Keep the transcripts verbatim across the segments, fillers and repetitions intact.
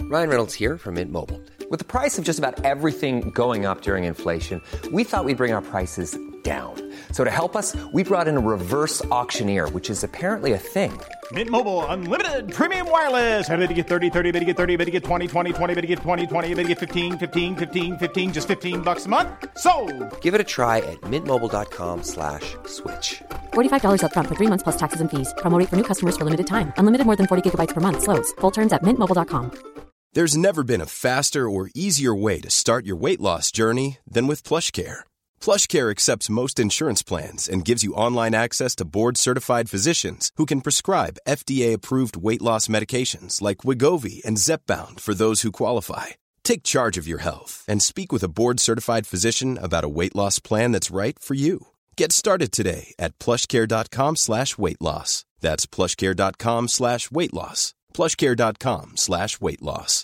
Ryan Reynolds here from Mint Mobile. With the price of just about everything going up during inflation, we thought we'd bring our prices down. So to help us, we brought in a reverse auctioneer, which is apparently a thing. Mint Mobile Unlimited Premium Wireless. How to get thirty, thirty, how to get thirty, how to get twenty, twenty, twenty, how to get twenty, twenty, how to get fifteen, fifteen, fifteen, fifteen, just fifteen bucks a month? Sold! Give it a try at mintmobile.com slash switch. forty-five dollars up front for three months plus taxes and fees. Promo rate for new customers for limited time. Unlimited more than forty gigabytes per month. Slows full terms at mint mobile dot com. There's never been a faster or easier way to start your weight loss journey than with PlushCare. PlushCare accepts most insurance plans and gives you online access to board-certified physicians who can prescribe F D A-approved weight loss medications like Wegovy and Zepbound for those who qualify. Take charge of your health and speak with a board-certified physician about a weight loss plan that's right for you. Get started today at plushcare.com slash weight loss. That's plushcare.com slash weight loss. plushcare.com slash weight loss.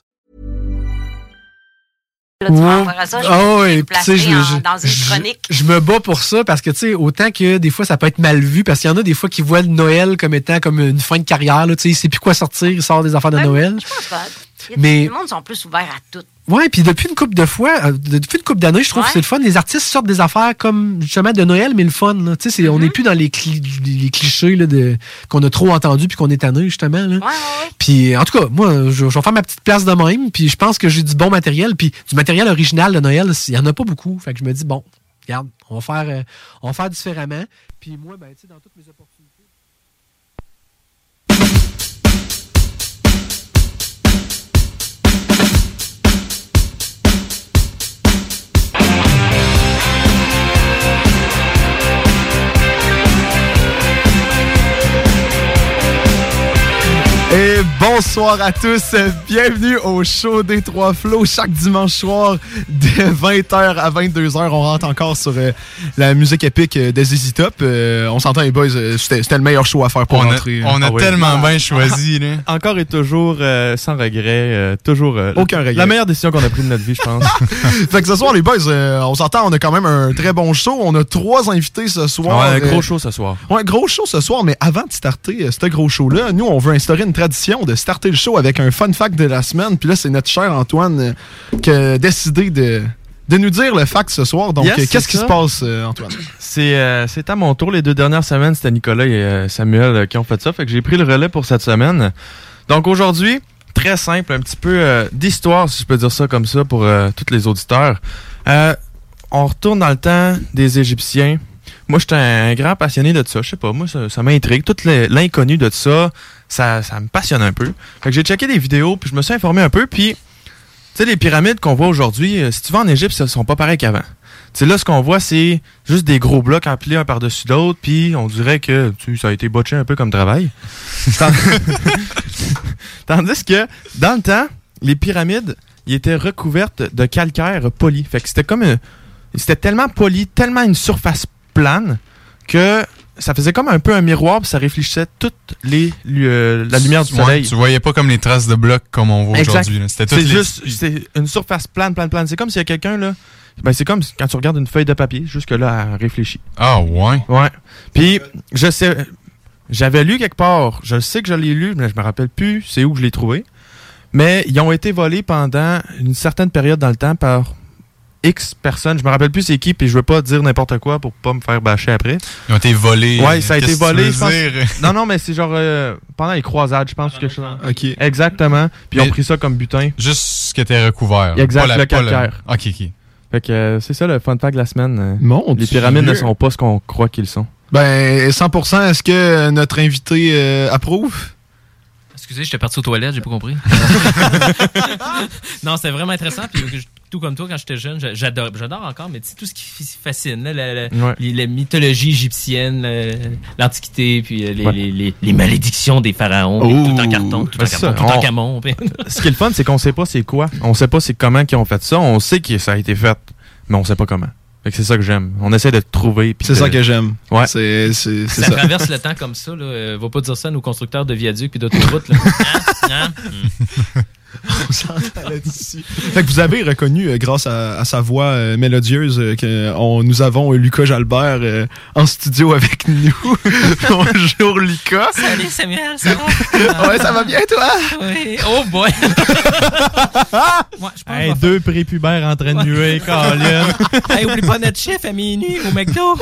Là, tu ouais. ça, oh, et tu sais, je, en, je, dans une chronique. Je, je me bats pour ça parce que, tu sais, autant que des fois, ça peut être mal vu parce qu'il y en a des fois qui voient le Noël comme étant comme une fin de carrière. Tu sais, il sait plus quoi sortir, il sort des affaires de ouais, Noël. Je pense pas. Mais les mondes sont plus ouverts à tout. Ouais, puis depuis une couple de fois, euh, depuis une couple d'années, je trouve ouais. que c'est le fun. Les artistes sortent des affaires comme justement de Noël, mais le fun. Tu sais, mm-hmm. on n'est plus dans les, cli- les clichés là, de, qu'on a trop entendus puis qu'on est tanné justement. Là. Ouais, ouais, ouais. Puis en tout cas, moi, je, je vais faire ma petite place de même. Puis je pense que j'ai du bon matériel. Puis du matériel original de Noël, il y en a pas beaucoup. Fait que je me dis bon, regarde, on va faire, euh, on va faire différemment. Puis moi, ben tu sais, dans toutes mes opportunités. Et bonsoir à tous, bienvenue au show des Trois Flots. Chaque dimanche soir de vingt heures à vingt-deux heures, on rentre encore sur euh, la musique épique de Z Z Top. Euh, on s'entend les boys, euh, c'était, c'était le meilleur show à faire pour on rentrer. A, on a ah, tellement oui. bien choisi. Là. Encore et toujours, euh, sans regret, euh, toujours euh, aucun regret. La meilleure décision qu'on a prise de notre vie, je pense. Fait que ce soir les boys, euh, on s'entend, on a quand même un très bon show. On a trois invités ce soir. Ouais, un gros euh, show ce soir. Ouais, gros show ce soir, mais avant de starter euh, ce gros show-là, nous on veut instaurer une tradition de starter le show avec un fun fact de la semaine. Puis là, c'est notre cher Antoine euh, qui a décidé de, de nous dire le fact ce soir. Donc, yes, euh, qu'est-ce qui se passe, euh, Antoine? C'est, euh, c'est à mon tour. Les deux dernières semaines, c'était Nicolas et euh, Samuel euh, qui ont fait ça. Fait que j'ai pris le relais pour cette semaine. Donc aujourd'hui, très simple, un petit peu euh, d'histoire, si je peux dire ça comme ça, pour euh, tous les auditeurs. Euh, on retourne dans le temps des Égyptiens. Moi, j'étais un grand passionné de ça. Je sais pas, moi, ça, ça m'intrigue. Tout l'inconnu de ça, ça, ça me passionne un peu. Fait que j'ai checké des vidéos, puis je me suis informé un peu. Puis, tu sais, les pyramides qu'on voit aujourd'hui, si tu vas en Égypte, ça sont pas pareils qu'avant. Tu sais, là, ce qu'on voit, c'est juste des gros blocs empilés un par-dessus l'autre, puis on dirait que tu sais, ça a été botché un peu comme travail. Tandis que, dans le temps, les pyramides, ils étaient recouvertes de calcaire poli. Fait que c'était comme... Une, c'était tellement poli, tellement une surface plane que ça faisait comme un peu un miroir puis ça réfléchissait toute les, euh, la lumière du soleil. Ouais, tu voyais pas comme les traces de blocs comme on voit exact. aujourd'hui. Là. C'était c'est les... juste c'est une surface plane, plane, plane. C'est comme s'il y a quelqu'un là. Ben c'est comme quand tu regardes une feuille de papier, jusque là elle réfléchit. Ah ouais. Ouais. Puis je sais, j'avais lu quelque part. Je sais que je l'ai lu, mais je me rappelle plus c'est où je l'ai trouvé. Mais ils ont été volés pendant une certaine période dans le temps par X personnes, je me rappelle plus c'est qui, puis je veux pas dire n'importe quoi pour pas me faire bâcher après. Ils ont été volés. Ouais, ça a Qu'est-ce été volé. Je pense... dire? Non, non, mais c'est genre euh, pendant les croisades, je pense que je... Ok. Exactement. Puis ils ont pris ça comme butin. Juste ce qui était recouvert. Exact, la, le calcaire. Le... Ok, ok. Fait que euh, c'est ça le fun fact de la semaine. Mon les pyramides Dieu. Ne sont pas ce qu'on croit qu'ils sont. Ben, cent pour cent, est-ce que notre invité euh, approuve? Excusez, j'étais parti aux toilettes, j'ai pas compris. Non, c'était vraiment intéressant. Puis, tout comme toi, quand j'étais jeune, j'adore, j'adore encore, mais tu sais, tout ce qui fascine, là, la, la, ouais. les, la mythologie égyptienne, la, l'Antiquité, puis les, ouais. les, les, les malédictions des pharaons, oh, tout en carton, tout en carton, tout en camon. Ce qui est le fun, c'est qu'on sait pas c'est quoi. On sait pas c'est comment qu'ils ont fait ça. On sait que ça a été fait, mais on sait pas comment. Fait que c'est ça que j'aime. On essaie de trouver. C'est de... ça que j'aime. Ouais. C'est, c'est, c'est ça, ça traverse le temps comme ça. Là. Euh, va pas dire ça à nos constructeurs de viaducs puis d'autoroutes. Là. Hein? Hein? Mm. On s'entend là-dessus. Fait que vous avez reconnu, euh, grâce à, à sa voix euh, mélodieuse, euh, que on, nous avons euh, Lucas Jalbert euh, en studio avec nous. Bonjour Lucas. Salut Samuel, ça va? Ouais, ça va bien toi? Oui. Oh boy. Ouais, je pense Hey, qu'on va deux prépubères en train de nuer, Colin. faire- Hey, oublie pas notre chef à minuit au McDo.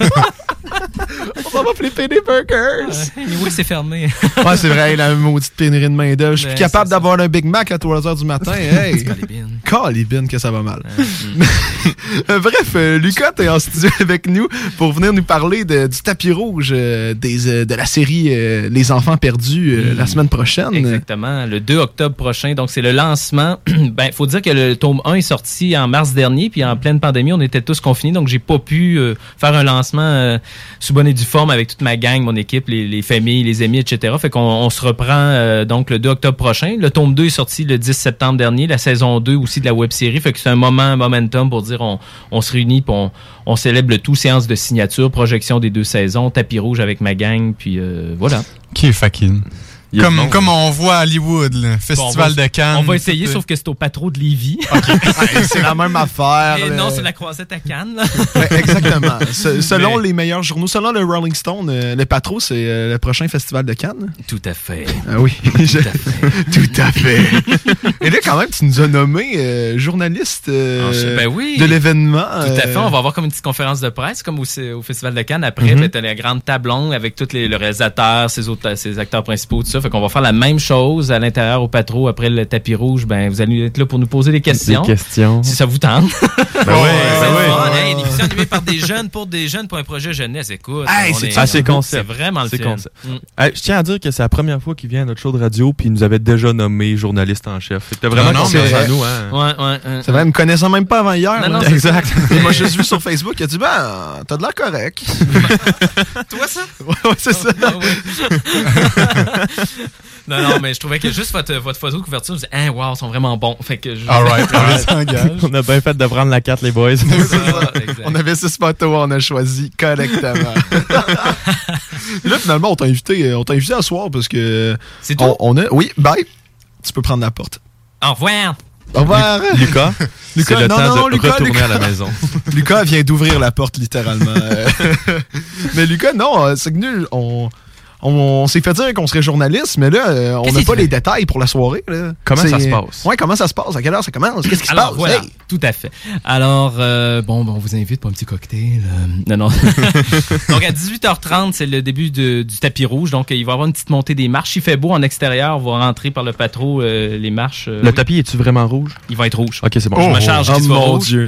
On va flipper des burgers. Euh, anyway, c'est fermé. Ouais, c'est vrai, la maudite pénurie de main-d'œuvre. Je suis Ben, plus capable c'est ça. d'avoir un Big Mac à trois heures du matin. Hey! Calibine. Calibine que ça va mal. Euh, Bref, euh, Lucas, t'es en studio avec nous pour venir nous parler de, du tapis rouge euh, des, euh, de la série euh, Les Enfants Perdus euh, Mm. la semaine prochaine. Exactement, le deux octobre prochain. Donc, c'est le lancement. Ben, faut dire que le tome un est sorti en mars dernier, puis en pleine pandémie, on était tous confinés, donc j'ai pas pu euh, faire un lancement euh, sous bonne et due forme avec toute ma gang, mon équipe, les, les familles, les amis, et cetera. Fait qu'on on se reprend euh, donc le deux octobre prochain. Le tome deux est sorti le dix septembre dernier, la saison deux aussi de la web-série. Fait que c'est un moment, un momentum pour dire on, on se réunit, puis on, on célèbre le tout, séance de signature, projection des deux saisons, tapis rouge avec ma gang, puis euh, voilà. Qui est Fakin? Comme, comme on voit à Hollywood, le Festival Bon, on va- de Cannes. On va essayer, tout, sauf que c'est au Patro de Lévis. Hey, c'est la même affaire. Et là. non, c'est la croisette à Cannes. Là. Ouais, exactement. Se- selon Mais- les meilleurs journaux, selon le Rolling Stone, euh, le Patro, c'est euh, le prochain festival de Cannes. Tout à fait. Ah oui. Je- Tout à fait. Et là, quand même, tu nous as nommé euh, journaliste euh, Ah, ben oui. de l'événement. Tout à fait. On va avoir comme une petite conférence de presse, comme au, au Festival de Cannes. Après, Mhm. ben, t'as la grande table longue avec tous les le réalisateurs, ses, autres, ses acteurs principaux, tout ça. Fait qu'on va faire la même chose à l'intérieur au Patro. Après le tapis rouge, ben, vous allez être là pour nous poser des questions. Des questions. Si ça vous tente. Ben ouais, C'est ben le ouais. fun. Hey, une émission animée par des jeunes pour des jeunes pour un projet jeunesse. Écoute. Hey, on c'est- est- Ah, c'est concept. C'est vraiment le C'est fun. concept. Mm. Hey, je tiens à dire que c'est la première fois qu'il vient à notre show de radio, puis il nous avait déjà nommé journaliste en chef. Fait que t'as vraiment Non, non, confiance mais- en nous, hein. Ouais, ouais, ouais. C'est vrai, me connaissant même pas avant hier. Non, là. non, c'est exact. ça. Il m'a juste vu sur Facebook, il a dit ben, t'as de l'air correct. Toi, ça? Ouais, ouais, c'est ça. Ah oui. non, non, mais je trouvais que juste votre, votre photo de couverture, je me disais, hein, wow, ils sont vraiment bons. Fait que je... All right, on s'engage. On a bien fait de prendre la carte, les boys. C'est ça, exact. On avait six photos, on a choisi correctement. Et là, finalement, on t'a invité, on t'a invité à soir parce que. C'est tout? On, on a. Oui, bye. Tu peux prendre la porte. Au revoir. Au revoir. Lucas, Lucas, c'est le non, temps non, de non, Lucas, retourner Lucas. à la maison. Lucas vient d'ouvrir la porte littéralement. Euh, Mais Lucas, non, euh, c'est que nous, on, on, on s'est fait dire qu'on serait journaliste, mais là, euh, on Qu'est-ce n'a que pas tu les fais? détails pour la soirée. Là. Comment C'est- ça se passe? Ouais, comment ça se passe? À quelle heure ça commence? Qu'est-ce qui se Alors, passe? voilà, Hey! tout à fait. Alors, euh, bon, ben, on vous invite pour un petit cocktail. euh, Non, non. Donc, à dix-huit heures trente, c'est le début de- du tapis rouge. Donc, il va y avoir une petite montée des marches. Il fait beau en extérieur. On va rentrer par le patro, euh, les marches. euh, Le oui, tapis, est-tu vraiment rouge? il va être rouge. Ok, c'est bon. Je me charge Oh qu'il soit mon rouge. Dieu.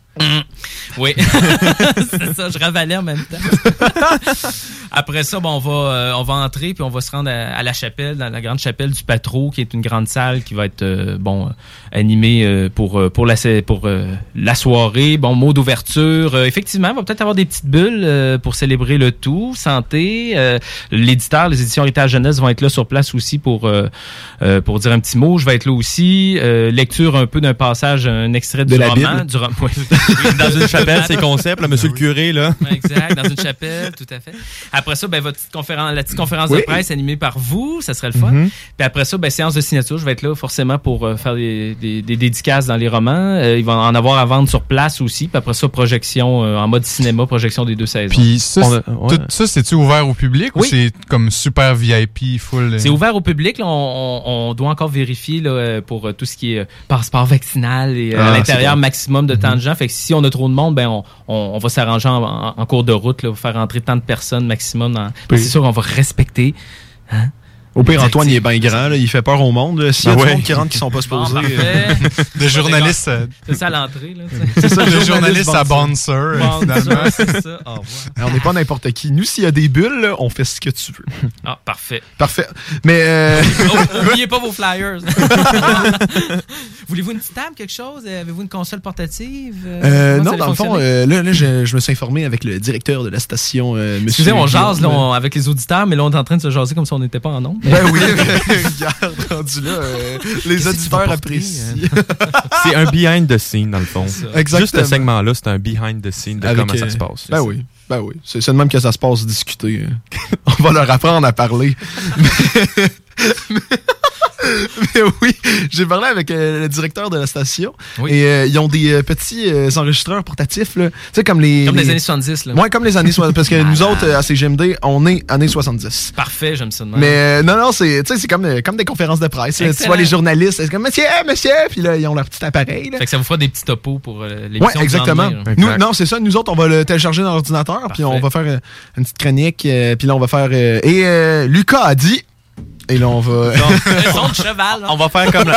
Oui, c'est ça, je ravalais en même temps. Après ça, bon, on va euh, on va entrer puis on va se rendre à, à la chapelle, dans la grande chapelle du Patro, qui est une grande salle qui va être euh, bon euh, animée euh, pour euh, pour la pour euh, la soirée. Bon, mot d'ouverture. Euh, effectivement, il va peut-être avoir des petites bulles euh, pour célébrer le tout. Santé. Euh, l'éditeur, les éditions Héritage Jeunesse vont être là sur place aussi pour euh, euh, pour dire un petit mot. Je vais être là aussi. Euh, lecture un peu d'un passage, un extrait De du la roman. Bible. Du rom- oui. Dans une chapelle, c'est concept, là, monsieur le curé, là. Exact, dans une chapelle, tout à fait. Après ça, ben, votre petite conférence, la petite conférence Oui. de presse animée par vous, ça serait le fun. Mhm. Puis après ça, ben, séance de signature, je vais être là forcément pour euh, faire des, des, des dédicaces dans les romans. Euh, il va en avoir à vendre sur place aussi. Puis après ça, projection euh, en mode cinéma, projection des deux saisons. Puis ça, On a- c'est- ouais. tout ça, c'est-tu ouvert au public Oui. ou c'est comme super V I P, full? euh? C'est ouvert au public. Là, on, on, on doit encore vérifier là, euh, pour euh, tout ce qui est euh, passeport vaccinal et euh, Ah, à c'est l'intérieur, bon. maximum de temps de gens. Fait que si on a trop de monde, ben on, on, on va s'arranger en, en- en cours de route, là, faire entrer tant de personnes maximum. Dans... Oui. C'est sûr qu'on va respecter. Hein? Au pire, Antoine, il est bien grand, là, il fait peur au monde. là. S'il y a Ah du ouais. monde qui rentre qui sont pas Bon, supposés. parfait. De journaliste, euh, C'est ça à l'entrée. Là, tu sais. C'est ça, de journaliste à bouncer. bouncer, euh, Bon, finalement. ça, c'est ça. Au revoir. Alors, on n'est pas n'importe qui. Nous, s'il y a des bulles, là, on fait ce que tu veux. Ah, parfait. Parfait. Mais euh, Oh, oubliez pas vos flyers. Voulez-vous une petite table, quelque chose? Avez-vous une console portative? euh, Comment non, ça dans allait le fond, fonctionner? euh, là, là je, je me suis informé avec le directeur de la station, euh, monsieur. Excusez, on jase là, Guillaume. on- avec les auditeurs, mais là, on est en train de se jaser comme si on n'était pas en nombre. Ben oui, regarde, rendu là, euh, les Qu'est-ce que tu vas auditeurs porter, apprécient. C'est un behind the scene, dans le fond. C'est ça. Exactement. Juste ce segment-là, c'est un behind the scene de Avec, comment ça euh, se passe. Ben oui, ben oui. C'est c'est de même que ça se passe, discuter. On va leur apprendre à parler. Mais oui, j'ai parlé avec euh, le directeur de la station. Oui. Et euh, ils ont des euh, petits euh, enregistreurs portatifs, là. Tu sais, comme les. Comme les, les années soixante-dix, là. Ouais, comme les années soixante-dix. Parce que nous autres, euh, à C G M D, on est années soixante-dix. Parfait, j'aime ça de même. Mais euh, non, non, c'est, tu sais, c'est comme, euh, comme des conférences de presse. Là. Tu vois les journalistes, c'est comme monsieur, monsieur, puis là, ils ont leur petit appareil. Là. Fait que ça vous fera des petits topos pour euh, l'émission. Ouais, exactement. du lendemain, nous, non, c'est ça. Nous autres, on va le télécharger dans l'ordinateur, puis on va faire euh, une petite chronique, euh, puis là, on va faire. Euh, et euh, Lucas a dit. Et là, on va. Son de cheval. On va faire comme la.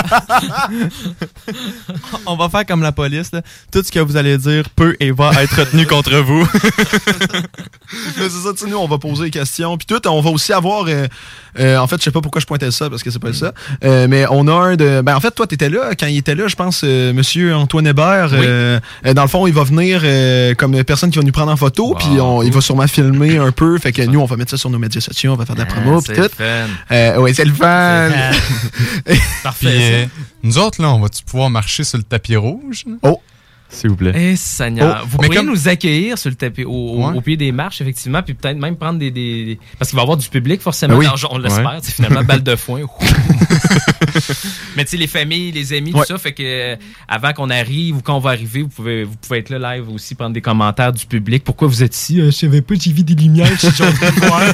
On va faire comme la police. Là. Tout ce que vous allez dire peut et va être retenu contre vous. Mais c'est ça, tu sais, nous, on va poser des questions. Puis tout, on va aussi avoir. Euh, euh, en fait, je sais pas pourquoi je pointais ça, parce que c'est pas ça. Euh, mais on a un de. Ben, en fait, toi, t'étais là. Quand il était là, je pense, euh, monsieur Antoine Hébert. Oui. Euh, dans le fond, il va venir euh, comme personne qui va nous prendre en photo. Wow. Puis on, il va sûrement filmer un peu. Fait que nous, on va mettre ça sur nos médias sociaux. On va faire de la promo. Puis c'est tout. fun. Euh, ouais, c'est le fun. Parfait. Puis, euh, nous autres, là, on va-tu pouvoir marcher sur le tapis rouge? Là? Oh! S'il vous plaît. Eh, Seigneur. Oh, vous mais pourriez comme- nous accueillir sur le tapis, au, au, Ouais. au pied des marches, effectivement, puis peut-être même prendre des. des... Parce qu'il va y avoir du public, forcément. Ben oui. Alors, on l'espère. Ouais. C'est finalement balle de foin. Mais tu sais, les familles, les amis, Ouais. tout ça, fait que euh, avant qu'on arrive ou quand on va arriver, vous pouvez, vous pouvez être là live aussi, prendre des commentaires du public. Pourquoi vous êtes ici? Euh, je savais pas, j'ai vu des lumières, je suis en train de voir.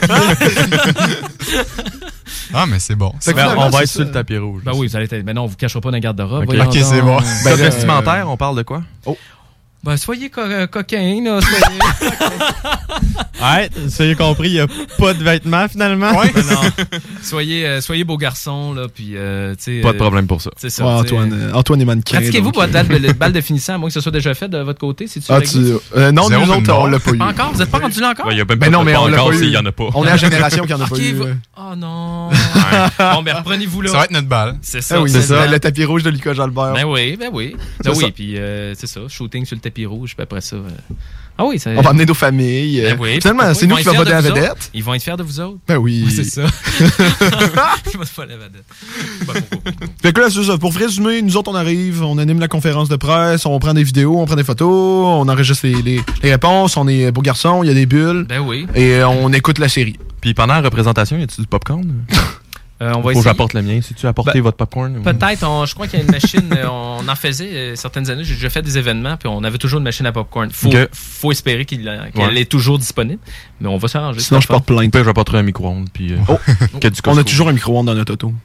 Ah, mais c'est bon. Fait que Ben, finalement, on va c'est être ça. sur le tapis rouge. Ben oui, vous allez être. Ben non, on vous cachera pas dans le garde-robe. Ok. Voyons Ok, c'est donc. bon. Ben, Comme là, vestimentaire, on parle de quoi? Ben, soyez co euh, coquins, là. Soyez... Ouais, ça y est compris, il n'y a pas de vêtements finalement. Ouais. Ben non. Soyez, euh, soyez beaux garçons, là, puis, euh, tu sais. Pas de euh, problème pour ça. C'est ça. Ouais, tu sais. Antoine, euh, Antoine est mannequin. Pratiquez-vous donc, votre euh, balle de, balle de finissant, à moins que ce soit déjà fait de votre côté? C'est-tu Ah, réglé? tu, euh, non, Zéro nous autres, film on noir. l'a pas eu. Pas encore? Vous n'êtes pas rendu là encore? Il y a même Ben pas non, de mais pas on l'a encore pas eu. s'il y en a pas. On est la génération qui en a Ok, pas eu. vous- euh. Oh non. Bon, ben reprenez-vous là. Ça va être notre balle. C'est ça. Ah oui, c'est c'est ça. Le tapis rouge de Lucas Jalbert. Ben oui, ben oui. C'est Ben ça. oui, puis euh, c'est ça. Shooting sur le tapis rouge, puis après ça. euh, Ah oui, ça. On va amener nos familles. euh, Ben oui, Finalement, pourquoi c'est ils nous vont qui être va voter fiers la de vous vedette. autres. Ils vont être fiers de vous autres. Ben oui. C'est ça. Ils vont pas la vedette. Ben, pourquoi pas? Fait que là, c'est ça. Pour résumer, nous autres, on arrive, on anime la conférence de presse, on prend des vidéos, on prend des photos, on enregistre les, les, les réponses, on est beaux garçons, il y a des bulles. Ben oui. Et euh, on écoute la série. Puis pendant la représentation, y a-tu du popcorn? Euh, on va Faut que essayer. j'apporte le mien. Si tu apportes Ben, votre popcorn? ou- Peut-être, on- je crois qu'il y a une machine, euh, on en faisait euh, certaines années, j'ai déjà fait des événements, puis on avait toujours une machine à popcorn. Faut, Ok. faut espérer qu'il, euh, qu'elle Ouais. est toujours disponible, mais on va s'arranger. Sinon, je porte Au plainte. pire, j'apporterai un micro-ondes. Puis, euh, Oh, qu'il y a du on a Costco. toujours un micro-ondes dans notre auto.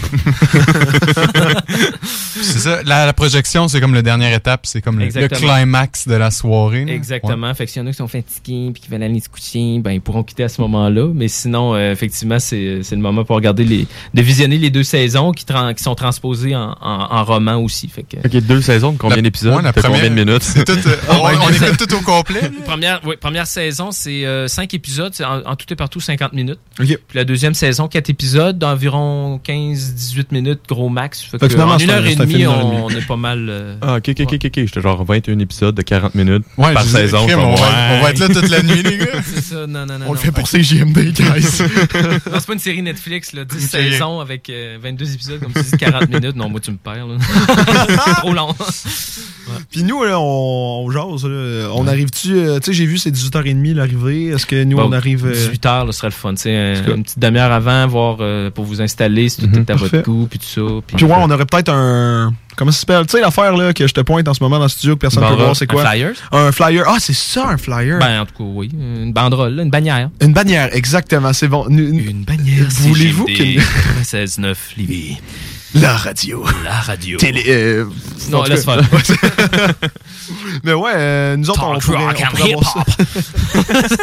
C'est ça. La, la projection, c'est comme la dernière étape. C'est comme le, le Exactement. climax de la soirée. là. Exactement. Fait que s'il y en a qui sont fatigués puis qui veulent aller se coucher, ben ils pourront quitter à ce moment-là. Mais sinon, euh, effectivement, c'est, c'est le moment pour regarder les, de visionner les deux saisons qui, tran- qui sont transposées en, en, en roman aussi. Fait que Ok, deux saisons de combien La- d'épisodes? ouais, la Fait première- combien de minutes? C'est tout, euh, on, on écoute tout au complet. là. première, oui, première saison, c'est euh, cinq épisodes, c'est en, en tout et partout cinquante minutes. OK. Puis la deuxième saison, quatre épisodes d'environ quinze dix-huit minutes, gros max. Fait Fait que que finalement, en c'est une un- heure et c'est un film demie, d'une heure et on, demie. on est pas mal. euh, Ah, ok, ok, ok, ok. ok. J'étais genre vingt et un épisodes de quarante minutes Ouais, par je disais, saison. crime, comme, on, va, ouais. on va être là toute la nuit, les gars. C'est ça, non, non, non. On le non. fait pour C G M D, guys. Non, c'est pas une série Netflix, là. dix Ok. saisons avec euh, vingt-deux épisodes, comme tu dis, quarante minutes. Non, moi, tu me perds, là. C'est trop long. Puis nous, là, on, on jase. Là. On arrive-tu... euh, tu sais, j'ai vu, c'est dix-huit heures trente l'arrivée. Est-ce que nous, Bon, on arrive... euh, dix-huit heures, là, ce serait le fun. Tu sais, un- cas. une petite demi-heure avant, voir euh, pour vous installer, si tout Mhm, est à parfait. votre goût, puis tout ça. Puis, Puis ouais, on aurait peut-être un... Comment ça s'appelle? Tu sais, l'affaire là que je te pointe en ce moment dans le studio que personne ne peut Banderole. voir, c'est quoi? Un flyer? Un flyer. Ah, c'est ça, un flyer. Ben, en tout cas, oui. Une banderole, là, une bannière. Une bannière, exactement. C'est bon. Une- une- Une bannière. Voulez-vous qu'une- quatre-vingt-seize neuf Lévis. La radio. La radio. Télé... euh, Non, en tout laisse cas. faire. Mais ouais, euh, nous autres, on Talk pourrait, rock on and pourrait avoir ça. hip-hop.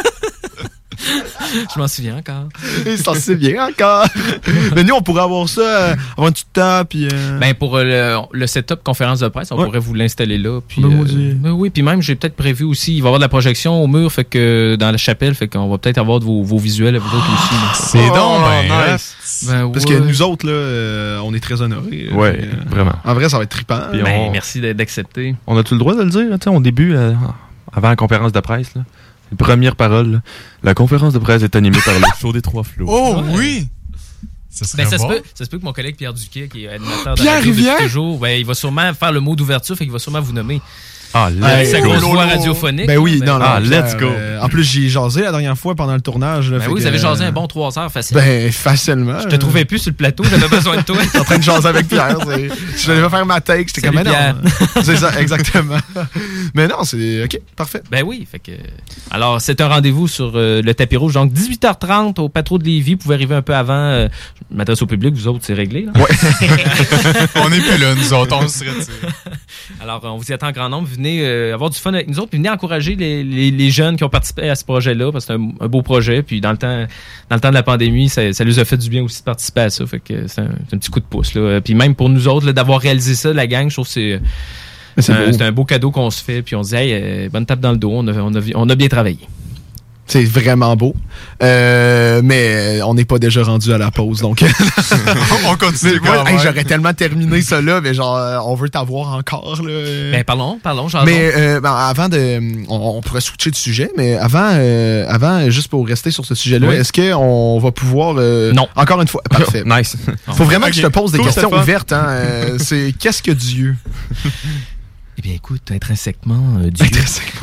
Je m'en souviens encore. Il s'en souvient encore. Mais nous, on pourrait avoir ça, euh, avoir un petit temps, puis... euh, Ben pour euh, le, le setup conférence de presse, on Ouais. pourrait vous l'installer là. Puis, Ben, euh, maudit. ben oui, puis même j'ai peut-être prévu aussi, il va y avoir de la projection au mur, fait que dans la chapelle, fait qu'on va peut-être avoir de vos, vos visuels à vous autres aussi. là. C'est Oh, donc, ben, nice. Ben Parce ouais. que nous autres, là, euh, on est très honorés. euh, Ouais, euh, vraiment. En vrai, ça va être trippant. Puis Ben, on- merci d'a- d'accepter. On a-tu le droit de le dire, tu sais, au début, euh, avant la conférence de presse, là? Les premières paroles, là. La conférence de presse est animée par le show des trois flots. Oh Ouais. oui! Ça serait Ben, ça, se bon. peut, ça se peut que mon collègue Pierre Duquet, qui est animateur de Pierre radio depuis Rivière? toujours, ben, il va sûrement faire le mot d'ouverture, fait qu'il va sûrement vous nommer. Ah, let's Sa go. grosse voix radiophonique. Ben oui, là, non, non. Ah, Pierre, let's go. euh, en plus, j'ai jasé la dernière fois pendant le tournage. Là, Ben fait oui, que, vous avez jasé euh, un bon trois heures facile. Ben, facilement. Je te trouvais plus sur le plateau, j'avais besoin de toi. J'étais en train de jaser avec Pierre. c'est- Je devais faire ma take. J'étais Salut, comme, mais non. Pierre. C'est ça, exactement. Mais non, c'est OK, parfait. Ben oui, fait que. Alors, c'est un rendez-vous sur euh, le tapis rouge. Donc, dix-huit heures trente au Patro de Lévis. Vous pouvez arriver un peu avant. Euh, je m'adresse au public, vous autres, c'est réglé. Là. Ouais. On n'est plus là, nous autres, on se retire. Alors, on vous y attend en grand nombre. Venez euh, avoir du fun avec nous autres. Puis venez encourager les, les, les jeunes qui ont participé à ce projet-là, parce que c'est un, un beau projet. Puis dans le temps, dans le temps de la pandémie, ça, ça nous a fait du bien aussi de participer à ça. Fait que c'est un, c'est un petit coup de pouce. Là. Puis même pour nous autres, là, d'avoir réalisé ça, la gang, je trouve que c'est, c'est, un, beau. c'est un beau cadeau qu'on se fait. Puis on se dit, hey, euh, bonne tape dans le dos. On a, on a, on a bien travaillé. C'est vraiment beau. Euh, mais on n'est pas déjà rendu à la pause, donc. On continue. Mais, ouais, hey, j'aurais tellement terminé ça là, mais genre, euh, on veut t'avoir encore. Là. Ben, parlons, parlons, j'en Mais euh, ben, avant de. On, on pourrait switcher de sujet, mais avant, euh, avant juste pour rester sur ce sujet-là, Oui. est-ce qu'on va pouvoir. Euh, non. Encore une fois. Parfait. Nice. Faut vraiment Okay. que je te pose des Cool, questions Stéphane. ouvertes. Hein. Euh, c'est qu'est-ce que Dieu? Eh bien, écoute, intrinsèquement, euh, Dieu.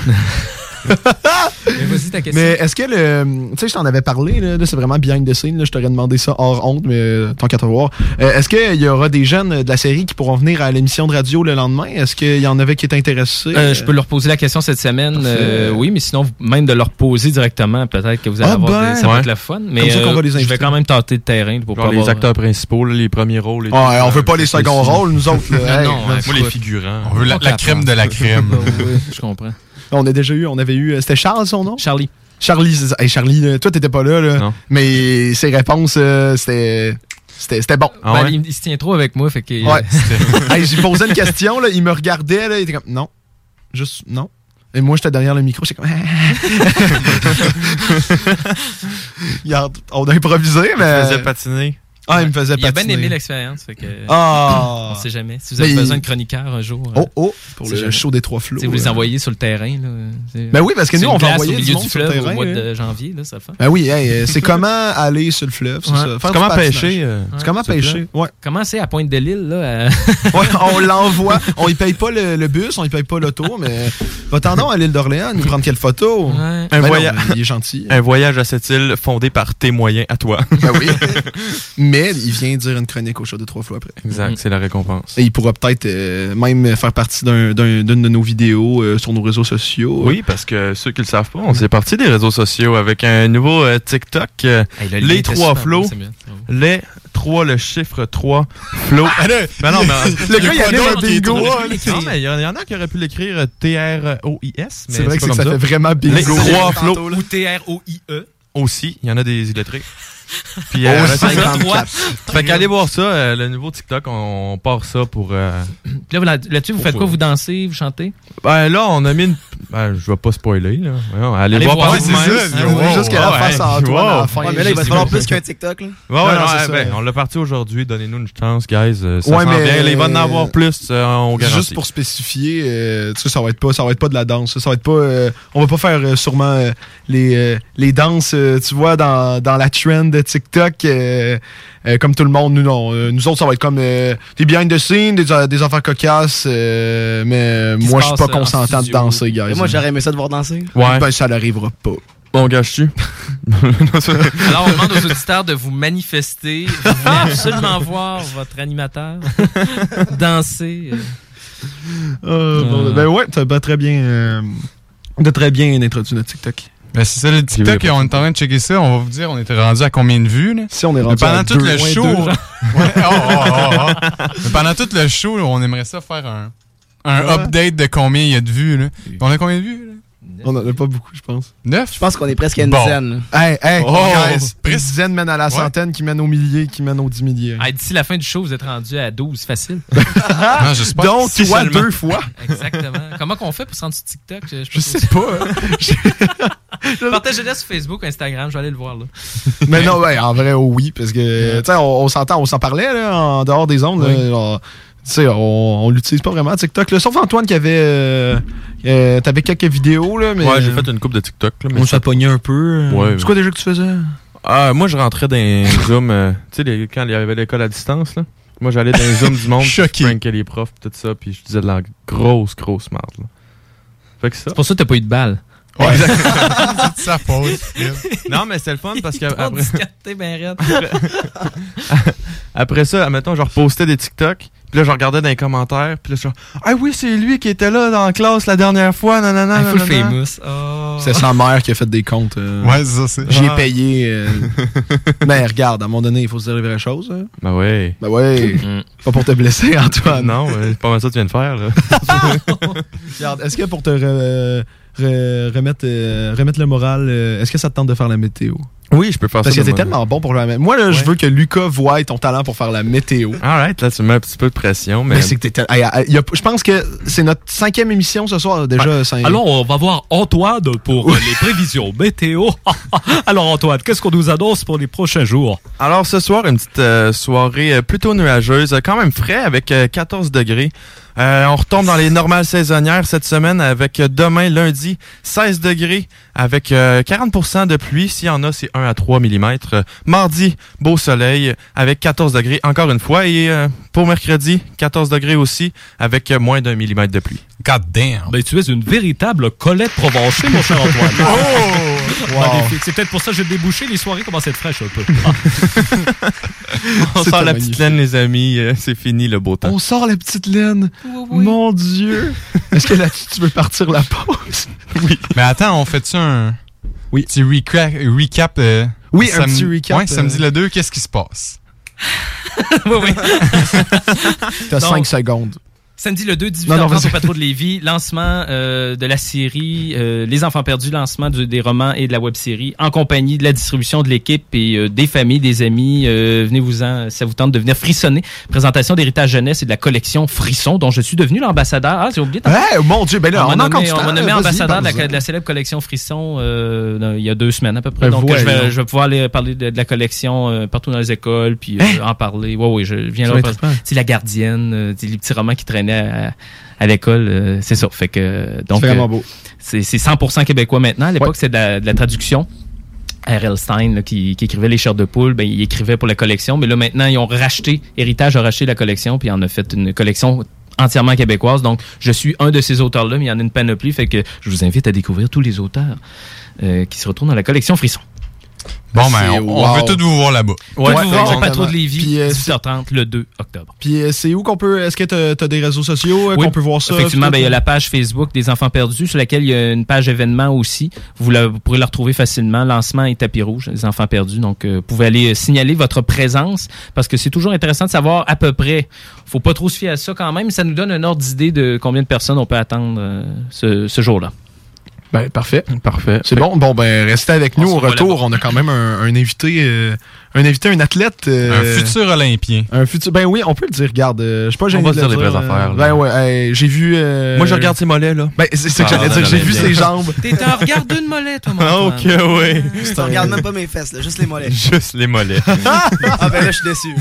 Mais vas-y, ta question. Mais est-ce que le. Tu sais, je t'en avais parlé, là, là, c'est vraiment behind the scene. Là, je t'aurais demandé ça hors honte, mais euh, tant qu'à te voir. Euh, est-ce qu'il y aura des jeunes de la série qui pourront venir à l'émission de radio le lendemain? Est-ce qu'il y en avait qui étaient intéressés? Euh, je peux leur poser la question cette semaine. Euh, oui, mais sinon, même de leur poser directement, peut-être que vous allez Ah avoir ben, des, ça va ouais. être le fun. Mais Comme ça qu'on va les je vais inviter. quand même tenter le terrain pour Genre pas les avoir... acteurs principaux, là, les premiers rôles. et Ah, ouais, tout, on veut euh, pas les seconds aussi. rôles, nous autres. Là. Hey, non, Moi, écoute, les figurants. On veut la, Pas la capable. crème de la crème. Oui, je comprends. On a déjà eu, on avait eu. C'était Charles son nom? Charlie. Charlie, c'est ça. Hey, Charlie, là, toi, t'étais pas là, là. Non. Mais ses réponses, euh, c'était. C'était, c'était bon. Ah Ben, ouais? il, il se tient trop avec moi, fait que... Ouais. Hey, j'ai posé une question, là, il me regardait, là, il était comme, non. Juste, non. Et moi, j'étais derrière le micro, j'étais comme. Regarde, on a improvisé, mais. Il faisait patiner. Ah, il me faisait Il a patiner. bien aimé l'expérience, fait que... Ah! On sait jamais. Si vous avez Mais besoin il- de chroniqueurs un jour, Oh, oh, pour C'est le jamais. show des trois flots. si vous les euh. envoyez sur le terrain, là, c'est- Ben oui, parce que c'est nous, une on va glace envoyer au du milieu monde du sur le fleuve terrain. au mois euh. de janvier, là, ça le fait. Ben oui, hey, euh, c'est comment aller sur le fleuve, c'est Ouais. ça. Faire C'est du comment patinage. pêcher? euh, C'est comment sur le pêcher, ouais. Comment c'est à Pointe-de-Lîle, là? à- Ouais, on l'envoie. On y paye pas le, le bus, on y paye pas l'auto, mais va-t'en à l'île d'Orléans, nous prendre quelle photo? Ouais. Un, Ben non, voyage, il est gentil. un voyage à cette île fondé par tes moyens à toi. Ben oui. Mais il vient dire une chronique au show de trois fois après. Exact, c'est la récompense. Et il pourra peut-être euh, même faire partie d'un, d'un- d'une de nos vidéos euh, sur nos réseaux sociaux. Oui, parce que ceux qui le savent pas, on s'est parti des réseaux sociaux avec un nouveau euh, TikTok. euh, Hey, le lien les était trois super flots. bon, c'est bien. Les trois, le chiffre trois, flow. Ben non, mais Le gars, il pas anime un d'autre qui est bingo. trois, non, mais il y, en y en a qui auraient pu l'écrire euh, T R O I S. mais C'est vrai que pas c'est- ça comme fait vraiment bingo. Les trois flots Ou T R O I E. aussi. Il y en a des illettrés. Puis, Oh, euh, c'est c'est ça. cinquante-quatre. Fait qu'allez voir ça, euh, le nouveau TikTok, on, on part ça pour... euh, Puis là, vous- là-dessus, vous faites quoi? Vous dansez, vous chantez? Ben là, on a mis une... Ben, je vais pas spoiler, là. Voyons, allez, Allez voir voir, par c'est vous-même. ça, Ah, wow, ouais. Jusqu'à la Ouais, face à Antoine wow. à la fin. Ouais, mais là, il va C'est falloir bon. plus qu'un TikTok, là. Ouais, ouais, Non, non, non, c'est ouais, ça. ben, on l'a parti aujourd'hui. Donnez-nous une chance, guys. Euh, Ça Ouais, s'en mais- vient. Il va en avoir plus, euh, on garantit. Juste pour spécifier, euh, tu sais, ça va être pas, ça va être pas de la danse. Ça va être pas, euh, on va pas faire euh, sûrement euh, les euh, les danses, euh, tu vois, dans, dans la trend de TikTok, euh, euh, comme tout le monde. Nous, non, euh, nous autres, ça va être comme euh, des behind the scenes, des, euh, des affaires cocasses. euh, mais euh, Qui moi, se je suis pas passe, euh, en consentant de studio. danser, guys. Et moi, j'aurais aimé ça de voir danser. Ouais. Ben, ça n'arrivera pas. Bon, gâche-tu? Alors, on demande aux auditeurs de vous manifester. Vous voulez absolument voir votre animateur danser. euh. Euh, bon, ben ouais, t'as pas très bien, euh, t'as très bien introduit notre TikTok. Ben, c'est ça, le TikTok, Qui veut pas on est en train de checker ça. On va vous dire, on était rendu à combien de vues, là? Si on est Mais rendu pendant à tout deux, le ouais, show, deux, ouais, oh, oh, oh, oh. Mais pendant tout le show, là, on aimerait ça faire un, un Ouais. update de combien il y a de vues. Là. On a combien de vues? Là? on en a pas beaucoup, je pense. Neuf? Je pense qu'on est presque à une Bon. dizaine. Hey, hey, Oh, guys, une presque. dizaine mène à la Ouais. centaine, qui mène aux milliers, qui mène aux dix milliers. Ah, d'ici la fin du show, vous êtes rendu à douze, facile. Non, j'espère. Donc, Si toi, seulement. deux fois. Exactement. Comment qu'on fait pour se rendre sur TikTok? Je, Je sais pas. hein. Partagez-le sur Facebook, Instagram, je vais aller le voir, là. Mais non, ouais, en vrai, oh oui, parce que, tu sais, on, on s'entend, on s'en parlait, là, en dehors des ondes, là, genre, tu sais, on, on l'utilise pas vraiment, TikTok, là, sauf Antoine qui avait, euh, euh, t'avais quelques vidéos, là, mais... Ouais, j'ai fait une coupe de TikTok. Là, mais On ça- s'est pogné un peu. euh. Ouais, C'est quoi déjà que tu faisais? Ah, moi, je rentrais dans les Zoom, euh, tu sais, les- quand il y avait l'école à distance, là. Moi, j'allais dans les Zoom du monde, Choqué. je prankais les profs, tout ça, puis je disais de la grosse, grosse merde, là. Fait que ça. C'est pour ça que t'as pas eu de balle. Ouais, exactement. C'est sa faute. Non, mais c'est le fun parce qu'après... Ben Après ça, admettons, je repostais des TikTok, puis là, je regardais dans les commentaires, puis là, je ah oui, c'est lui qui était là dans la classe la dernière fois, nanana, nanana. Full nanana. famous. Oh. C'est sa mère qui a fait des comptes. Euh, ouais, c'est ça, c'est. J'ai ah. payé. Euh... Mais regarde, à un moment donné, il faut se dire les vraies choses. Hein. Ben oui. Ben oui. Mm. Pas pour te blesser, Antoine. Non, c'est pas mal ça que tu viens de faire, là. Regarde, est-ce que pour te re, re, remettre, euh, remettre le moral, euh, est-ce que ça te tente de faire la météo? Oui, je peux faire Parce ça. Parce que t'es tellement bon pour la météo. Moi, là, ouais. je veux que Lucas voie ton talent pour faire la météo. Alright, là, tu mets un petit peu de pression. Mais, mais c'est que t'es. Je pense que c'est notre cinquième émission ce soir, déjà. Ouais. Cinq... Alors, on va voir Antoine pour les prévisions météo. Alors, Antoine, qu'est-ce qu'on nous annonce pour les prochains jours? Alors, ce soir, une petite euh, soirée plutôt nuageuse, quand même frais, avec euh, quatorze degrés. Euh, on retombe dans les normales saisonnières cette semaine avec euh, demain, lundi, seize degrés avec euh, quarante pour cent de pluie. S'il y en a, c'est un à trois millimètres. Euh, mardi, beau soleil avec quatorze degrés encore une fois. Et euh, pour mercredi, quatorze degrés aussi avec euh, moins d'un millimètre de pluie. God damn! Ben, tu es une véritable Colette Provencher, mon cher Antoine. Oh! Wow. C'est peut-être pour ça que j'ai débouché. Les soirées commencent à être fraîches un peu. On sort la petite laine, les amis. Euh, c'est fini le beau temps. On sort la petite laine. Oui, oui. Mon Dieu! Est-ce que là-dessus, tu veux partir la pause? Oui. Mais attends, on fait-tu un oui. petit recap? recap euh, oui, sam... un petit recap. Ouais, samedi le deux, qu'est-ce qui se passe? oui, oui. T'as cinq secondes. Samedi le deux, dix-huit heures trente au Patro de Lévis, lancement euh, de la série euh, Les Enfants Perdus, lancement du, des romans et de la web-série en compagnie de la distribution de l'équipe et euh, des familles, des amis. Euh, venez-vous-en, ça vous tente de venir frissonner. Présentation d'héritage jeunesse et de la collection Frisson, dont je suis devenu l'ambassadeur. Ah, j'ai oublié. Ouais, oh mon Dieu, ben là, on, on a encore du temps. On m'a nommé ambassadeur de la, de la célèbre collection Frisson euh, il y a deux semaines à peu près. Ben Donc, je vais, je vais pouvoir aller parler de, de la collection euh, partout dans les écoles, puis euh, hein? en parler. Ouais, oui, je viens là. C'est La Gardienne, euh, les petits romans qui traînaient À, à l'école, euh, c'est ça. Fait que donc c'est vraiment beau. Euh, c'est, c'est cent pour cent québécois maintenant. À l'époque, ouais. c'est de la, de la traduction. R L. Stein, là, qui, qui écrivait Les Chairs de poule, ben, il écrivait pour la collection. Mais là, maintenant, ils ont racheté, Héritage a racheté la collection, puis en a fait une collection entièrement québécoise. Donc, je suis un de ces auteurs-là, mais il y en a une panoplie. Fait que je vous invite à découvrir tous les auteurs euh, qui se retrouvent dans la collection Frisson. Bon, ben, on, wow. on veut tous vous voir là-bas. Ouais, ouais, vous voir au Patro de Lévis, euh, dix-huit heures trente, le deux octobre. Puis euh, c'est où qu'on peut... Est-ce que tu as des réseaux sociaux euh, oui, qu'on peut voir ça? Effectivement, ben, il y a la page Facebook des Enfants Perdus, sur laquelle il y a une page événement aussi. Vous, la, vous pourrez la retrouver facilement. Lancement et tapis rouge, des Enfants Perdus. Donc, euh, vous pouvez aller euh, signaler votre présence, parce que c'est toujours intéressant de savoir à peu près. Faut pas trop se fier à ça quand même. Ça nous donne un ordre d'idée de combien de personnes on peut attendre euh, ce, ce jour-là. Ben, parfait. Parfait. C'est bon. Bon, ben, restez avec nous au retour. On a quand même un, un invité, euh, un invité, un athlète. Euh, un futur olympien. Un futur, ben oui, on peut le dire. Regarde, euh, je sais pas, j'ai On va se dire les vraies affaires. Ben ouais, hey, j'ai vu. Euh... Moi, je regarde ses mollets, là. Ben, c'est ça que j'allais dire. J'ai vu ses jambes. T'es un regard d'une mollet, toi, mon Ah, ok, oui. Tu regardes même pas mes fesses, là, juste les mollets. Juste les mollets. Ah, ben là, je suis déçu.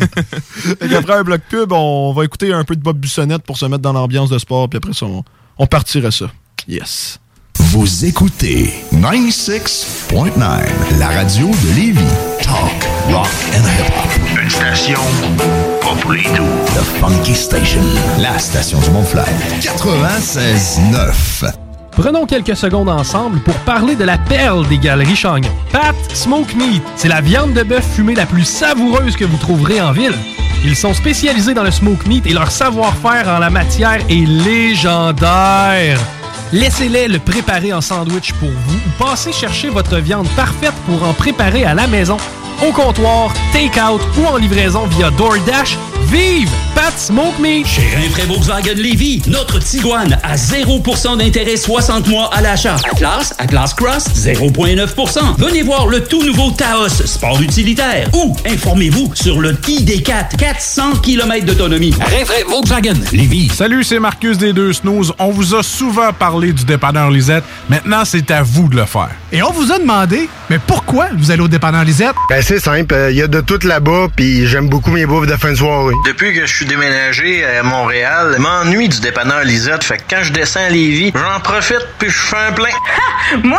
Et après un bloc pub, on va écouter un peu de Bob Bussonnette pour se mettre dans l'ambiance de sport, puis après ça, on, on partira ça. Yes. Vous écoutez quatre-vingt-six point neuf, la radio de Lévis. Talk, rock and hip-hop. Une station pas pour les doux. The Funky Station, la station du Mont-Flair. quatre-vingt-seize neuf. Prenons quelques secondes ensemble pour parler de la perle des galeries Chagnon. Pat Smoke Meat, c'est la viande de bœuf fumée la plus savoureuse que vous trouverez en ville. Ils sont spécialisés dans le smoke meat et leur savoir-faire en la matière est légendaire. Laissez-les le préparer en sandwich pour vous ou passez chercher votre viande parfaite pour en préparer à la maison, au comptoir, take-out ou en livraison via DoorDash. Vive Pat Smoke Meat! Chez Rinfraie Volkswagen Lévis, notre Tiguan à zéro pour cent d'intérêt soixante mois à l'achat. Atlas, Atlas Cross, zéro virgule neuf pour cent. Venez voir le tout nouveau Taos, sport utilitaire. Ou informez-vous sur le I D quatre, quatre cents kilomètres d'autonomie. Rinfraie Volkswagen Lévis. Salut, c'est Marcus des Deux Snooze. On vous a souvent parlé du dépanneur Lisette. Maintenant, c'est à vous de le faire. Et on vous a demandé, mais pourquoi vous allez au dépanneur Lisette? Ben, c'est simple. Il y a de tout là-bas, puis j'aime beaucoup mes bouffes de fin de soirée. Depuis que je suis déménagé à Montréal, je m'ennuie du dépanneur Lisette. Fait que quand je descends à Lévis, j'en profite puis je fais un plein. Ha! Moi?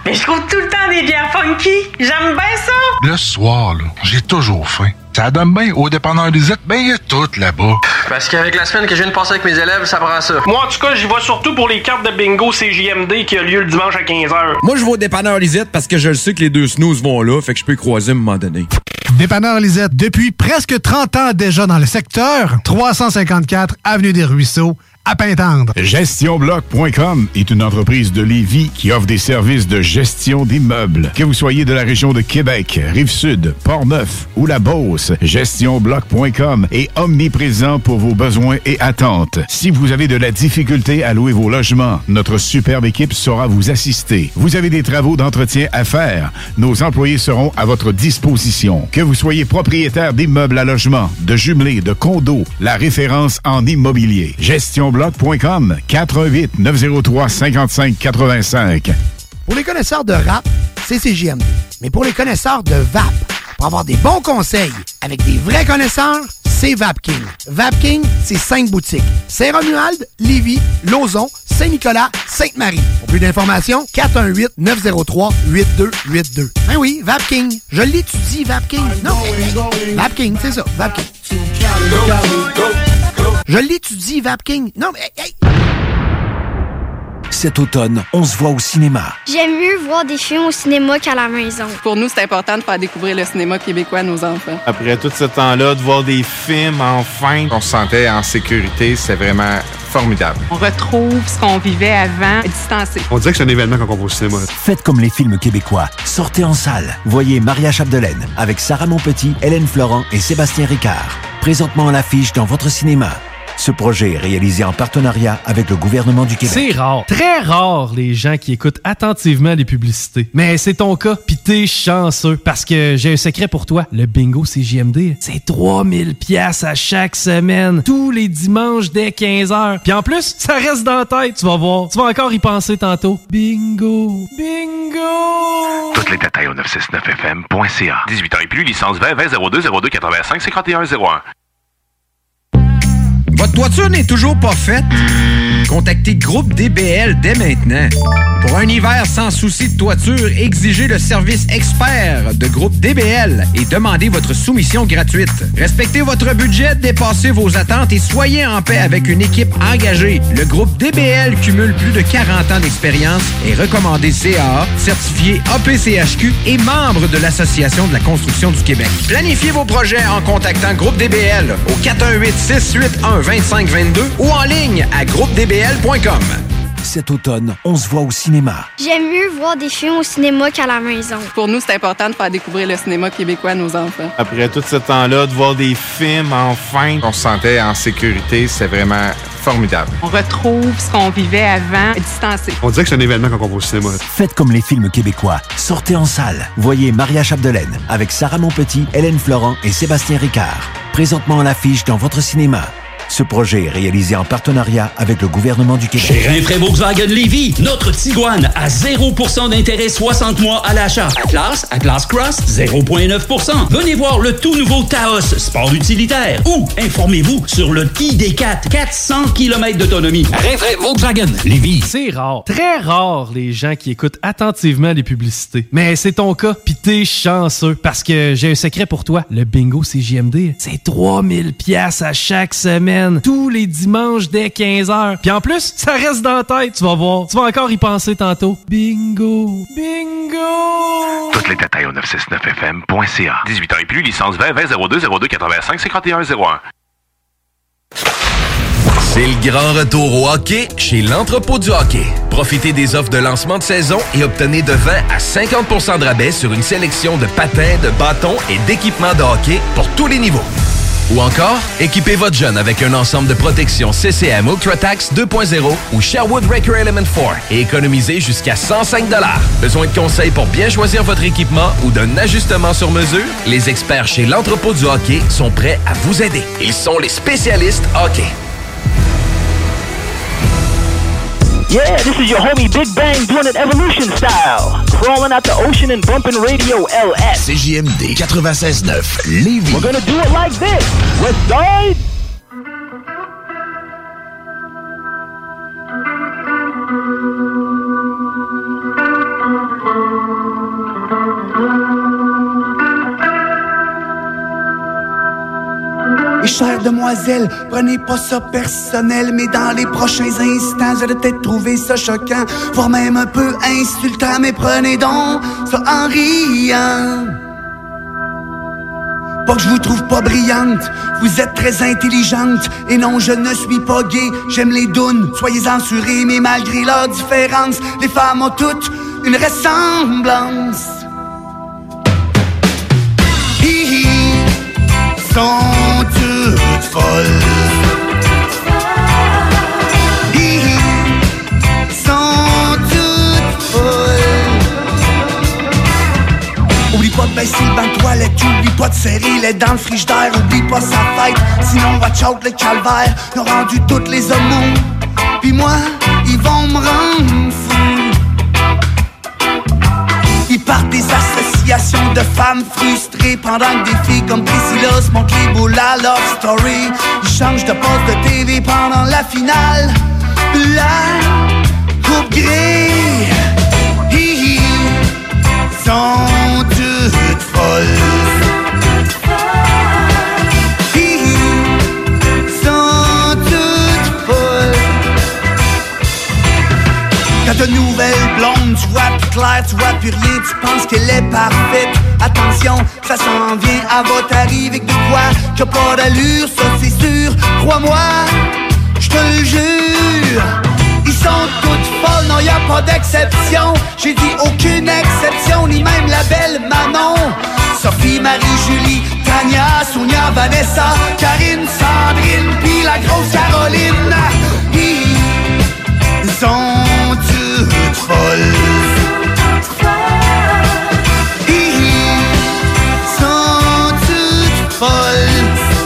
Mais je trouve tout le temps des bières funky. J'aime bien ça. Le soir, là, j'ai toujours faim. Ça donne bien au dépanneur Lisette, ben il y a tout là-bas. Parce qu'avec la semaine que je viens de passer avec mes élèves, ça prend ça. Moi, en tout cas, j'y vais surtout pour les cartes de bingo C J M D qui a lieu le dimanche à quinze heures. Moi, je vais au dépanneur Lisette parce que je le sais que les deux snooze vont là, fait que je peux y croiser à un moment donné. Dépanneur Lisette, depuis presque trente ans déjà dans le secteur, trois cent cinquante-quatre Avenue des Ruisseaux, à Pintendre. gestion bloc point com est une entreprise de Lévis qui offre des services de gestion d'immeubles. Que vous soyez de la région de Québec, Rive-Sud, Port-Neuf ou la Beauce, gestion bloc point com est omniprésent pour vos besoins et attentes. Si vous avez de la difficulté à louer vos logements, notre superbe équipe saura vous assister. Vous avez des travaux d'entretien à faire, nos employés seront à votre disposition. Que vous soyez propriétaire d'immeubles à logement, de jumelés, de condos, la référence en immobilier. gestion bloc point com, quatre un huit neuf zéro trois cinq cinq huit cinq. Pour les connaisseurs de rap, c'est C J M D. Mais pour les connaisseurs de V A P, pour avoir des bons conseils avec des vrais connaisseurs, c'est Vapking. Vapking, c'est cinq boutiques. Saint-Romuald, Lévis, Lauson, Saint-Nicolas, Sainte-Marie. Pour plus d'informations, quatre un huit neuf zéro trois huit deux huit deux. Ben oui, Vapking. Je l'étudie, Vapking. Non, Vapking, c'est ça, Vapking. Je l'étudie, Vapking. Non, mais... Hey. Cet automne, on se voit au cinéma. J'aime mieux voir des films au cinéma qu'à la maison. Pour nous, c'est important de faire découvrir le cinéma québécois à nos enfants. Après tout ce temps-là, de voir des films, enfin... On se sentait en sécurité, c'est vraiment formidable. On retrouve ce qu'on vivait avant, distancé. On dirait que c'est un événement quand on va au cinéma. Faites comme les films québécois. Sortez en salle. Voyez Maria Chapdelaine avec Sarah Monpetit, Hélène Florent et Sébastien Ricard. Présentement à l'affiche dans votre cinéma. Ce projet est réalisé en partenariat avec le gouvernement du Québec. C'est rare, très rare, les gens qui écoutent attentivement les publicités. Mais c'est ton cas, pis t'es chanceux, parce que j'ai un secret pour toi. Le bingo C J M D, c'est trois mille piastres à chaque semaine, tous les dimanches dès quinze heures. Puis en plus, ça reste dans la tête, tu vas voir. Tu vas encore y penser tantôt. Bingo, bingo! Tous les détails au neuf cent soixante-neuf F M point C A. dix-huit ans et plus, licence vingt vingt zéro deux zéro deux quatre-vingt-cinq cinquante et un zéro un. Votre toiture n'est toujours pas faite? Contactez Groupe D B L dès maintenant. Pour un hiver sans souci de toiture, exigez le service expert de Groupe D B L et demandez votre soumission gratuite. Respectez votre budget, dépassez vos attentes et soyez en paix avec une équipe engagée. Le Groupe D B L cumule plus de quarante ans d'expérience, est recommandé C A A, certifié A P C H Q et membre de l'Association de la construction du Québec. Planifiez vos projets en contactant Groupe D B L au quatre un huit six huit un deux cinq deux deux ou en ligne à groupe d b l point com. Cet automne, on se voit au cinéma. J'aime mieux voir des films au cinéma qu'à la maison. Pour nous, c'est important de faire découvrir le cinéma québécois à nos enfants. Après tout ce temps-là, de voir des films, enfin... On se sentait en sécurité, c'est vraiment formidable. On retrouve ce qu'on vivait avant, distancé. On dirait que c'est un événement quand on va au cinéma. Faites comme les films québécois. Sortez en salle. Voyez Maria Chapdelaine avec Sarah Monpetit, Hélène Florent et Sébastien Ricard. Présentement à l'affiche dans votre cinéma. Ce projet est réalisé en partenariat avec le gouvernement du Québec. Chez Rinfraie Volkswagen Lévis, notre Tiguan à zéro pour cent d'intérêt soixante mois à l'achat. Atlas, Atlas Cross, zéro virgule neuf pour cent. Venez voir le tout nouveau Taos, sport utilitaire. Ou informez-vous sur le I D quatre, quatre cents kilomètres d'autonomie. Rinfraie Volkswagen Lévis. C'est rare, très rare, les gens qui écoutent attentivement les publicités. Mais c'est ton cas, pis t'es chanceux, parce que j'ai un secret pour toi. Le bingo C J M D, c'est trois mille piastres à chaque semaine. Tous les dimanches dès quinze heures. Puis en plus, ça reste dans la tête, tu vas voir. Tu vas encore y penser tantôt. Bingo! Bingo! Tous les détails au neuf cent soixante-neuf F M point C A. dix-huit ans et plus, licence vingt vingt zéro deux zéro deux quatre-vingt-cinq cinquante et un zéro un. C'est le grand retour au hockey chez l'Entrepôt du hockey. Profitez des offres de lancement de saison et obtenez de vingt à cinquante pour cent de rabais sur une sélection de patins, de bâtons et d'équipements de hockey pour tous les niveaux. Ou encore, équipez votre jeune avec un ensemble de protection C C M UltraTax deux point zéro ou Sherwood Record Element quatre et économisez jusqu'à cent cinq dollars. Besoin de conseils pour bien choisir votre équipement ou d'un ajustement sur mesure? Les experts chez l'Entrepôt du hockey sont prêts à vous aider. Ils sont les spécialistes hockey. Yeah, this is your homie Big Bang doing it evolution style. Crawling out the ocean and bumping radio L S. C J M D quatre-vingt-seize neuf, Lévis. We're gonna do it like this. Let's go! chère demoiselle, prenez pas ça personnel, mais dans les prochains instants, vous allez peut-être trouver ça choquant, voire même un peu insultant, mais prenez donc ça en riant. Pas que je vous trouve pas brillante, vous êtes très intelligente. Et non, je ne suis pas gay, j'aime les dounes, soyez censurés, mais malgré leurs différences, les femmes ont toutes une ressemblance. Hi hi, sont toutes folles. Hi hi, sont toutes folles. Oublie pas de baisser le banc de toilette, oublie pas de serrer les dents le frigidaire, oublie pas sa fête, sinon watch out le calvaire. Ils ont rendu toutes les homos, pis moi, ils vont me rendre fou. Ils partent des associations de femmes frustrées pendant que des filles comme Priscilla se montrent les boules à Love Story. Ils changent de poste de T V pendant la finale de la Coupe Grey. Hi hi, sont toutes folles. Hi hi, sont toutes folles. Quand de nouvelles blondes, tu vois plus clair, tu vois plus rien, tu penses qu'elle est parfaite. Attention, ça s'en vient, elle va t'arriver avec de quoi qui a pas d'allure, ça c'est sûr. Crois-moi, je te le jure. Ils sont toutes folles, non y'a pas d'exception. J'ai dit aucune exception, ni même la belle Manon. Sophie, Marie, Julie, Tania, Sonia, Vanessa, Karine, Sandrine, puis la grosse Caroline. Ils sont toutes folles. Ils sont toutes folles.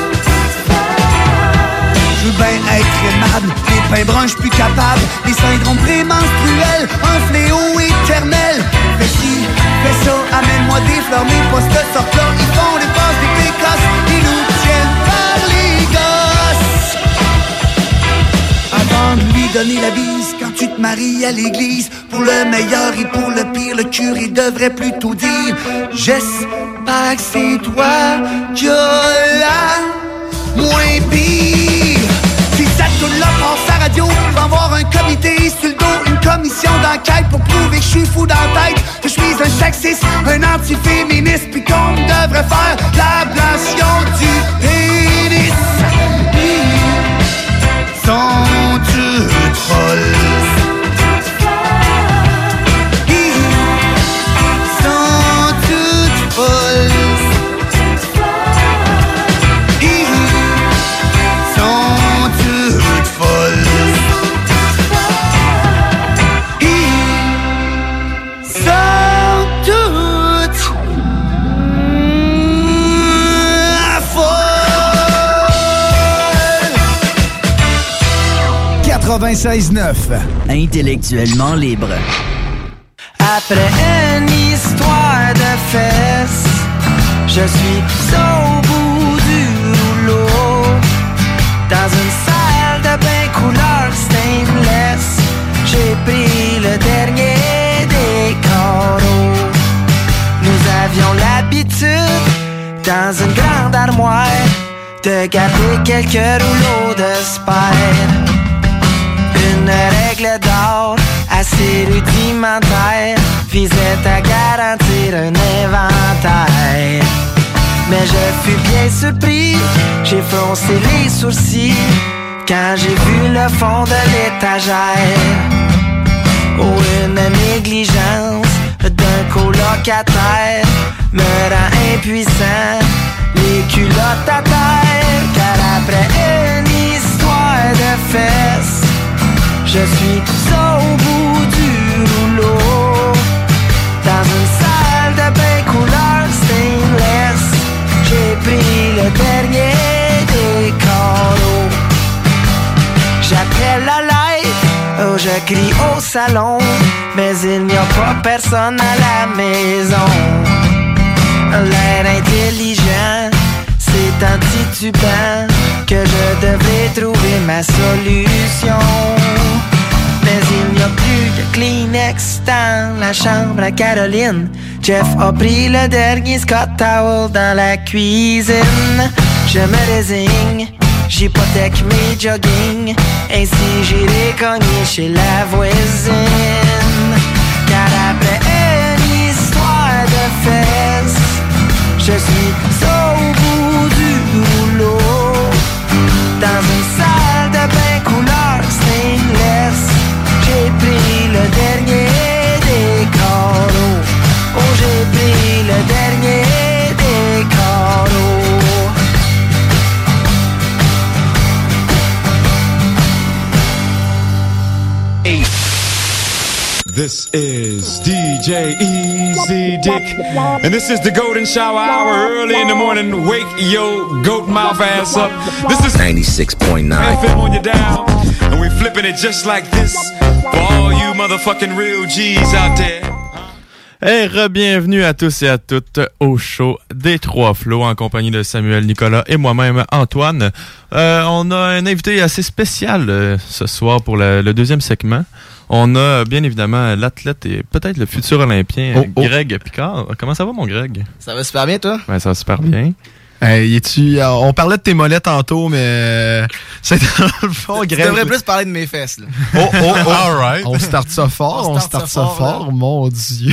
Je veux bien être aimable, les pains bruns, j'suis plus capable. Les syndromes prémenstruels, un fléau éternel. Fais ci, fais ça, amène-moi des fleurs, mais pas de sorte-là. Ils font des passes, des pécosses, ils nous tiennent par les gosses. Avant de lui donner la bise, quand tu te maries à l'église, pour le meilleur et pour le pire, le curé devrait plutôt dire: j'espère que c'est toi qui as la moins pire. Si cette toune-là passe à radio, je vais avoir un comité sur le dos, une commission d'enquête pour prouver que je suis fou dans la tête, que je suis un sexiste, un antiféministe, puis qu'on devrait faire l'ablation du pénis. Ils sont toutes folles. Ils sont toutes folles. quatre-vingt-seize neuf. Intellectuellement libre. Après une histoire de fesses, je suis au bout du rouleau, dans une salle de bain couleur stainless. J'ai pris le dernier des carreaux. Nous avions l'habitude, dans une grande armoire, de garder quelques rouleaux de spare. Une règle d'or assez rudimentaire visait à garantir un inventaire. Mais je fus bien surpris, j'ai froncé les sourcils quand j'ai vu le fond de l'étagère. Oh, une négligence d'un colocataire me rend impuissant, les culottes à terre. Car après une histoire de fesses, je suis au bout du rouleau, dans une salle de bain couleur stainless. J'ai pris le dernier des carreaux. J'appelle à l'aide, oh je crie au salon, mais il n'y a pas personne à la maison. L'air intelligent, c'est en titubant que je devrais trouver ma solution. Mais il n'y a plus de Kleenex dans la chambre à Caroline. Jeff a pris le dernier Scott Towel dans la cuisine. Je me désigne, j'hypothèque mes jogging. Ainsi j'irai cogner chez la voisine. Car après une histoire de fesses, je suis au bout du boulot. Dans une salle de bain couleur stainless, j'ai pris le dernier des carreaux. Oh, j'ai pris le dernier des carreaux. This is D J Easy Dick, and this is the Golden Shower Hour. Early in the morning, wake your goat mouth ass up. This is ninety-six point nine F M on your dial, and we flipping it just like this for all you motherfucking real G's out there. Hey, re-bienvenue à tous et à toutes au show des Trois Flots en compagnie de Samuel, Nicolas et moi-même, Antoine. Euh, on a un invité assez spécial euh, ce soir pour le, le deuxième segment. On a bien évidemment l'athlète et peut-être le futur Olympien, oh, oh. Greg Picard. Comment ça va, mon Greg? Ça va super bien, toi? Ouais, ça va super bien. Hey, es-tu, euh, on parlait de tes mollets tantôt, mais c'est dans le fond, Greg. Tu devrais plus parler de mes fesses, là. Oh, oh, oh. All right. On start ça fort, on start, on start ça, ça fort, fort mon Dieu.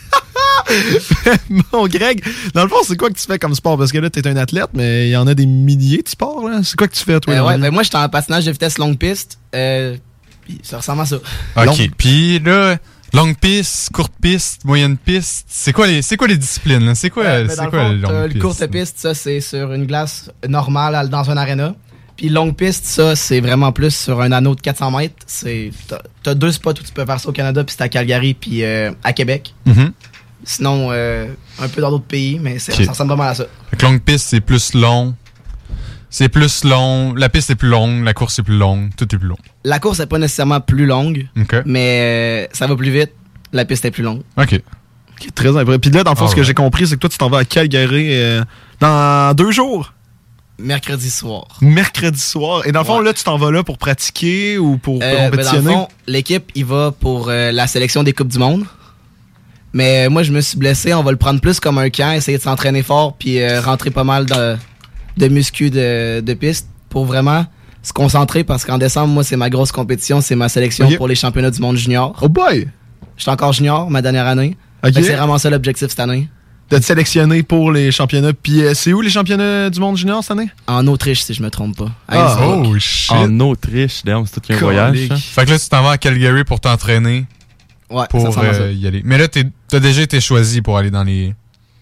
Mon Greg, dans le fond, c'est quoi que tu fais comme sport? Parce que là, t'es un athlète, mais il y en a des milliers de sports, là. C'est quoi que tu fais, toi? Euh, ouais, ben moi, j'étais en patinage de vitesse longue piste. Euh, Puis ça ressemble à ça. OK. Puis là, longue piste, courte piste, moyenne piste, c'est quoi les, c'est quoi les disciplines? Là? C'est quoi, euh, c'est quoi les longues pistes? Le courte piste, ça, c'est sur une glace normale dans un aréna. Puis longue piste, ça, c'est vraiment plus sur un anneau de quatre cents mètres. C'est, t'as, t'as deux spots où tu peux faire ça au Canada, puis c'est à Calgary, puis euh, à Québec. Mm-hmm. Sinon, euh, un peu dans d'autres pays, mais c'est, okay. Ça ressemble vraiment à ça. Fait que longue piste, c'est plus long. C'est plus long. La piste est plus longue, la course est plus longue, tout est plus long. La course n'est pas nécessairement plus longue, okay. mais euh, ça va plus vite. La piste est plus longue. OK. Okay, très impressionnant. Puis là, dans le fond, oh, ce que ouais. j'ai compris, c'est que toi, tu t'en vas à Calgary euh, dans deux jours. Mercredi soir. Mercredi soir. Et dans le fond, ouais. là, tu t'en vas là pour pratiquer ou pour euh, compétitionner? Ben dans le fond, l'équipe, il va pour euh, la sélection des Coupes du Monde. Mais euh, moi, je me suis blessé. On va le prendre plus comme un camp, essayer de s'entraîner fort, puis euh, rentrer pas mal de, de muscu de, de piste pour vraiment se concentrer. Parce qu'en décembre, moi, c'est ma grosse compétition. C'est ma sélection okay. pour les championnats du monde junior. Oh boy! J'étais encore junior, ma dernière année. Okay. C'est vraiment ça l'objectif cette année. D'être sélectionné pour les championnats. Puis euh, c'est où les championnats du monde junior cette année? En Autriche, si je me trompe pas. Ah, oh shit! En Autriche, d'ailleurs, c'est tout un voyage. Ça. Fait que là, tu t'en vas à Calgary pour t'entraîner. Ouais, pour ça euh, y aller. Mais là, t'es, t'as déjà été choisi pour aller dans les...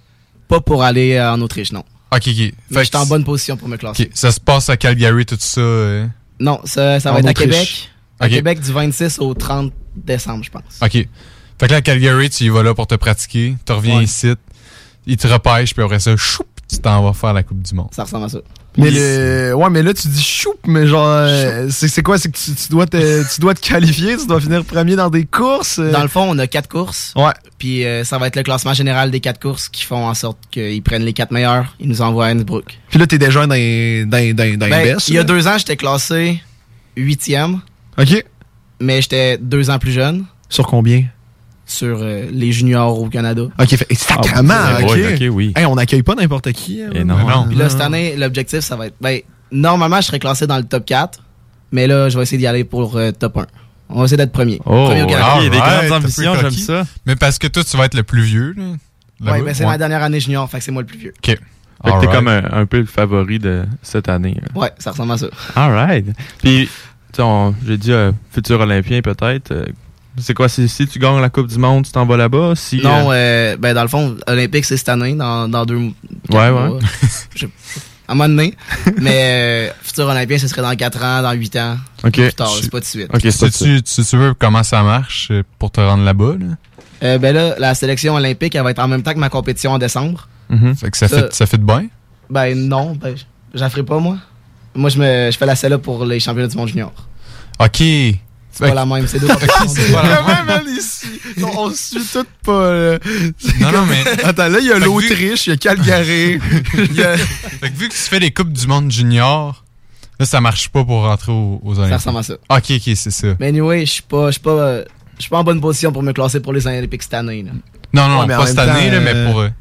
Pas pour aller euh, en Autriche, non. OK, OK. Fait mais j'étais en bonne position pour me classer. Okay. Ça se passe à Calgary, tout ça? Euh... Non, ça, ça va être Autriche. À Québec. À okay. Québec du vingt-six au trente décembre, je pense. OK. Fait que là, à Calgary, tu y vas là pour te pratiquer. Tu reviens ouais. ici. Ils te repêchent, puis après ça, choup, tu t'en vas faire la Coupe du Monde. Ça ressemble à ça. Mais le... Ouais, mais là, tu dis choup, mais genre, euh, c'est, c'est quoi? C'est que tu, tu, dois te, tu dois te qualifier, tu dois finir premier dans des courses? Euh... Dans le fond, on a quatre courses. Ouais. Puis euh, ça va être le classement général des quatre courses qui font en sorte qu'ils prennent les quatre meilleurs, ils nous envoient à Innsbruck. Puis là, t'es déjà dans les dans, dans, dans ben, il y a deux ans, j'étais classé huitième. OK. Mais j'étais deux ans plus jeune. Sur combien? Sur euh, les juniors au Canada. OK, fait, sacrément, ah, OK. Ouais, okay, oui. Hey, on n'accueille pas n'importe qui. Hein, Et non, non. Puis là, cette année, l'objectif, ça va être... Ben, normalement, je serais classé dans le top quatre, mais là, je vais essayer d'y aller pour euh, top un. On va essayer d'être premier. Oh, premier au Canada. Il y a des grandes ambitions, j'aime ça. Mais parce que toi, tu vas être le plus vieux. Là, ouais, ben c'est ouais. ma dernière année junior, fait que c'est moi le plus vieux. OK. Fait que t'es right. comme un, un peu le favori de cette année. Là. Ouais, ça ressemble à ça. All right. Puis, on, j'ai dit euh, futur Olympien peut-être... Euh, c'est quoi, si, si tu gagnes la Coupe du Monde, tu t'en vas là-bas? Si, non, euh, ben dans le fond, Olympique, c'est cette année, dans, dans deux mois. Ouais, ouais. Je, à un moment donné. Mais euh, futur Olympien, ce serait dans quatre ans, dans huit ans. OK. Plus tard, c'est pas tout de suite. OK, si tu, tu, tu veux comment ça marche pour te rendre là-bas? Là? Euh, ben là, la sélection olympique, elle va être en même temps que ma compétition en décembre. Mm-hmm. Fait que ça, ça fait, ça fait de bien? Ben non, ben, j'en ferai pas, moi. Moi, je, me, je fais la celle-là pour les championnats du monde junior. OK. C'est pas la même, c'est deux compétitions. C'est pas la même ici. Non, on se suit tout pas. Là. Non, non, mais. Attends, là, il y a l'Autriche, il y a Calgary. y a... Fait que vu que tu fais les Coupes du Monde junior, là, ça marche pas pour rentrer aux, aux Olympiques. Ça ressemble à ça. OK, OK, c'est ça. Mais anyway, je suis pas, je suis pas, je suis pas en bonne position pour me classer pour les Olympiques cette année. Là. Non, non, ouais, pas cette année, temps, là, mais pour. Euh... Tu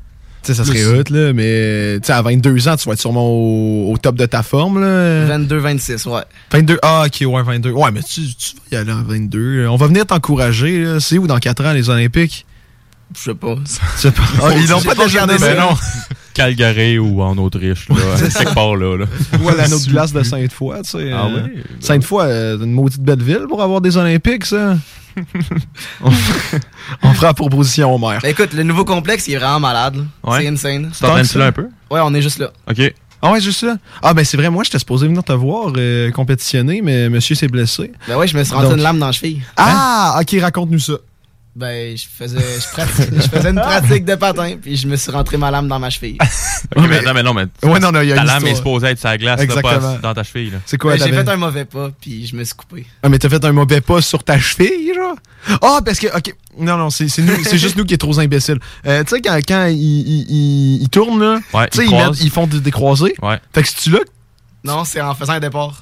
sais, ça serait hot, là, mais tu sais, à vingt-deux ans, tu vas être sûrement au, au top de ta forme, là. vingt-deux vingt-six, ouais. vingt-deux, ah, ok, ouais, vingt-deux. Ouais, mais tu, tu vas y aller en vingt-deux. On va venir t'encourager, là. C'est où dans quatre ans, les Olympiques? Je sais pas. Je sais pas. Ah, ils l'ont pas déjà regardé ça. Non. Calgary ou en Autriche, là. C'est quelque part, là. là. Ou à l'anneau de glace de Sainte-Foy, tu sais. Ah euh, oui? Sainte-Foy, euh, une maudite belle ville pour avoir des Olympiques, ça. on, on fera la proposition au maire. Ben écoute, le nouveau complexe, il est vraiment malade. Ouais. C'est insane. Tu t'entraînes-tu là un peu? Ouais, on est juste là. OK. Ah ouais, juste là? Ah ben c'est vrai, moi, j'étais supposé venir te voir euh, compétitionner, mais monsieur s'est blessé. Ben ouais, je me suis rentré Donc... une lame dans la cheville. Ah, ok, raconte-nous ça. Ben, je faisais, je, pratique, je faisais une pratique de patin, puis je me suis rentré ma lame dans ma cheville. Ok, mais, non, mais non, mais ouais, non, non, y a ta une lame histoire. est supposée être sur la glace, là, pas dans ta cheville. Là. C'est quoi? Ben, j'ai fait un mauvais pas, puis je me suis coupé. Ah, mais t'as fait un mauvais pas sur ta cheville, genre? Ah, oh, parce que, ok, non, non, c'est, c'est, nous, c'est juste nous qui est trop imbéciles. Euh, tu sais, quand, quand ils, ils, ils, ils tournent, là, ouais, tu sais, ils, ils, mettent, ils font des, des croisés. Ouais. Fait que c'est-tu là? Non, c'est en faisant un départ.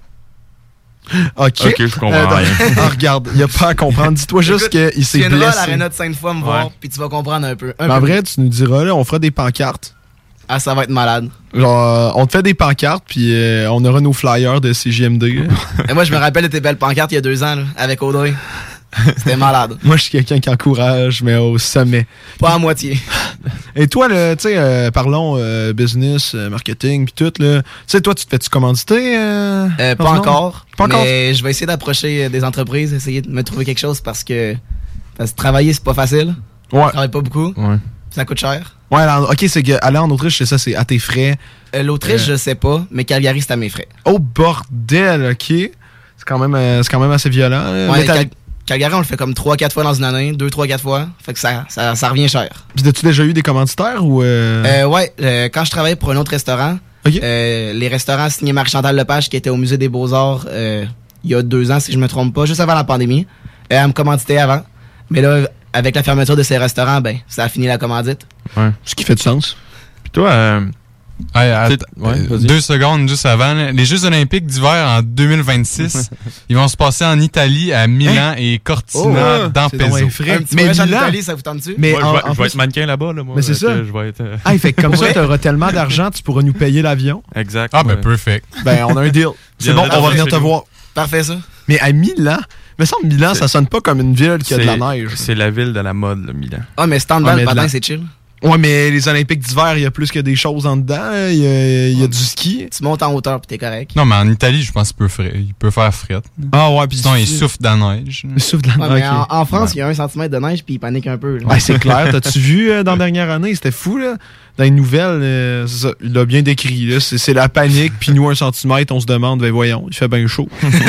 Ok. Ok, je comprends euh, rien. Ah, regarde, il n'y a pas à comprendre. Dis-toi juste qu'il s'est blessé. Tu viendras à l'aréna de Sainte-Foy me voir, ouais. puis tu vas comprendre un peu. Un Mais en peu. vrai, tu nous diras, là, on fera des pancartes. Ah, ça va être malade. Genre, on te fait des pancartes, puis euh, on aura nos flyers de C J M D. Et moi, je me rappelle de tes belles pancartes il y a deux ans, là, avec Audrey. C'était malade. Moi, je suis quelqu'un qui encourage, mais au sommet. Pas à moitié. Et toi, tu sais, euh, parlons euh, business, euh, marketing, puis tout, là. Tu sais, toi, tu te fais-tu commanditer? Euh, euh, pas encore. Pas encore? Mais je vais essayer d'approcher des entreprises, essayer de me trouver quelque chose parce que, parce que travailler, c'est pas facile. Ouais. Je travaille pas beaucoup. Ouais. Ça coûte cher. Ouais, alors, ok, c'est qu'aller en Autriche, c'est ça, c'est à tes frais. Euh, L'Autriche, euh... je sais pas, mais Calgary, c'est à mes frais. Oh, bordel, ok. C'est quand même, euh, c'est quand même assez violent. Là. Ouais, Cal- Calgary, on le fait comme trois quatre fois dans une année, deux trois quatre fois. Fait que ça, ça, ça revient cher. Puis as-tu déjà eu des commanditaires ou... Euh... Euh, ouais, euh, quand je travaillais pour un autre restaurant, okay. euh, les restaurants signés Marie-Chantal Lepage qui était au Musée des Beaux-Arts euh, il y a deux ans, si je me trompe pas, juste avant la pandémie. Euh, elle me commanditait avant. Mais là, avec la fermeture de ces restaurants, ben, ça a fini la commandite. Ouais. Ce qui fait du sens. Puis toi, euh, Hey, à, ouais, deux secondes juste avant. Là. Les Jeux olympiques d'hiver en deux mille vingt-six, ils vont se passer en Italie, à Milan hein? et Cortina, oh, dans Pezzo. Mais Milan, Italie, ça vous tente dessus? Mais ouais, en, je vais, en je vais être mannequin là-bas. Là, moi, mais c'est ça. Je vais être, euh... Ah, fait que comme ça, tu auras tellement d'argent, tu pourras nous payer l'avion. Exact. Ah, ben, ouais. perfect. Ben, on a un deal. C'est bon, on va venir te voir. Parfait, ça. Mais à Milan, mais ça, Milan, ça sonne pas comme une ville qui a de la neige. C'est la ville de la mode, le Milan. Ah, mais stand-by, le patin, c'est chill. Ouais, mais les Olympiques d'hiver, il y a plus que des choses en dedans. Il y a, il y a du ski. Tu montes en hauteur pis t'es correct. Non, mais en Italie, je pense qu'il peut, frais, il peut faire fret. Ah ouais, puis sinon, il souffle de la neige. Il souffle de la ouais, neige. Mais en, en France, il ouais. y a un centimètre de neige puis il panique un peu. Ouais, c'est clair. T'as-tu vu euh, dans la dernière année? C'était fou, là. Dans les nouvelles, euh, c'est ça, il l'a bien décrit. Là. C'est, c'est la panique, puis nous, un centimètre, on se demande, ben voyons, il fait bien chaud.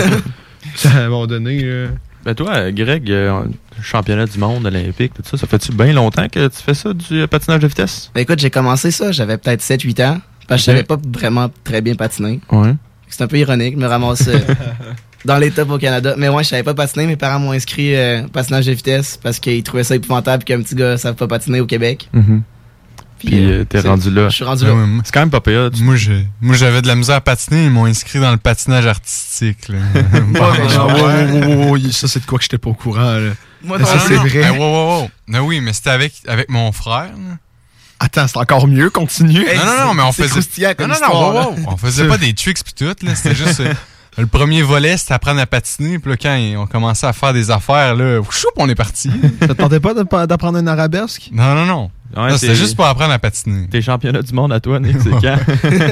À un moment donné... Euh... Ben toi, Greg, euh, championnat du monde olympique, tout ça, ça fait-tu bien longtemps que tu fais ça, du patinage de vitesse? Ben écoute, j'ai commencé ça, j'avais peut-être sept huit ans, parce que je savais pas vraiment très bien patiner. Ouais. C'est un peu ironique, je me ramasse euh, dans les tops au Canada. Mais moi, je savais pas patiner, mes parents m'ont inscrit euh, patinage de vitesse parce qu'ils trouvaient ça épouvantable qu'un petit gars ne savait pas patiner au Québec. Mm-hmm. Puis, Puis euh, t'es rendu là. Je suis rendu là. Ouais, moi, c'est quand même pas payant. Moi, j'ai, moi, j'avais de la misère à patiner, ils m'ont inscrit dans le patinage artistique. Là. bon, ouais, ouais, ouais, ouais, ça, c'est de quoi que j'étais pas au courant. Là. Moi, ça, non, c'est non, vrai. Ben, wow, wow, wow. Non, oui, mais c'était avec, avec mon frère. Là. Attends, c'est encore mieux, continue. Hey, non, non, non, mais on faisait. Non, non, non, wow, wow. On faisait pas des tricks pis tout, là. C'était juste. Euh, le premier volet, c'était apprendre à patiner. Puis là, quand on commençait à faire des affaires, là, choup, on est parti. Ça te tentait pas de, d'apprendre un arabesque? Non, non, non. Ouais, non c'était juste pour apprendre à patiner. Tes championnats du monde à toi, Nick, c'est quand?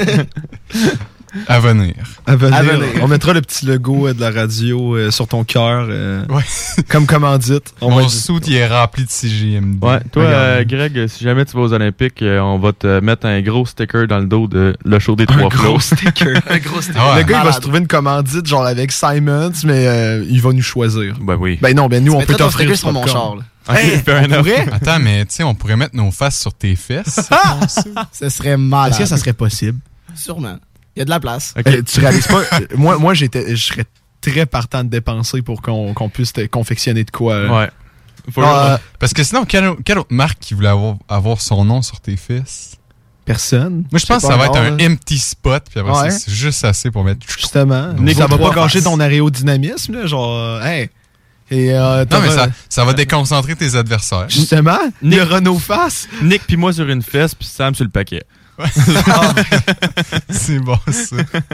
À venir. À venir. À venir. On mettra le petit logo de la radio euh, sur ton cœur. Euh, ouais. Comme commandite. On Mon sou il est rempli de C G M D. Ouais. Toi, euh, Greg, si jamais tu vas aux Olympiques, euh, on va te mettre un gros sticker dans le dos de le show des trois flots. Un gros sticker. Un gros sticker. Ah ouais. Le gars, il va se trouver une commandite genre avec Simons, mais euh, il va nous choisir. Ben oui. Ben non, ben nous, tu on peut t'offrir sur mon char. Là. Hey, on pourrait? Attends, mais tu sais, on pourrait mettre nos faces sur tes fesses. Ce serait malade. Est-ce que ça serait possible? Sûrement. Il y a de la place. Okay. Euh, tu réalises pas? moi, moi j'étais, je serais très partant de dépenser pour qu'on, qu'on puisse te confectionner de quoi. Là. Ouais. Faut euh, parce que sinon, quelle, quelle autre marque qui voulait avoir, avoir son nom sur tes fesses? Personne. Moi, je pense que ça va être un empty spot, puis après ouais. ça, c'est juste assez pour mettre... Justement. Nick, ça va pas gâcher ton aérodynamisme, là, genre, hey... Et, euh, non, mais ça, ça va déconcentrer tes adversaires. Justement, Nick, le Renault face. Nick puis moi sur une fesse, puis Sam sur le paquet. Ouais. Ah, c'est bon, ça.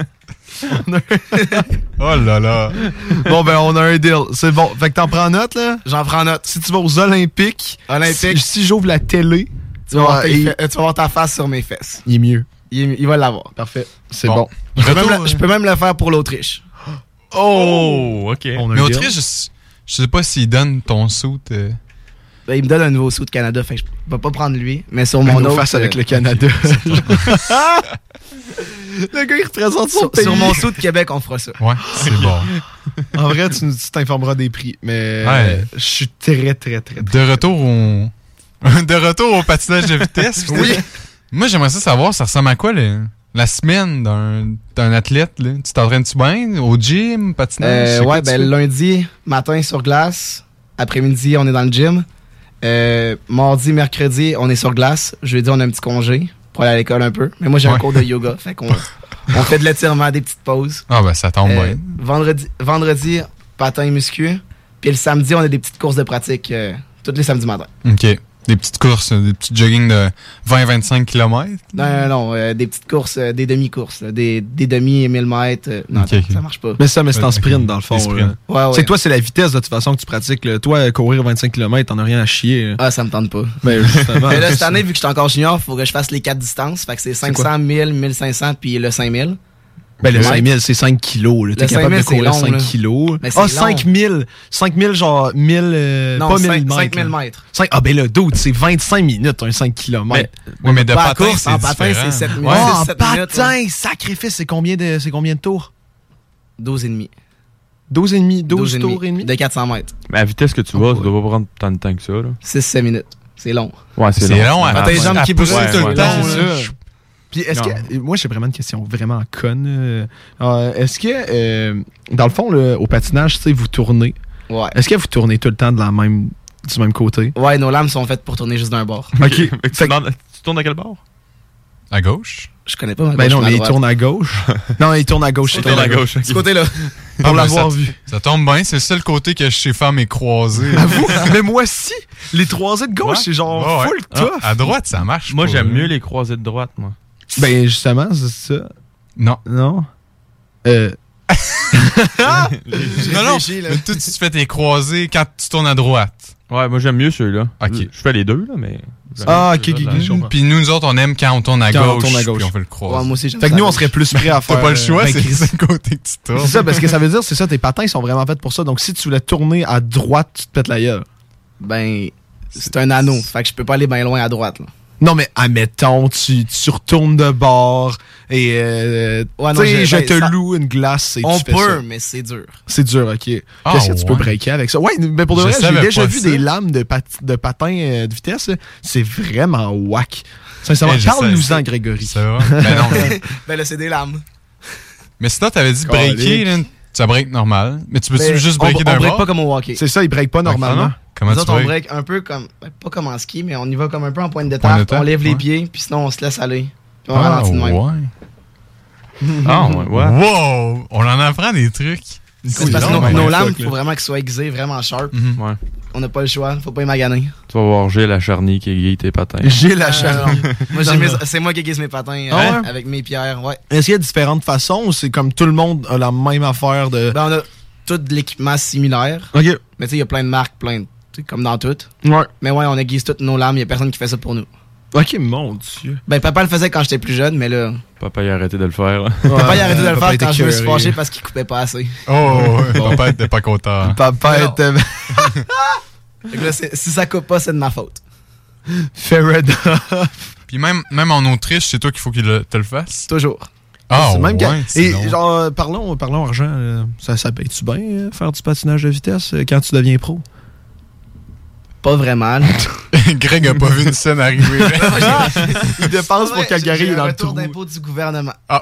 Oh là là. Bon, ben, on a un deal. C'est bon. Fait que t'en prends note, là? J'en prends note. Si tu vas aux Olympiques, Olympiques. si, si j'ouvre la télé, tu vas, voir il... tu vas voir ta face sur mes fesses. Il est mieux. Il, est... il va l'avoir. Parfait. C'est bon. bon. Je, peux même le... je peux même le faire pour l'Autriche. Oh, OK. Mais Autriche, je, je sais pas s'il donne ton suit. Euh... Ben, il me donne un nouveau suit de Canada, fait que je peux pas prendre lui, mais sur mon autre... face avec euh... le Canada. Le gars, il représente son sur, pays. Sur mon suit de Québec, on fera ça. Ouais, c'est bon. En vrai, tu, tu t'informeras des prix, mais ouais. euh, je suis très, très, très, très... De retour au... de retour au patinage de vitesse. Oui. Moi, j'aimerais ça savoir, ça ressemble à quoi, le... la semaine d'un, d'un athlète, là? Tu t'entraînes-tu bien au gym, patinage? Euh, ouais, ben lundi, matin sur glace. Après-midi, on est dans le gym. Euh, mardi, mercredi, on est sur glace. Jeudi, on a un petit congé pour aller à l'école un peu. Mais moi, j'ai ouais. un cours de yoga. Fait qu'on on fait de l'étirement, des petites pauses. Ah ben, ça tombe euh, bien. Vendredi, vendredi, patin muscu. Puis le samedi, on a des petites courses de pratique euh, tous les samedis matins. OK. Des petites courses, des petits jogging de vingt à vingt-cinq kilomètres? Non, non, non. Euh, des petites courses, euh, des demi-courses. Là, des, des demi et mille mètres. Euh, non, okay, attends, okay. ça marche pas. Mais ça, mais c'est en sprint, dans le fond. Ouais, ouais. C'est que toi, c'est la vitesse, de toute façon, que tu pratiques. Là. Toi, courir vingt-cinq kilomètres, t'en as rien à chier. Là. Ah, ça me tente pas. Ben, justement. Mais là, cette année, vu que je suis encore junior, faut que je fasse les quatre distances. Fait que c'est cinq cents, mille, mille cinq cents, puis le cinq mille. Ben, le cinq mille, c'est cinq kilos. Là. T'es capable de courir long, cinq là. Kilos. Ah, oh, cinq mille. cinq mille, genre mille. Euh, non, pas cinq, mille mètres. cinq mille mètres. cinq, ah, ben là, dude, c'est vingt-cinq minutes, un cinq kilomètres. Oui, mais de pas patin, course, c'est en différent. patin, c'est sept minutes. Oh, en sept patin, minutes, sacrifice, c'est combien de, c'est combien de tours? douze et demi. douze et demi, douze tours et demi? De quatre cents mètres. Mais à la vitesse que tu vas, oh, ça doit pas prendre tant de temps que ça, là. six à sept minutes. C'est long. Ouais, c'est, c'est long. long. T'as les jambes qui bougent tout le temps. Puis est-ce non. que moi j'ai vraiment une question vraiment conne. Euh, est-ce que euh, dans le fond là, au patinage, tu sais, vous tournez. Ouais. Est-ce que vous tournez tout le temps de la même du même côté? Ouais, nos lames sont faites pour tourner juste d'un bord. OK. tu, demandes, tu tournes à quel bord? À gauche? Je connais pas ma gauche. Ben non, mais il tourne à gauche. Non, il tourne à gauche. Il tourne à gauche. Ce côté-là. Pour ah, l'avoir ça, vu. Ça tombe bien, c'est le seul côté que je sais faire mes croisés. À vous? Mais moi aussi, les croisés de gauche, ouais. c'est genre oh, ouais. full tough. Ah, à droite, ça marche. Moi, pas, j'aime hein. mieux les croisés de droite, moi. Ben justement, c'est ça. Non. Non. Euh. non, non. Mais toi, tu fais tes croisés quand tu tournes à droite. Ouais, moi j'aime mieux ceux-là. OK. Je fais les deux, là, mais. Ah, ok, ok. Puis nous, nous autres, on aime quand on tourne à quand gauche. On tourne à gauche. Puis on fait le croisé. Ouais, moi aussi, fait que nous, on serait plus prêts à faire. T'as pas le choix, ben, c'est le côté que tu tournes. C'est ça, parce que ça veut dire, c'est ça, tes patins sont vraiment faits pour ça. Donc si tu voulais tourner à droite, tu te pètes la gueule. Ben, c'est un anneau. Fait que je peux pas aller bien loin à droite, là. Non, mais admettons, tu, tu retournes de bord et euh, ouais, non, je ben, te ça... loue une glace et on tu fais peut, ça. Mais c'est dur. C'est dur, OK. Ah, Qu'est-ce que ouais. tu peux breaker avec ça? Ouais, mais pour de vrai, j'ai déjà vu ça. des lames de, pat... de patins euh, de vitesse. C'est vraiment whack. Sincèrement, hey, parle-nous-en, Grégory. Ça va? Ben non, mais... ben là, c'est des lames. Mais sinon, t'avais dit breaker, là, ça break normal. Mais tu peux-tu juste breaker d'un bord? On break pas comme au hockey. C'est ça, il break pas normalement. Comment nous tu autres, on break? break un peu comme, pas comme en ski, mais on y va comme un peu en pointe de tarte. On lève ouais. les pieds, puis sinon on se laisse aller. Puis on ah, ralentit de même. Ouais. Ah, ouais, ouais. Wow! On en apprend des trucs. C'est parce que nos, nos lames, il faut vraiment qu'elles soient aiguisées, vraiment sharp. Mm-hmm. Ouais. On n'a pas le choix, faut pas y maganer. Tu vas voir Gilles Acharny qui aiguise tes patins. Gilles Acharny. Euh, moi, j'ai mes, c'est moi qui aiguise mes patins ah, euh, ouais? avec mes pierres. Ouais. Est-ce qu'il y a différentes façons ou c'est comme tout le monde a la même affaire de. Ben, on a tout de l'équipement similaire. OK. Mais tu sais, il y a plein de marques, plein de. Comme dans tout. Ouais. Mais ouais, on aiguise toutes nos lames, il y a personne qui fait ça pour nous. Ok, mon Dieu. Ben, papa le faisait quand j'étais plus jeune, mais là. Papa, il a arrêté de le faire. Là. Ouais, papa, il a arrêté de le faire quand je me suis fâché parce qu'il coupait pas assez. Oh, bon. Papa était pas content. Papa était. Fait que là, si ça coupe pas, c'est de ma faute. Fair enough. Puis même, même en Autriche, c'est toi qu'il faut qu'il le, te le fasse? Toujours. Ah, c'est même ouais, Et long. genre, euh, parlons, parlons argent. Euh, ça, ça paye-tu bien, euh, faire du patinage de vitesse euh, quand tu deviens pro? Pas vraiment. Greg a pas vu une scène arriver. Il dépense pour Calgary dans le trou. Retour d'impôt du gouvernement. Ah,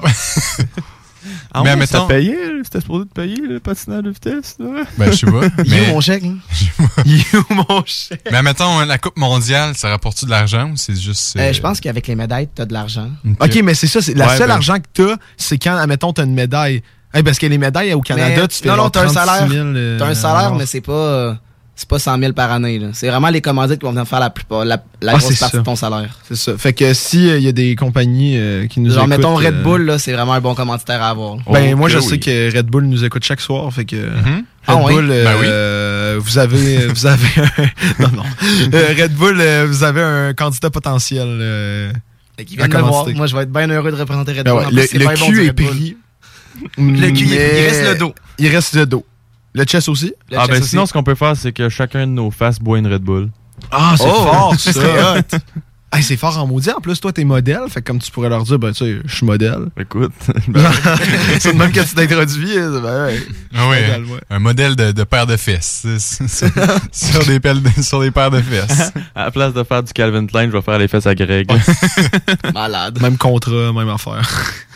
ah mais ouais, mettons... ça payait, c'était supposé de payer le patinage de vitesse. Là. Ben, je sais pas. Il est où mon chèque? Il est où mon chèque? Mais mettons, la Coupe mondiale, ça rapporte-tu de l'argent ou c'est juste... Euh, euh... Je pense qu'avec les médailles, t'as de l'argent. OK, okay mais c'est ça. C'est, la ouais, seule ben... argent que t'as, c'est quand, admettons, t'as une médaille. Hey, parce que les médailles au Canada, mais, tu fais non, non, t'as un salaire. Euh, t'as un salaire, mais c'est pas, euh, c'est pas cent mille par année. Là. C'est vraiment les commandites qui vont venir faire la plupart, la, la ah, grosse partie ça. de ton salaire. C'est ça. Fait que si il euh, y a des compagnies euh, qui nous Genre, écoutent... mettons Red euh... Bull, là, c'est vraiment un bon commanditaire à avoir. Ben, oh, moi, je oui. sais que Red Bull nous écoute chaque soir. Fait que mm-hmm. Red ah, Bull, oui? euh, ben oui. vous avez, vous avez un... non, non. Euh, Red Bull, euh, vous avez un candidat potentiel euh, qui vient de me voir. Moi, je vais être bien heureux de représenter Red Bull. Ben ouais, le le cul bon est pris. Le cul, il reste le dos. Il reste le dos. Le chest aussi? Le ah, chest ben aussi. Sinon, ce qu'on peut faire, c'est que chacun de nos faces boit une Red Bull. Ah, c'est oh, fort, ça! C'est hey, c'est fort en maudit. En plus, toi, t'es modèle. Fait que comme tu pourrais leur dire, ben, tu sais, je suis modèle. Écoute. C'est le même que tu t'introduis. Ben, ouais. Ah oui, modèle, ouais. Un modèle de, de paire de fesses. sur, sur, des pelles de, sur des paires de fesses. À la place de faire du Calvin Klein, je vais faire les fesses à Greg. Malade. Même contrat, même affaire.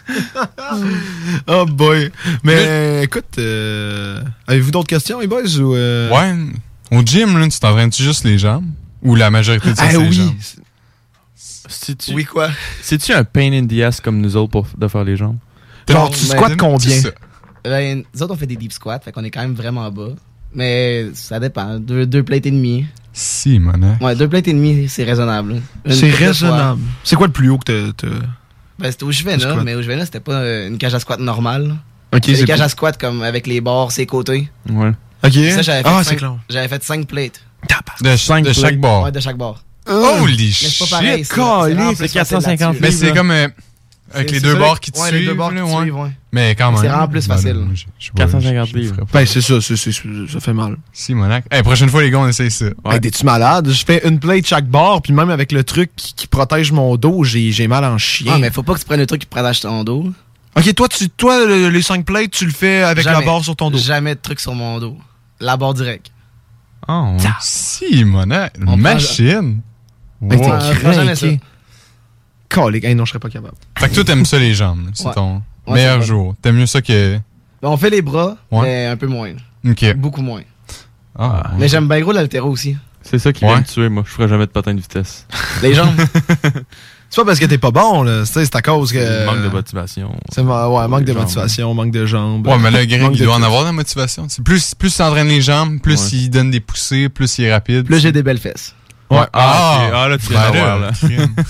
Oh boy. Mais, Mais... écoute, euh, avez-vous d'autres questions, les boys? Ou euh... Ouais. Au gym, là, tu t'entraînes-tu juste les jambes? Ou la majorité de ça, ah, c'est oui. les jambes? C'est-tu, oui, quoi? C'est-tu un pain in the ass comme nous autres pour de faire les jambes? Genre, tu squats combien? Ben, nous autres, on fait des deep squats, fait qu'on est quand même vraiment bas. Mais ça dépend. Deux, deux plates et demie. Si, man. Ouais, deux plates et demie, c'est raisonnable. Une c'est raisonnable. C'est quoi le plus haut que t'as... Ben, c'était au Juvena, mais au Juvena, c'était pas une cage à squat normale. Ok, c'est une cage à squat comme avec les bords, ses côtés. Ouais. Ok. Ça, j'avais fait, ah, cinq, j'avais fait cinq plates. De, cinq de chaque bord. Ouais, de chaque bord. Holy shit! C'est pas pareil. C'est quatre cent cinquante livres. Mais c'est comme euh, avec les deux bords qui te ouais, suivent. Les deux bords qui te ouais. suivent, ouais. Mais quand même. C'est vraiment plus facile. Ben, je, je, quatre cent cinquante livres. Ben, c'est ça, c'est, c'est, ça fait mal. Si, monac. Hey, prochaine fois, les gars, on essaye ça. Ouais. Hey, t'es-tu malade? Je fais une plate chaque bord, puis même avec le truc qui, qui protège mon dos, j'ai, j'ai mal en chien. Ah, mais faut pas que tu prennes le truc qui protège ton dos. Ok, toi, tu, toi le, les cinq plates, tu le fais avec jamais, la barre sur ton dos. Jamais de truc sur mon dos. La barre direct. Oh, si, monac. Une machine. Wow. Hey, t'es craqué. Calique. Hey, non, je serais pas capable. Fait que toi, t'aimes ça les jambes. C'est ouais. ton ouais, meilleur c'est jour. T'aimes mieux ça que... On fait les bras, ouais. mais un peu moins. OK. Beaucoup moins. Ah, mais ouais. j'aime bien gros l'haltéro aussi. C'est ça qui ouais. vient me tuer, moi. Je ferais jamais de patin de vitesse. Les jambes. C'est pas parce que t'es pas bon, là. C'est, c'est à cause que... C'est manque de motivation. C'est, ouais, manque de jambes. motivation, manque de jambes. Ouais, mais là, Greg, il doit en avoir de la motivation. C'est plus, plus il s'entraîne les jambes, plus ouais. il donne des poussées, plus il est rapide. Plus j'ai des belles fesses. Ouais. Ah, ah, ah là, tu viens d'avoir, là.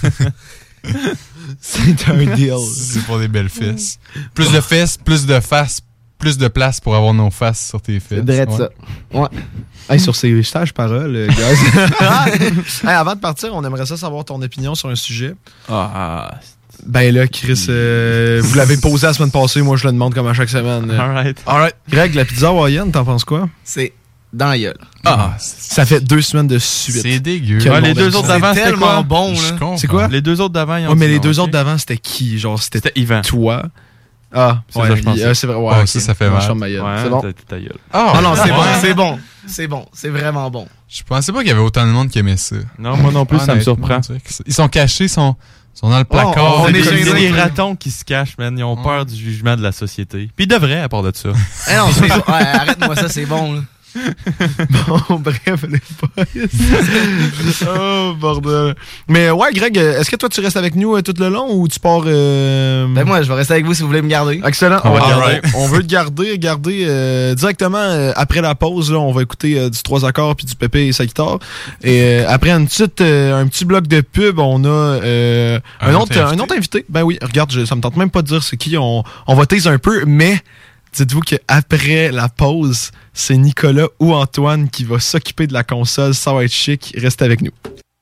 C'est un deal. C'est pour des belles fesses. Plus de fesses, plus de faces, plus de place pour avoir nos faces sur tes fesses. C'est vrai de ouais. ça. Ouais. Hey, sur ces stages paroles, guys. Hey, avant de partir, on aimerait ça savoir ton opinion sur un sujet. Ah. Ben là, Chris, euh, vous l'avez posé la semaine passée, moi je le demande comme à chaque semaine. Alright. Alright. Greg, la pizza hawaïenne, t'en penses quoi? C'est dans la gueule. Ah, ça fait deux semaines de suite. C'est dégueu. Ouais, les deux autres d'avant, c'était quoi? Bon, là. C'est quoi? Les deux autres d'avant, ils ont Ouais, mais dit les non, deux okay. autres d'avant, c'était qui? Genre, c'était, c'était Yvan. Toi. Ah, c'est ouais, ça, je pense. Euh, c'est vrai. Ouais, oh, okay. ça, ça fait mal. Ma gueule. Ouais, c'est bon. Ta gueule. Oh, oh non, c'est bon, c'est bon. C'est bon, c'est vraiment bon. Je pensais pas qu'il y avait autant de monde qui aimait ça. Non, moi non plus, ah, ça me surprend. Ils sont cachés, ils sont, ils sont dans le placard. Oh, on est des, des ratons qui se cachent, man. Ils ont oh. peur du jugement de la société. Puis ils devraient, à part de ça. Eh non, c'est ouais, arrête-moi ça, c'est bon, là. Bon, bref, les boys. Oh, bordel. Mais ouais, Greg, est-ce que toi, tu restes avec nous euh, tout le long ou tu pars... Euh... Ben moi, je vais rester avec vous si vous voulez me garder. Excellent. On, oh, va right. on, on veut te garder, garder euh, directement euh, après la pause. Là, on va écouter euh, du trois accords puis du Pépé et sa guitare. Et euh, après une petite, euh, un petit bloc de pub, on a euh, un, un, autre, autre un autre invité. Ben oui, regarde, je, ça me tente même pas de dire c'est qui. On, on va teaser un peu, mais... Dites-vous qu'après la pause, c'est Nicolas ou Antoine qui va s'occuper de la console. Ça va être chic. Restez avec nous.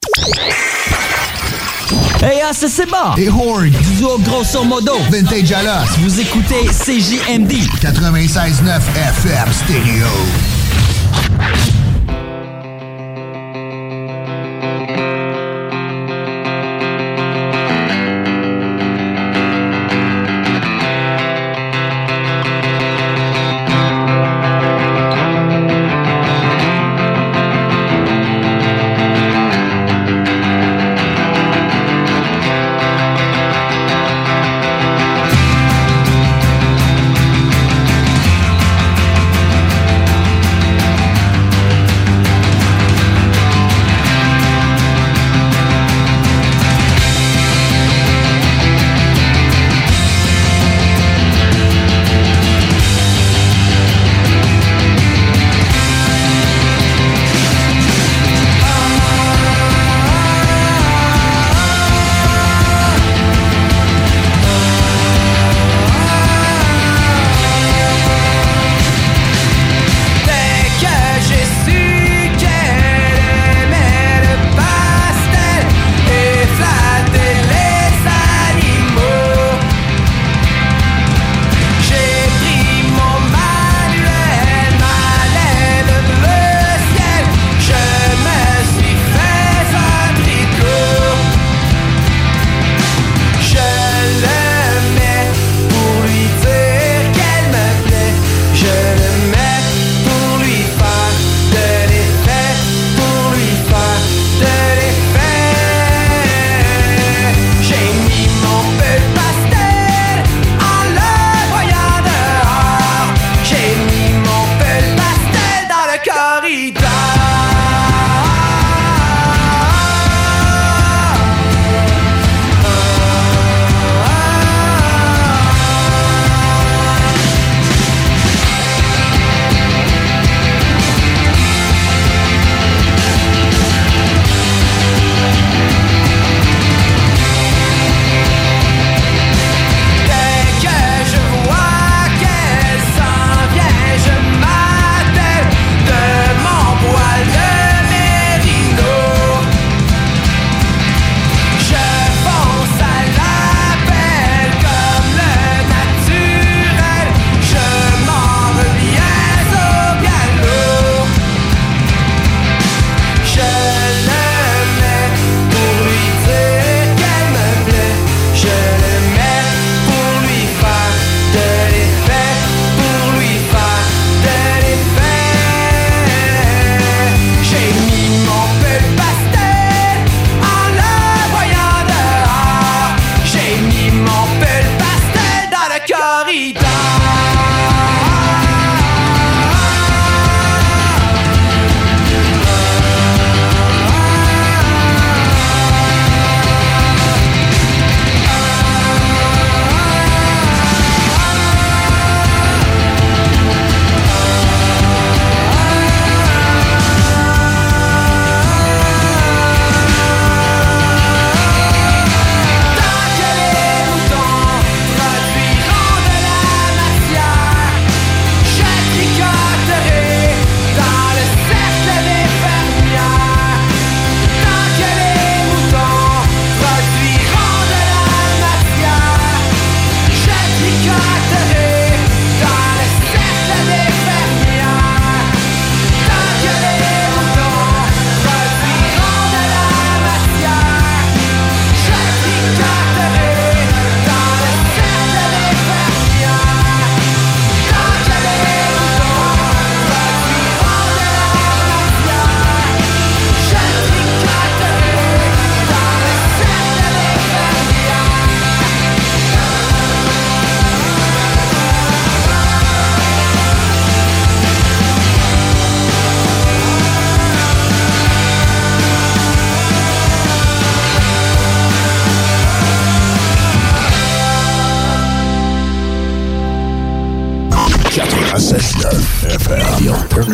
Hey, ah, c'est c'est bon! Et Horn! Duo grosso modo! Vintage Alos! Vous écoutez C J M D! quatre-vingt-seize neuf F M Stereo!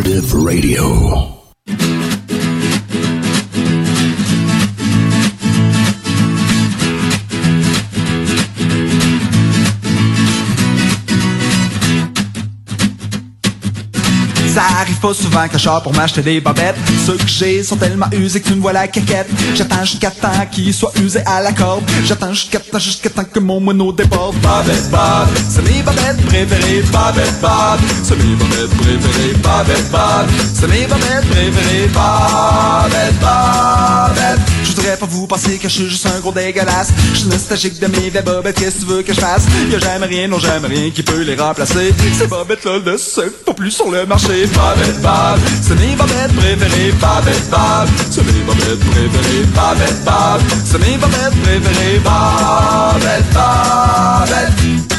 Alternative Radio. Ça arrive pas souvent que je sors pour m'acheter des bobettes. Ceux que j'ai sont tellement usés que tu ne vois la caquette. J'attends jusqu'à temps qu'ils soient usés à la corde. J'attends jusqu'à temps, jusqu'à temps que mon mono déborde. Bobette Bob, c'est mes bobettes préférées. Bobette Bob, c'est mes bobettes préférées. Bobette Bob, c'est mes bobettes préférées. Bobette Bobette. Je voudrais pas vous penser que je suis juste un gros dégueulasse. Je suis nostalgique de mes vieilles bobettes, qu'est-ce que tu veux que je fasse? Y'a jamais rien, non jamais rien qui peut les remplacer. Ces bobettes-là ne se font plus sur le marché. Bobette Bob, c'est mes bobettes préférées. Bobette Bob, c'est mes bobettes préférées. Bobette Bob, c'est mes bobettes préférées. Bobette Bobette.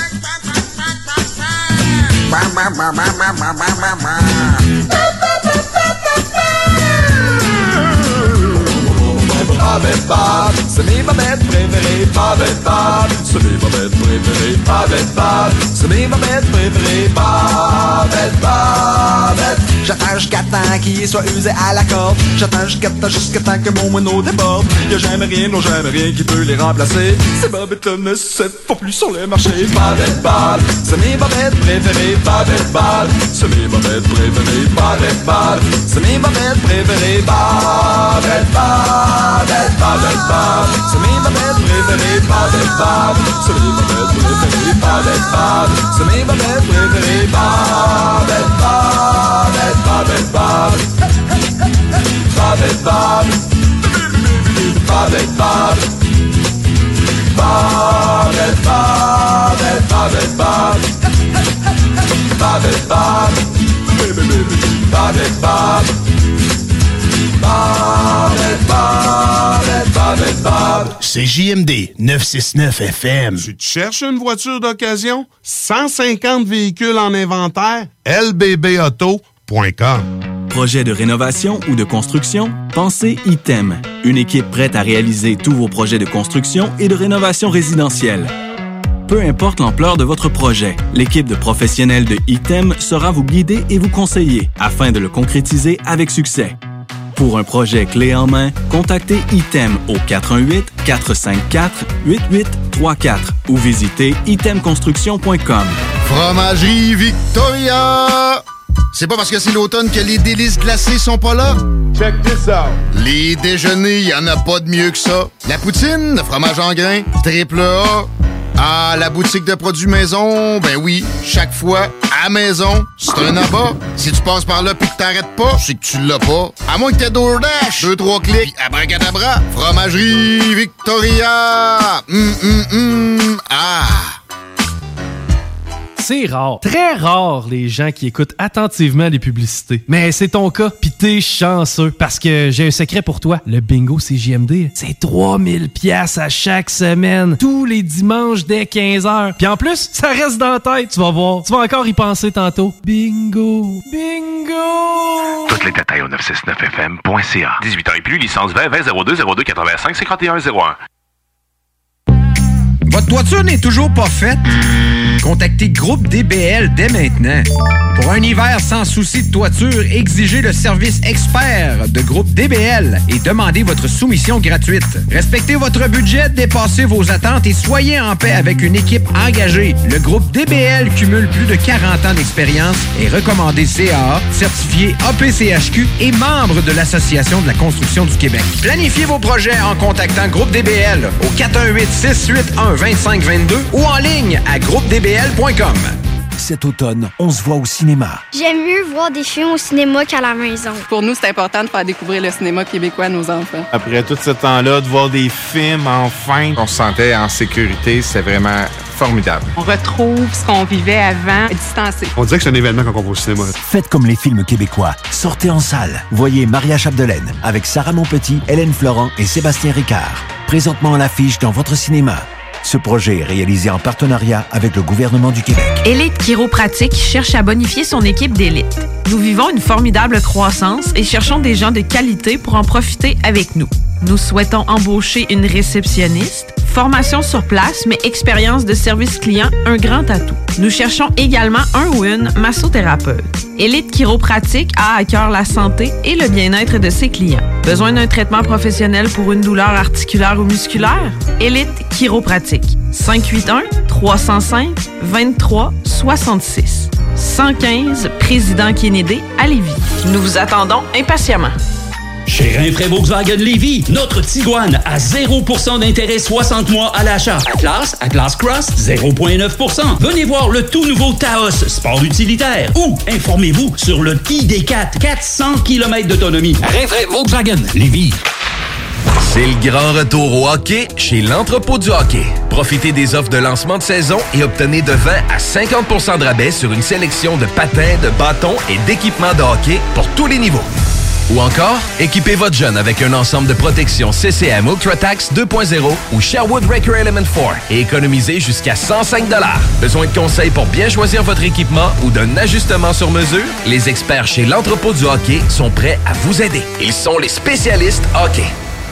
Bobette Bob, c'est mes bobettes préférées. Bobette Bob, c'est mes bobettes préférées. Bobette Bob, c'est mes bobettes préférées. Bobette Bobette. J'attends jusqu'à temps qu'il soit usé à la corde. J'attends jusqu'à temps, jusqu'à temps que mon mono déborde. Y'a jamais rien, non jamais rien qui peut les remplacer. Ces bobettes-là ne se font plus sur le marché. Bobette Bob, c'est mes bobettes préférées. Bobette Bob, c'est mes bobettes préférées. Bobette Bob, c'est mes bobettes préférées. Bobette Bobette. Bobette Bob, c'est mes bobettes préférées. Bobette Bob, c'est mes bobettes préférées. Bobette Bob, c'est mes bobettes préférées. Bobette Bobette. Bobette Bob, Bobette Bob, Bobette Bob, Bobette Bobette, Bobette Bob, Bobette Bob, Bobette Bob, Bobette Bobette, Bobette Bob. C J M D neuf cent soixante-neuf F M. Tu te cherches une voiture d'occasion? cent cinquante véhicules en inventaire? L B B auto point com. Projet de rénovation ou de construction? Pensez Item. Une équipe prête à réaliser tous vos projets de construction et de rénovation résidentielle. Peu importe l'ampleur de votre projet, l'équipe de professionnels de Item sera vous guider et vous conseiller afin de le concrétiser avec succès. Pour un projet clé en main, contactez Item au quatre un huit, quatre cinq quatre, huit huit trois quatre ou visitez item construction point com. Fromagerie Victoria! C'est pas parce que c'est l'automne que les délices glacées sont pas là? Check this out! Les déjeuners, y en a pas de mieux que ça. La poutine, le fromage en grains, triple A. Ah, la boutique de produits maison, ben oui, chaque fois, à maison, c'est un abat. Si tu passes par là pis que t'arrêtes pas, c'est que tu l'as pas. À moins que t'aies DoorDash, deux, trois clics, abracadabra. Fromagerie Victoria! Hum, hum, hum, ah! C'est rare, très rare, les gens qui écoutent attentivement les publicités. Mais c'est ton cas, pis t'es chanceux, parce que j'ai un secret pour toi. Le bingo C J M D, c'est trois mille piastres à chaque semaine, tous les dimanches dès quinze heures. Puis en plus, ça reste dans la tête, tu vas voir. Tu vas encore y penser tantôt. Bingo, bingo! Tous les détails au neuf cent soixante-neuf F M point C A. dix-huit ans et plus, licence vingt vingt zéro deux zéro deux quatre-vingt-cinq cinquante et un zéro un. Votre toiture n'est toujours pas faite? Contactez Groupe D B L dès maintenant. Pour un hiver sans souci de toiture, exigez le service expert de Groupe D B L et demandez votre soumission gratuite. Respectez votre budget, dépassez vos attentes et soyez en paix avec une équipe engagée. Le Groupe D B L cumule plus de quarante ans d'expérience, est recommandé C A A, certifié A P C H Q et membre de l'Association de la construction du Québec. Planifiez vos projets en contactant Groupe D B L au quatre un huit, six huit un, deux cinq deux deux ou en ligne à groupe d b l point com. Cet automne, on se voit au cinéma. J'aime mieux voir des films au cinéma qu'à la maison. Pour nous, c'est important de faire découvrir le cinéma québécois à nos enfants. Après tout ce temps-là, de voir des films, enfin, on se sentait en sécurité, c'est vraiment formidable. On retrouve ce qu'on vivait avant, distancé. On dirait que c'est un événement quand on va au cinéma. Faites comme les films québécois. Sortez en salle. Voyez Maria Chapdelaine avec Sarah Monpetit, Hélène Florent et Sébastien Ricard. Présentement à l'affiche dans votre cinéma. Ce projet est réalisé en partenariat avec le gouvernement du Québec. Élite Chiropratique cherche à bonifier son équipe d'élite. Nous vivons une formidable croissance et cherchons des gens de qualité pour en profiter avec nous. Nous souhaitons embaucher une réceptionniste, Formation sur place, mais expérience de service client, un grand atout. Nous cherchons également un ou une massothérapeute. Élite Chiropratique a à cœur la santé et le bien-être de ses clients. Besoin d'un traitement professionnel pour une douleur articulaire ou musculaire? Élite Chiropratique. cinq huit un, trois zéro cinq, deux trois six six. cent quinze, Président Kennedy à Lévis. Nous vous attendons impatiemment. Chez Rinfraie Volkswagen Lévis, notre Tiguan à zéro pour cent d'intérêt soixante mois à l'achat. Atlas, Atlas Cross, zéro virgule neuf pour cent. Venez voir le tout nouveau Taos, sport utilitaire. Ou informez-vous sur le I D quatre, quatre cents kilomètres d'autonomie. Rinfraie Volkswagen Lévis. C'est le grand retour au hockey chez l'Entrepôt du hockey. Profitez des offres de lancement de saison et obtenez de vingt à cinquante pour cent de rabais sur une sélection de patins, de bâtons et d'équipements de hockey pour tous les niveaux. Ou encore, équipez votre jeune avec un ensemble de protection C C M UltraTax deux point zéro ou Sherwood Record Element quatre et économisez jusqu'à cent cinq dollars. Besoin de conseils pour bien choisir votre équipement ou d'un ajustement sur mesure? Les experts chez l'Entrepôt du hockey sont prêts à vous aider. Ils sont les spécialistes hockey.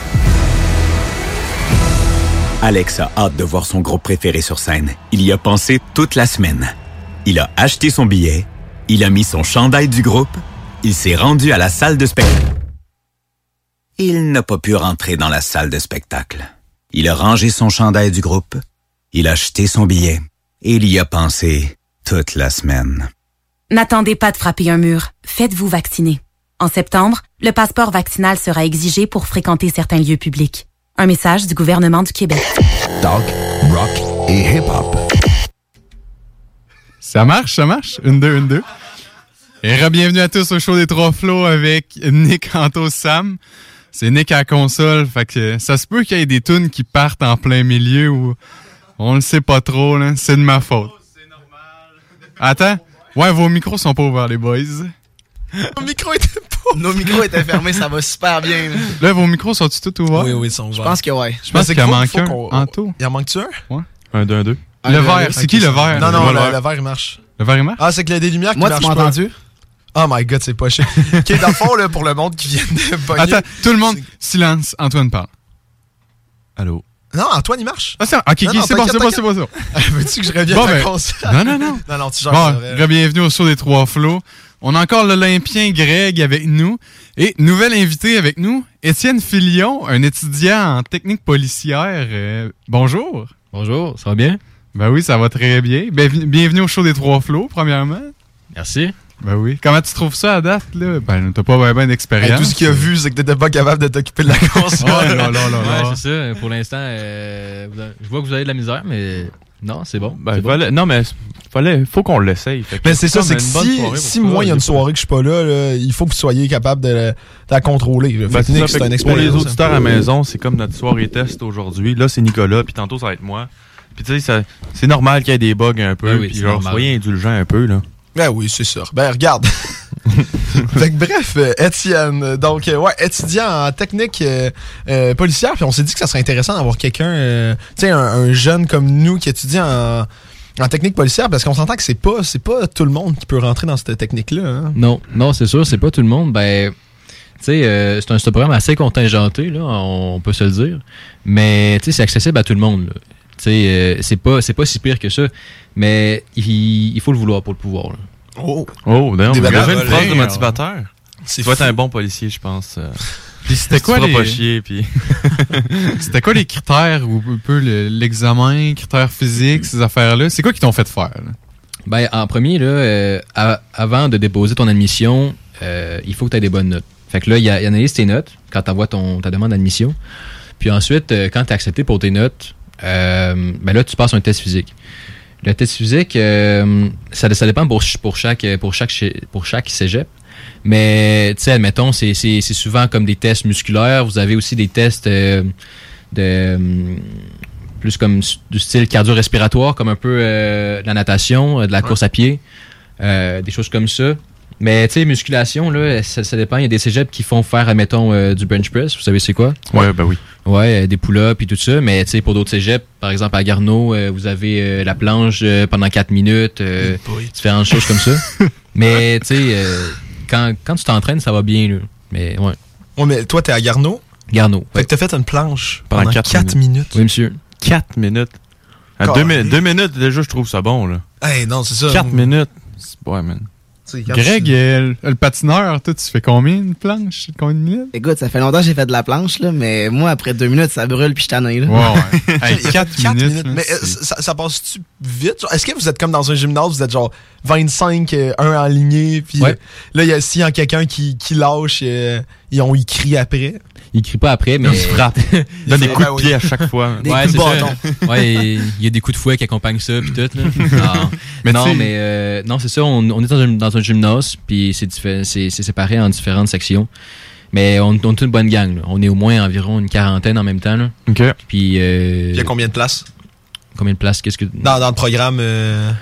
Alex a hâte de voir son groupe préféré sur scène. Il y a pensé toute la semaine. Il a acheté son billet, il a mis son chandail du groupe, il s'est rendu à la salle de spectacle. Il n'a pas pu rentrer dans la salle de spectacle. Il a rangé son chandail du groupe, il a acheté son billet et il y a pensé toute la semaine. N'attendez pas de frapper un mur. Faites-vous vacciner. En septembre, le passeport vaccinal sera exigé pour fréquenter certains lieux publics. Un message du gouvernement du Québec. Talk, rock et hip-hop. Ça marche, ça marche. Une, deux, une, deux. Et re-bienvenue à tous au show des Trois Flots avec Nick, Anto, Sam. C'est Nick à la console, fait que ça se peut qu'il y ait des tunes qui partent en plein milieu ou on le sait pas trop, là. C'est de ma faute. C'est normal. Attends. Ouais, vos micros sont pas ouverts, les boys. Nos micros étaient pas Nos micros étaient fermés, ça va super bien. Là, là vos micros sont-ils tous ouverts? Oui, oui, ils sont ouverts. Je pense que ouais. Je pense qu'il en manque un. Anto. Il en manque-tu un? Ouais. Un, deux, un, deux. Le vert, c'est qui le vert? Non, non, le vert, il marche. Le vert, il marche? Ah, c'est qu'il y a des lumières qui Moi, marchent pas. Moi, tu m'as entendu? Oh my god, c'est pas chiant. OK, dans le fond, là, pour le monde qui vient de bugger... Attends, tout le monde, silence, Antoine parle. Allô? Non, Antoine, il marche. Ah, c'est ok, okay, c'est bon, c'est bon, c'est bon, c'est bon. Veux-tu que je revienne bon, à la ben, console? Non, non, non. non, non, tu genre... Bon, bienvenue au show des Trois Flots. On a encore l'Olympien Greg avec nous. Et nouvel invité avec nous, Étienne Filion, un étudiant en technique policière. Euh, bonjour. Bonjour, ça va bien? Ben oui, ça va très bien. Bienvenue, bienvenue au show des Trois Flots, premièrement. Merci. Ben oui. Comment tu trouves ça à date, là? Ben, t'as pas bien ben d'expérience. Tout ce qu'il a vu, c'est que t'étais pas capable de t'occuper de la console. Oh, là, là, là, là. Ouais, c'est ça. Pour l'instant, euh, je vois que vous avez de la misère, mais non, c'est bon. Ben, c'est fallait, bon. Non, mais fallait, faut qu'on l'essaye. Mais c'est ça, c'est que si, si moi, il y a une soirée que je suis pas là, là, il faut que vous soyez capable de, de la contrôler. Ben, c'est, ça, c'est un expérience. Pour les auditeurs à la maison, c'est comme notre soirée test aujourd'hui. Là, c'est Nicolas, puis tantôt, ça va être moi. Puis tu sais, c'est normal qu'il y ait des bugs un peu. Ben oui, puis genre, soyez indulgents un peu, là. Ben oui, c'est sûr. Ben regarde. Fait que bref, euh, Étienne, donc euh, ouais, étudiant en technique euh, euh, policière, puis on s'est dit que ça serait intéressant d'avoir quelqu'un, euh, tu sais, un, un jeune comme nous qui étudie en, en technique policière, parce qu'on s'entend que c'est pas, c'est pas tout le monde qui peut rentrer dans cette technique-là. Hein? Non, non, c'est sûr, c'est pas tout le monde. Ben, tu sais, euh, c'est un, c'est un programme assez contingenté, là, on peut se le dire, mais tu sais, c'est accessible à tout le monde. Là. Tu sais, euh, c'est pas, c'est pas si pire que ça, mais il, il faut le vouloir pour le pouvoir. Là. Oh, oh d'ailleurs, vous avez une phrase de motivateur. C'est tu vas être un bon policier, je pense. Puis c'était quoi les... pas chier, puis... c'était quoi les critères ou un peu le, l'examen, critères physiques, ces affaires-là? C'est quoi qui t'ont fait faire? Là? Ben, en premier, là, euh, à, avant de déposer ton admission, euh, il faut que tu aies des bonnes notes. Fait que là, il y, y analyse tes notes quand tu envoies ton, ta demande d'admission. Puis ensuite, euh, quand tu es accepté pour tes notes, euh, ben là, tu passes un test physique. Le test physique, euh, ça, ça dépend pour, pour, chaque, pour, chaque, pour chaque cégep. Mais, tu sais, admettons, c'est, c'est, c'est souvent comme des tests musculaires. Vous avez aussi des tests euh, de euh, plus comme du style cardio-respiratoire, comme un peu euh, de la natation, de la course à pied, euh, des choses comme ça. Mais, tu sais, musculation, là, ça, ça dépend. Il y a des cégeps qui font faire, admettons, euh, du bench press. Vous savez c'est quoi? Ouais, ben oui. Ouais, euh, des pull-ups et tout ça. Mais, tu sais, pour d'autres cégeps, par exemple, à Garneau, euh, vous avez euh, la planche euh, pendant quatre minutes, euh, différentes choses comme ça. Mais, tu sais, euh, quand, quand tu t'entraînes, ça va bien, là. Mais, ouais. Ouais, mais toi, t'es à Garneau? Garneau. Fait ouais. que t'as fait une planche pendant quatre minutes. Oui, monsieur. quatre minutes. À deux, mi- deux minutes, déjà, je trouve ça bon, là. Hey, non, c'est ça. quatre minutes. C'est... Ouais, man. Greg, tu... le, le patineur, toi, tu fais combien de planches? Combien de minutes? Écoute, ça fait longtemps que j'ai fait de la planche, là, mais moi, après deux minutes, ça brûle puis je t'en ai, là. Ouais, ouais. Hey, quatre minutes. Mais euh, ça, ça passe-tu vite? Est-ce que vous êtes comme dans un gymnase, vous êtes genre vingt-cinq, euh, un en lignée, puis ouais. euh, là, il y a, s'il y a quelqu'un qui, qui lâche, euh, ils ont écrit après? Il crie pas après, mais il se frappe. Il donne des coups de pied à chaque fois. Des ouais, coups de bâton. Ouais, il y a des coups de fouet qui accompagnent ça, puis tout. Là. Non, mais, non, mais euh, non, c'est ça. On, on est dans un, dans un gymnase, puis c'est, diffé- c'est, c'est séparé en différentes sections. Mais on, on est une bonne gang. Là. On est au moins environ une quarantaine en même temps. Là. OK. Puis euh, il y a combien de places? Combien de places? Qu'est-ce que dans, dans le programme? Euh...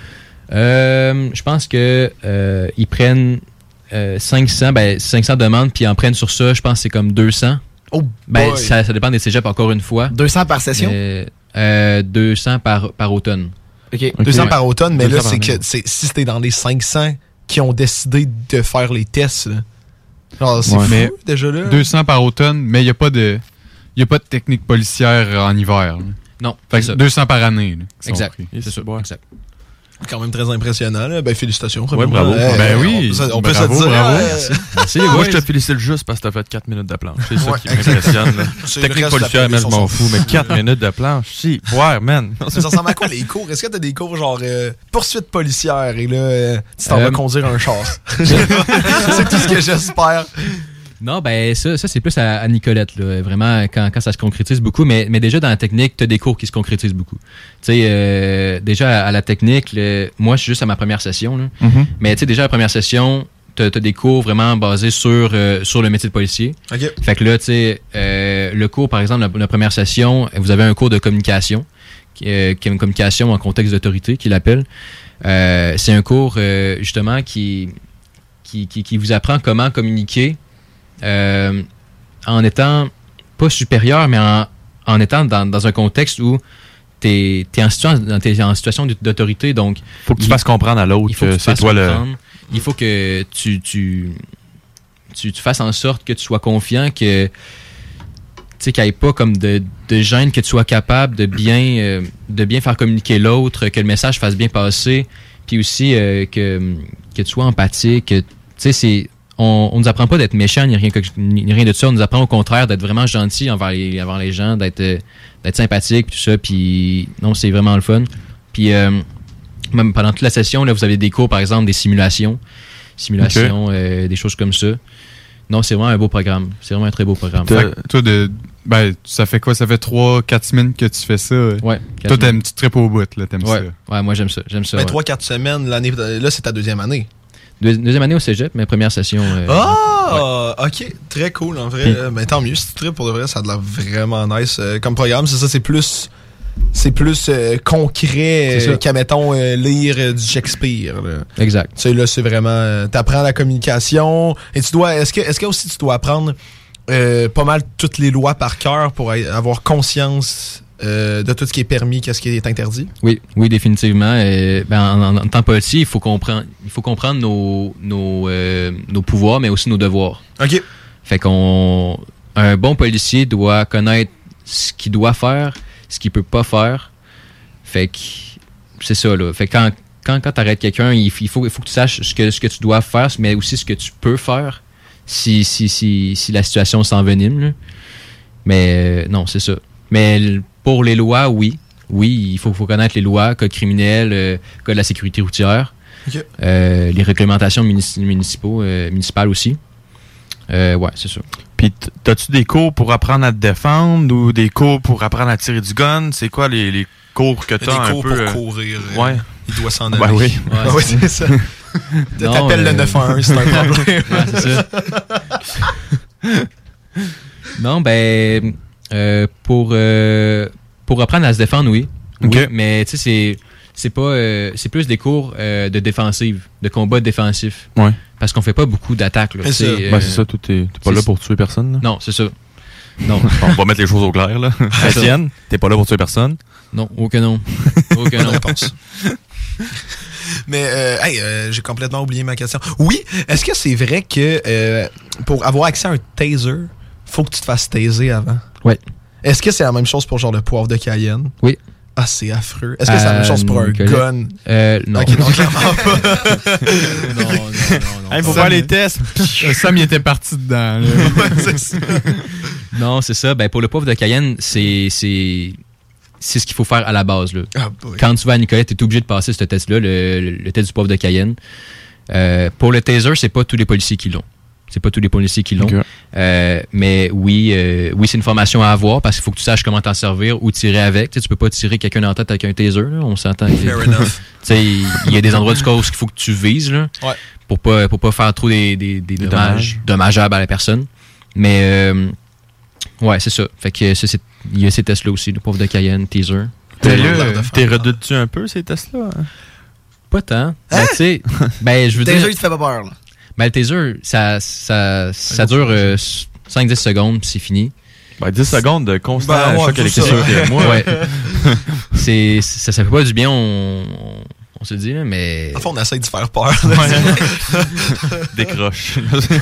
Euh, je pense que euh, ils prennent euh, cinq cents, ben cinq cents demandes, puis ils en prennent sur ça. Je pense que c'est comme deux cents. Oh ben, ça, ça dépend des cégeps encore une fois. deux cents par session? Euh, euh, deux cents par, par automne. OK. okay. deux cents ouais. par automne, mais là, c'est que c'est, si c'était dans les cinq cents qui ont décidé de faire les tests, là. Alors, c'est ouais. fou, mais déjà là. deux cents par automne, mais il n'y a pas de il y a pas de technique policière en hiver. Là. Non. Fait que deux cents par année. Là, exact. C'est, c'est ça. Ouais. Exact. Quand même très impressionnant. Là. Ben, félicitations. Ouais, bravo. Hey, ben oui. On peut, on peut bravo, se dire. Bravo. Euh, merci. merci. Moi, je te félicite juste parce que t'as fait quatre minutes de planche. C'est ça ouais, qui m'impressionne. Technique policière, mais je m'en fous. Mais quatre minutes de planche, si. Ouais, man. Ça ressemble à quoi les cours? Est-ce que t'as des cours genre euh, poursuite policière et là, euh, tu t'en euh, vas conduire un char? C'est tout ce que j'espère. Non, ben ça, ça c'est plus à, à Nicolette, là, vraiment, quand, quand ça se concrétise beaucoup. Mais, mais déjà, dans la technique, tu as des cours qui se concrétisent beaucoup. Tu sais, euh, déjà, à, à la technique, le, moi, je suis juste à ma première session. Là, mm-hmm. Mais tu sais, déjà, à la première session, tu as des cours vraiment basés sur, euh, sur le métier de policier. Okay. Fait que là, tu sais, euh, le cours, par exemple, la, la première session, vous avez un cours de communication, euh, qui est une communication en contexte d'autorité, qu'il appelle. Euh, c'est un cours, euh, justement, qui, qui, qui, qui vous apprend comment communiquer Euh, en étant pas supérieur, mais en, en étant dans, dans un contexte où t'es, t'es, en, situation, t'es en situation d'autorité. Donc, faut que tu il, fasses comprendre à l'autre il faut que, que c'est toi le. Il faut que tu, tu, tu, tu fasses en sorte que tu sois confiant, que tu sais, qu'il n'y ait pas comme de, de gêne, que tu sois capable de bien, euh, de bien faire communiquer l'autre, que le message fasse bien passer, puis aussi euh, que, que tu sois empathique. Tu sais, c'est. On ne nous apprend pas d'être méchant ni rien, ni rien de ça. On nous apprend au contraire d'être vraiment gentil envers les, envers les gens, d'être, d'être sympathique, tout ça. Puis non, c'est vraiment le fun. Puis euh, même pendant toute la session, là, vous avez des cours, par exemple, des simulations. Simulations, okay. euh, des choses comme ça. Non, c'est vraiment un beau programme. C'est vraiment un très beau programme. Fait, toi, de, ben, ça fait quoi? Ça fait trois quatre semaines que tu fais ça? Ouais. Toi, t'aimes, tu tripes au bout, là. T'aimes ouais. ça? Ouais, moi, j'aime ça. J'aime ça. Mais ouais. trois quatre semaines, l'année, là, c'est ta deuxième année. Deuxième année au cégep, mais première session. Euh, ah, ouais. Ok, très cool en vrai. Puis, ben, tant mieux, si tu tripes pour de vrai, ça a l'air vraiment nice euh, comme programme. C'est ça, c'est plus, c'est plus euh, concret euh, qu'à mettons euh, lire euh, du Shakespeare. Là. Exact. Tu sais là, c'est vraiment, euh, t'apprends la communication et tu dois, est-ce que, est-ce que aussi tu dois apprendre euh, pas mal toutes les lois par cœur pour avoir conscience. Euh, de tout ce qui est permis, qu'est-ce qui est interdit? Oui, oui, définitivement. Euh, ben, en, en, en tant que policier, il faut comprendre, il faut comprendre nos, nos, euh, nos pouvoirs, mais aussi nos devoirs. OK. Fait qu'on, un bon policier doit connaître ce qu'il doit faire, ce qu'il peut pas faire. Fait que, c'est ça, là. Fait que quand, quand, quand t'arrêtes quelqu'un, il, il faut, il faut que tu saches ce que, ce que tu dois faire, mais aussi ce que tu peux faire si, si, si, si la situation s'envenime, là. Mais, euh, non, c'est ça. Mais, pour les lois, oui. Oui, il faut, faut connaître les lois, code criminel, euh, code de la sécurité routière. Okay. Euh, les réglementations munici- municipaux, euh, municipales aussi. Euh, ouais, c'est ça. Puis, t'as-tu des cours pour apprendre à te défendre ou des cours pour apprendre à tirer du gun? C'est quoi les, les cours que t'as un peu? Des cours pour courir. Ouais. Il doit s'en aller. Ben oui. Ouais, ouais, c'est ça. Non, t'appelles euh... le neuf un un, c'est un problème. Ouais, c'est ça. Non, ben... Euh, pour euh, pour apprendre à se défendre, oui. Okay. Oui, mais tu sais, c'est c'est pas euh, c'est plus des cours euh, de défensive, de combat défensif. Ouais. Parce qu'on fait pas beaucoup d'attaques. Là, c'est, ça. Euh, ben, c'est ça, toi, t'es, t'es pas là pour tuer personne. Là. Non, c'est ça. Non. On va mettre les choses au clair, là. Étienne, t'es pas là pour tuer personne. Non, aucun non. Aucun non. Réponse. Mais euh, hey, euh, j'ai complètement oublié ma question. Oui, est-ce que c'est vrai que euh, pour avoir accès à un taser, faut que tu te fasses taser avant? Ouais. Est-ce que c'est la même chose pour genre le poivre de Cayenne? Oui. Ah, c'est affreux. Est-ce que c'est la même chose pour un Nicolet? gun? Euh, non. Ok, non, clairement pas. non, non, non. Il faut faire les tests. Sam, il était parti dedans. Ouais, c'est ça. Non, c'est ça. Ben, pour le poivre de Cayenne, c'est, c'est, c'est ce qu'il faut faire à la base, là. Ah, boy. Quand tu vas à Nicolet, tu es obligé de passer ce test-là, le, le, le test du poivre de Cayenne. Euh, pour le taser, c'est pas tous les policiers qui l'ont. C'est pas tous les policiers qui l'ont. Okay. Euh, mais oui, euh, oui, c'est une formation à avoir parce qu'il faut que tu saches comment t'en servir ou tirer avec. Tu sais, tu peux pas tirer quelqu'un dans la tête avec un taser, là, on s'entend. Fair enough. Tu sais, il y a des endroits du corps où il faut que tu vises, là, ouais. pour pas pour pas faire trop des, des, des, des dommages, dommages dommageables à la personne. Mais euh, ouais, c'est ça. Fait que c'est, c'est, il y a ces tests-là aussi, le poivre de Cayenne, taser. T'es, là, t'es redoutes-tu un peu ces tests-là? Hein? Pas tant. Hein? Ben, tu sais, ben, je veux dire. Taser, il te fait pas peur, là. Ben, le taser, ça, ça, ça dure euh, cinq à dix secondes, puis c'est fini. Ben, dix secondes de constant ben, ouais, choc électrique. Moi, ouais. c'est, ça, ça fait pas du bien, on, on se le dit, là, mais. En fait, on essaie de faire peur. Décroche.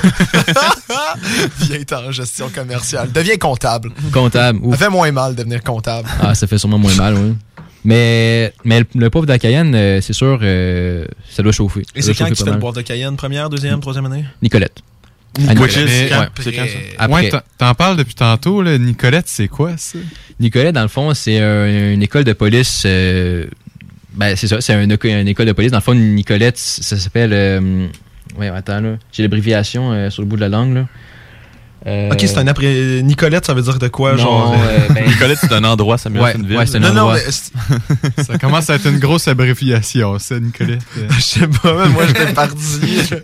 Viens en gestion commerciale. Deviens comptable. Comptable. Ouf. Ça fait moins mal de devenir comptable. Ah, ça fait sûrement moins mal, oui. Mais, mais le, le poivre de Cayenne, euh, c'est sûr, euh, ça doit chauffer. Et c'est quand que tu fais le poivre de Cayenne? Première, deuxième, troisième année? Nicolette. Nicolette. Ouais. C'est quand ça? Après. Ouais, t'en parles depuis tantôt, là. Nicolette, c'est quoi, ça? Nicolette, dans le fond, c'est un, une école de police. Euh, ben, c'est ça, c'est un, une école de police. Dans le fond, Nicolette, ça s'appelle. Euh, ouais, attends, là. J'ai l'abréviation euh, sur le bout de la langue, là. Euh... Ok, c'est un après. Nicolette, ça veut dire de quoi, non, genre? Euh, ben... Nicolette, c'est un endroit, ça me ouais, une ville. Ouais, c'est un non, endroit. Non, mais ça commence à être une grosse abréviation, ça, Nicolette. Je sais pas, mais moi, j'étais parti.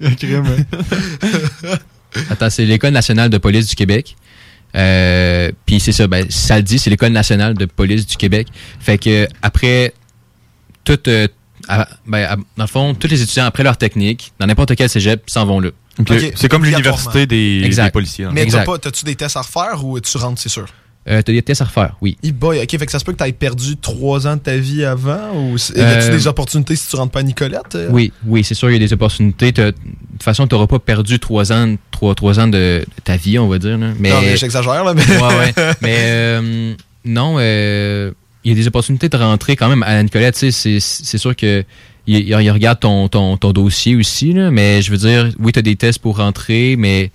Attends, c'est l'École nationale de police du Québec. Euh, Puis c'est ça, ben, ça le dit, c'est l'École nationale de police du Québec. Fait que après, tout, euh, à, ben, à, dans le fond, tous les étudiants, après leur technique, dans n'importe quel cégep, s'en vont là. Okay. Okay. C'est comme l'université des, des policiers. Hein. Mais t'as pas, t'as-tu des tests à refaire ou tu rentres, c'est sûr? Euh, t'as des tests à refaire, oui. E-boy, ok, fait que ça se peut que t'aies perdu trois ans de ta vie avant ou y a-tu euh, des opportunités si tu rentres pas à Nicolette? Oui, oui, c'est sûr, il y a des opportunités. De toute façon, t'auras pas perdu trois ans, trois, trois ans de ta vie, on va dire. Là. Mais, non, mais j'exagère, là, mais. Ouais, ouais. Mais euh, non, euh, il y a des opportunités de rentrer quand même à Nicolette, tu sais, c'est, c'est sûr que. Il, il, il regarde ton, ton, ton dossier aussi, là, mais je veux dire, oui, tu as des tests pour rentrer, mais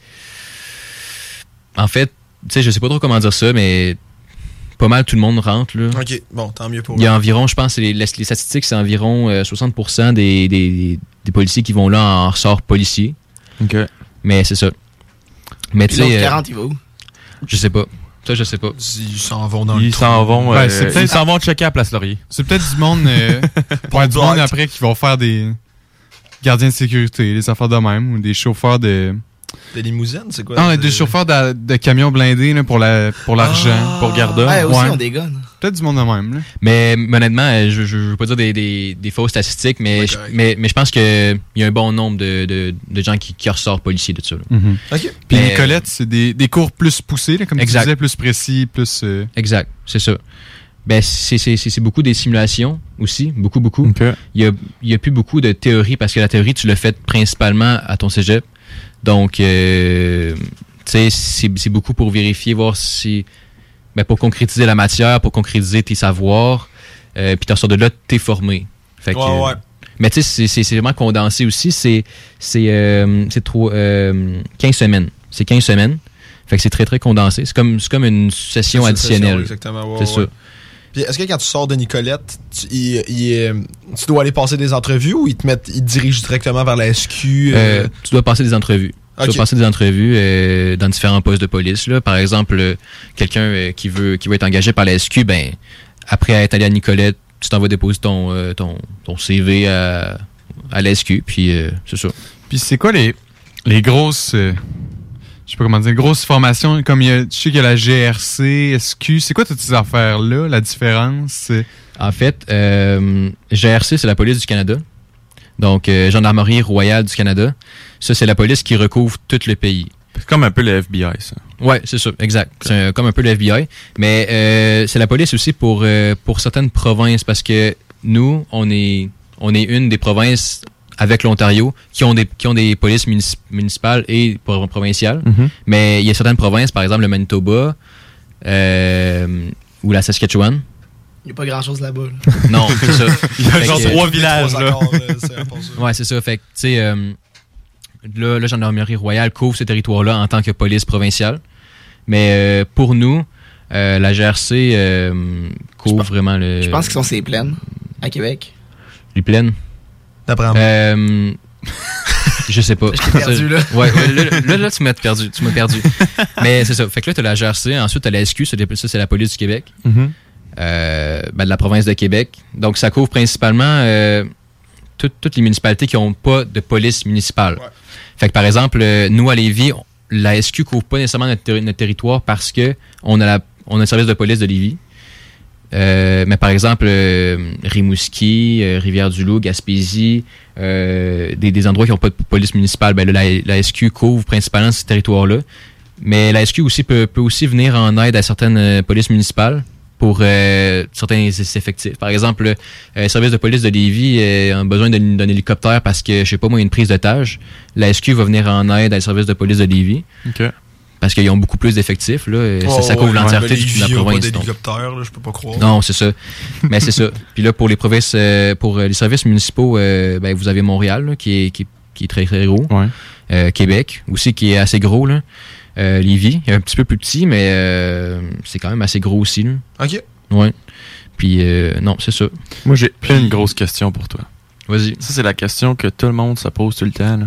en fait, tu sais, je sais pas trop comment dire ça, mais pas mal tout le monde rentre. Là. OK, bon, tant mieux pour Il y a environ, je pense, les, les statistiques, c'est environ euh, soixante pour cent des, des, des policiers qui vont là en ressort policier. OK. Mais c'est ça. Mais tu sais. quarante, il va où? Je sais pas. Ça, je sais pas. Ils s'en vont dans ils le s'en vont, ben, euh, c'est peut-être... Ils s'en vont checker à Place Laurier. C'est peut-être du monde, euh, ouais, du monde après qui vont faire des gardiens de sécurité, des affaires de même, ou des chauffeurs de... Des limousines, c'est quoi? Non, des chauffeurs de, de camions blindés là, pour, la, pour l'argent. Ah, pour Garda. Ouais, aussi, ouais. on des guns. Peut-être du monde de même. Là. Mais honnêtement, je ne veux pas dire des, des, des fausses statistiques, mais, je, mais, mais je pense qu'il y a un bon nombre de, de, de gens qui, qui ressortent policiers de ça. Mm-hmm. Okay. Puis mais, Nicolette, c'est des, des cours plus poussés, là, comme exact. Tu disais, plus précis, plus... Euh... Exact, c'est ça. Ben, c'est, c'est, c'est, c'est beaucoup des simulations aussi, beaucoup, beaucoup. Okay. Il y a, il y a plus beaucoup de théorie, parce que la théorie, tu l'as faite principalement à ton cégep. Donc, euh, tu sais, c'est, c'est beaucoup pour vérifier, voir si... Ben, pour concrétiser la matière, pour concrétiser tes savoirs, euh, puis tu ressors de là, t'es formé. Fait que, ouais, ouais. Mais tu sais, c'est, c'est, c'est vraiment condensé aussi. C'est, c'est, euh, c'est trop, euh, quinze semaines. C'est quinze semaines. Fait que c'est très, très condensé. C'est comme, c'est comme une session c'est additionnelle. Une session, exactement. Ouais, c'est ouais. ça. Puis est-ce que quand tu sors de Nicolette, tu, il, il, tu dois aller passer des entrevues ou ils te mettent, ils te dirigent directement vers la S Q? Euh... Euh, tu dois passer des entrevues. Okay. Tu dois passer des entrevues euh, dans différents postes de police. Là. Par exemple, euh, quelqu'un euh, qui veut qui veut être engagé par la S Q, ben après être allé à Nicolette, tu t'en vas déposer ton, euh, ton, ton C V à, à la S Q, puis euh, c'est ça. Puis c'est quoi les, les grosses... Euh... Je sais pas comment dire, grosse formation, comme il y a, je sais qu'il y a la G R C, S Q, c'est quoi toutes ces affaires-là, la différence? En fait, euh, G R C, c'est la police du Canada. Donc, euh, Gendarmerie royale du Canada. Ça, c'est la police qui recouvre tout le pays. C'est comme un peu le F B I, ça. Ouais, c'est ça, exact. Okay. C'est un, comme un peu le F B I. Mais euh, c'est la police aussi pour, euh, pour certaines provinces, parce que nous, on est, on est une des provinces... avec l'Ontario, qui ont des qui ont des polices municip- municipales et provinciales. Mm-hmm. Mais il y a certaines provinces, par exemple le Manitoba, euh, ou la Saskatchewan. Il n'y a pas grand-chose là-bas. Là. Non, c'est ça. Il y a genre que, trois villages, là. Accords, là c'est ouais, c'est ça. Fait que, tu sais, euh, là, la Gendarmerie royale couvre ce territoire-là en tant que police provinciale. Mais euh, pour nous, euh, la G R C euh, couvre je vraiment le... Je pense qu'ils sont ces plaines, à Québec. Les plaines? D'après euh, Je sais pas. Je t'ai perdu, là. Ouais, ouais là, là, là, tu m'as perdu. Tu m'as perdu. Mais c'est ça. Fait que là, tu as la G R C. Ensuite, tu as la S Q. Ça, c'est la police du Québec. Mm-hmm. Euh, ben, de la province de Québec. Donc, ça couvre principalement euh, tout, toutes les municipalités qui n'ont pas de police municipale. Ouais. Fait que, par exemple, euh, nous, à Lévis, la S Q couvre pas nécessairement notre, ter- notre territoire parce que on a, la, on a le service de police de Lévis. Euh, mais par exemple, euh, Rimouski, euh, Rivière-du-Loup, Gaspésie, euh, des, des endroits qui n'ont pas de police municipale, ben là, la, la S Q couvre principalement ce territoire-là. Mais la S Q aussi peut, peut aussi venir en aide à certaines euh, polices municipales pour euh, certains effectifs. Par exemple, le euh, service de police de Lévis euh, a besoin d'un, d'un hélicoptère parce que, je sais pas moi, il y a une prise d'otage. La S Q va venir en aide à le service de police de Lévis. OK. Parce qu'ils ont beaucoup plus d'effectifs. Là. Oh, ça, ça couvre ouais, l'entièreté ouais, de la province. Pas d'hélicoptère, là, je peux pas croire. Non, c'est ça. Mais c'est ça. Puis là, pour les provinces, euh, pour les services municipaux, euh, ben, vous avez Montréal, là, qui, est, qui, qui est très, très gros. Ouais. Euh, Québec, aussi, qui est assez gros. Là. Euh, Lévis, un petit peu plus petit, mais euh, c'est quand même assez gros aussi. Là. OK. Ouais. Puis, euh, non, c'est ça. Moi, j'ai une grosse question pour toi. Vas-y. Ça, c'est la question que tout le monde se pose tout le temps. Là.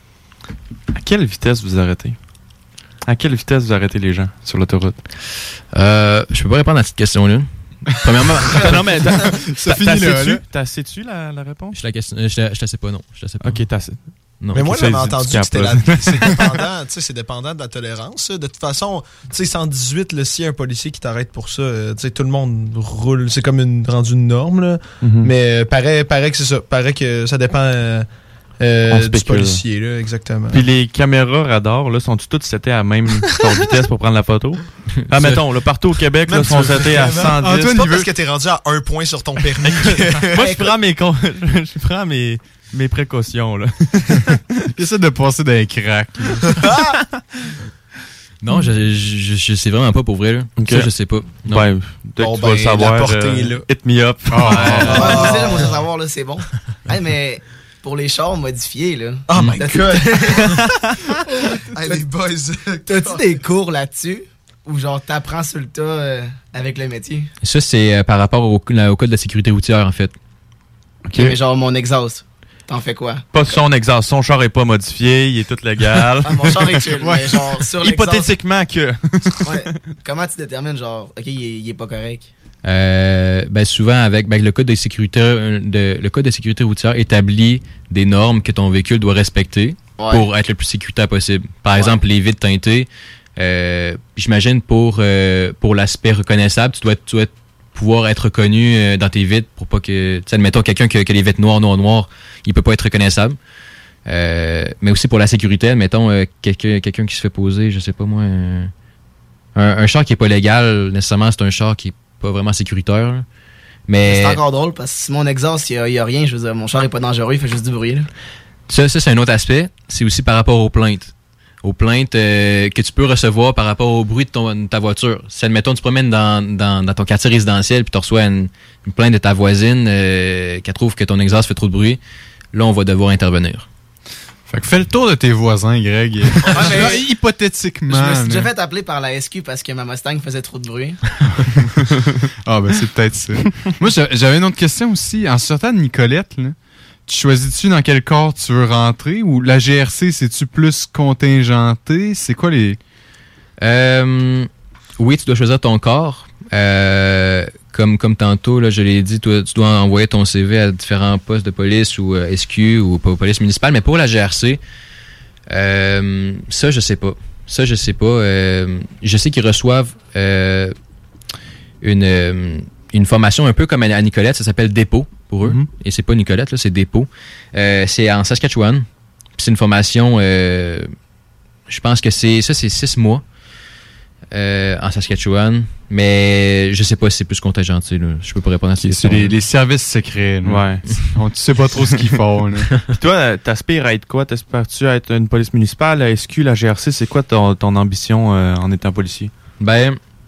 À quelle vitesse vous arrêtez? À quelle vitesse vous arrêtez les gens sur l'autoroute? Euh, je peux pas répondre à cette question-là. Premièrement, non, mais t'as, ça t'as, finit t'as là, sais-tu, là. t'as sais-tu la, la réponse? Je la, question, je la, je la sais pas, non. Je la sais pas. Ok, t'as sais. Non. Mais moi, j'avais entendu que c'était la, c'est dépendant, tu sais, c'est dépendant de la tolérance. De toute façon, tu sais, cent dix-huit, là, s'il y a un policier qui t'arrête pour ça, tu sais, tout le monde roule. C'est comme une rendu une norme, là. Mm-hmm. Mais paraît, paraît que c'est ça. Paraît que ça dépend euh, euh, du policier, là, exactement. Puis les caméras radars, là, sont-tu toutes setées à la même vitesse pour prendre la photo? Ah, mettons, là, partout au Québec, là, sont setés à cent dix. C'est pas parce que t'es rendu à un point sur ton permis. Moi, je prends mes, con... je prends mes, mes précautions, là. J'essaie de passer dans les cracks. Non, je, je, je sais vraiment pas pour vrai, là. Okay. Ça, je sais pas. Non. Ouais, dès bon, que tu ben, vas le savoir, la portée, euh, là. hit me up. Oh. Ouais, moi aussi, j'aimerais savoir, là, c'est bon. Hey, mais pour les chars modifiés, là. Oh my god! Hey, les boys. T'as-tu des cours là-dessus? Ou genre, t'apprends sur le tas euh, avec le métier? Ça, c'est euh, par rapport au, au code de la sécurité routière, en fait. OK. Mais genre, mon exhaust, t'en fais quoi? Pas son exhaust. Son char est pas modifié, il est tout légal. Ah, mon char est chill, ouais. Mais genre, sur l'exhaust... Hypothétiquement que... Ouais. Comment tu détermines, genre, OK, il est, il est pas correct? Euh, ben souvent avec ben, le code de sécurité de, le code de sécurité routière établit des normes que ton véhicule doit respecter ouais. pour être le plus sécuritaire possible. Par ouais. exemple, les vitres teintées. Euh, j'imagine pour euh, pour l'aspect reconnaissable, tu dois, tu dois pouvoir être reconnu euh, dans tes vitres pour pas que, tu sais, admettons quelqu'un qui a, qui a les vitres noires, noires, noires, il peut pas être reconnaissable. Euh, mais aussi pour la sécurité, admettons euh, quelqu'un, quelqu'un qui se fait poser, je sais pas moi, un, un, un char qui est pas légal, nécessairement c'est un char qui est pas vraiment sécuritaire. Là. Mais c'est encore drôle parce que si mon exhaust, il y, y a rien, je veux dire, mon char est pas dangereux, il fait juste du bruit. Là. Ça, ça c'est un autre aspect. C'est aussi par rapport aux plaintes. Aux plaintes euh, que tu peux recevoir par rapport au bruit de, ton, de ta voiture. Si, admettons, tu te promènes dans, dans, dans ton quartier résidentiel puis tu reçois une, une plainte de ta voisine euh, qui trouve que ton exhaust fait trop de bruit, là, on va devoir intervenir. Fait que fais le tour de tes voisins, Greg. Ouais, mais hypothétiquement. Je me suis mais... déjà fait appeler par la S Q parce que ma Mustang faisait trop de bruit. Ah, ben c'est peut-être ça. Moi, j'avais une autre question aussi. En sortant de Nicolette, là, tu choisis-tu dans quel corps tu veux rentrer ou la G R C, c'est-tu plus contingenté? C'est quoi les... Euh, oui, tu dois choisir ton corps. Euh, comme, comme tantôt, là, je l'ai dit, tu, tu dois envoyer ton C V à différents postes de police ou euh, S Q ou police municipale. Mais pour la G R C, euh, ça, je sais pas. Ça, je sais pas. Euh, je sais qu'ils reçoivent euh, une, euh, une formation un peu comme à Nicolette. Ça s'appelle dépôt pour eux. Mm-hmm. Et c'est pas Nicolette, là, c'est dépôt. Euh, c'est en Saskatchewan. Puis c'est une formation, euh, je pense que c'est ça, c'est six mois. Euh, en Saskatchewan, mais je sais pas si c'est plus contingenté. Là. Je peux pas répondre à cette question. C'est les, les services secrets. Là. Ouais. On, tu sais pas trop ce qu'ils font. Là. Puis toi, t'aspires à être quoi? T'aspires-tu à être une police municipale, la S Q, la G R C? C'est quoi ton, ton ambition euh, en étant policier? Ben,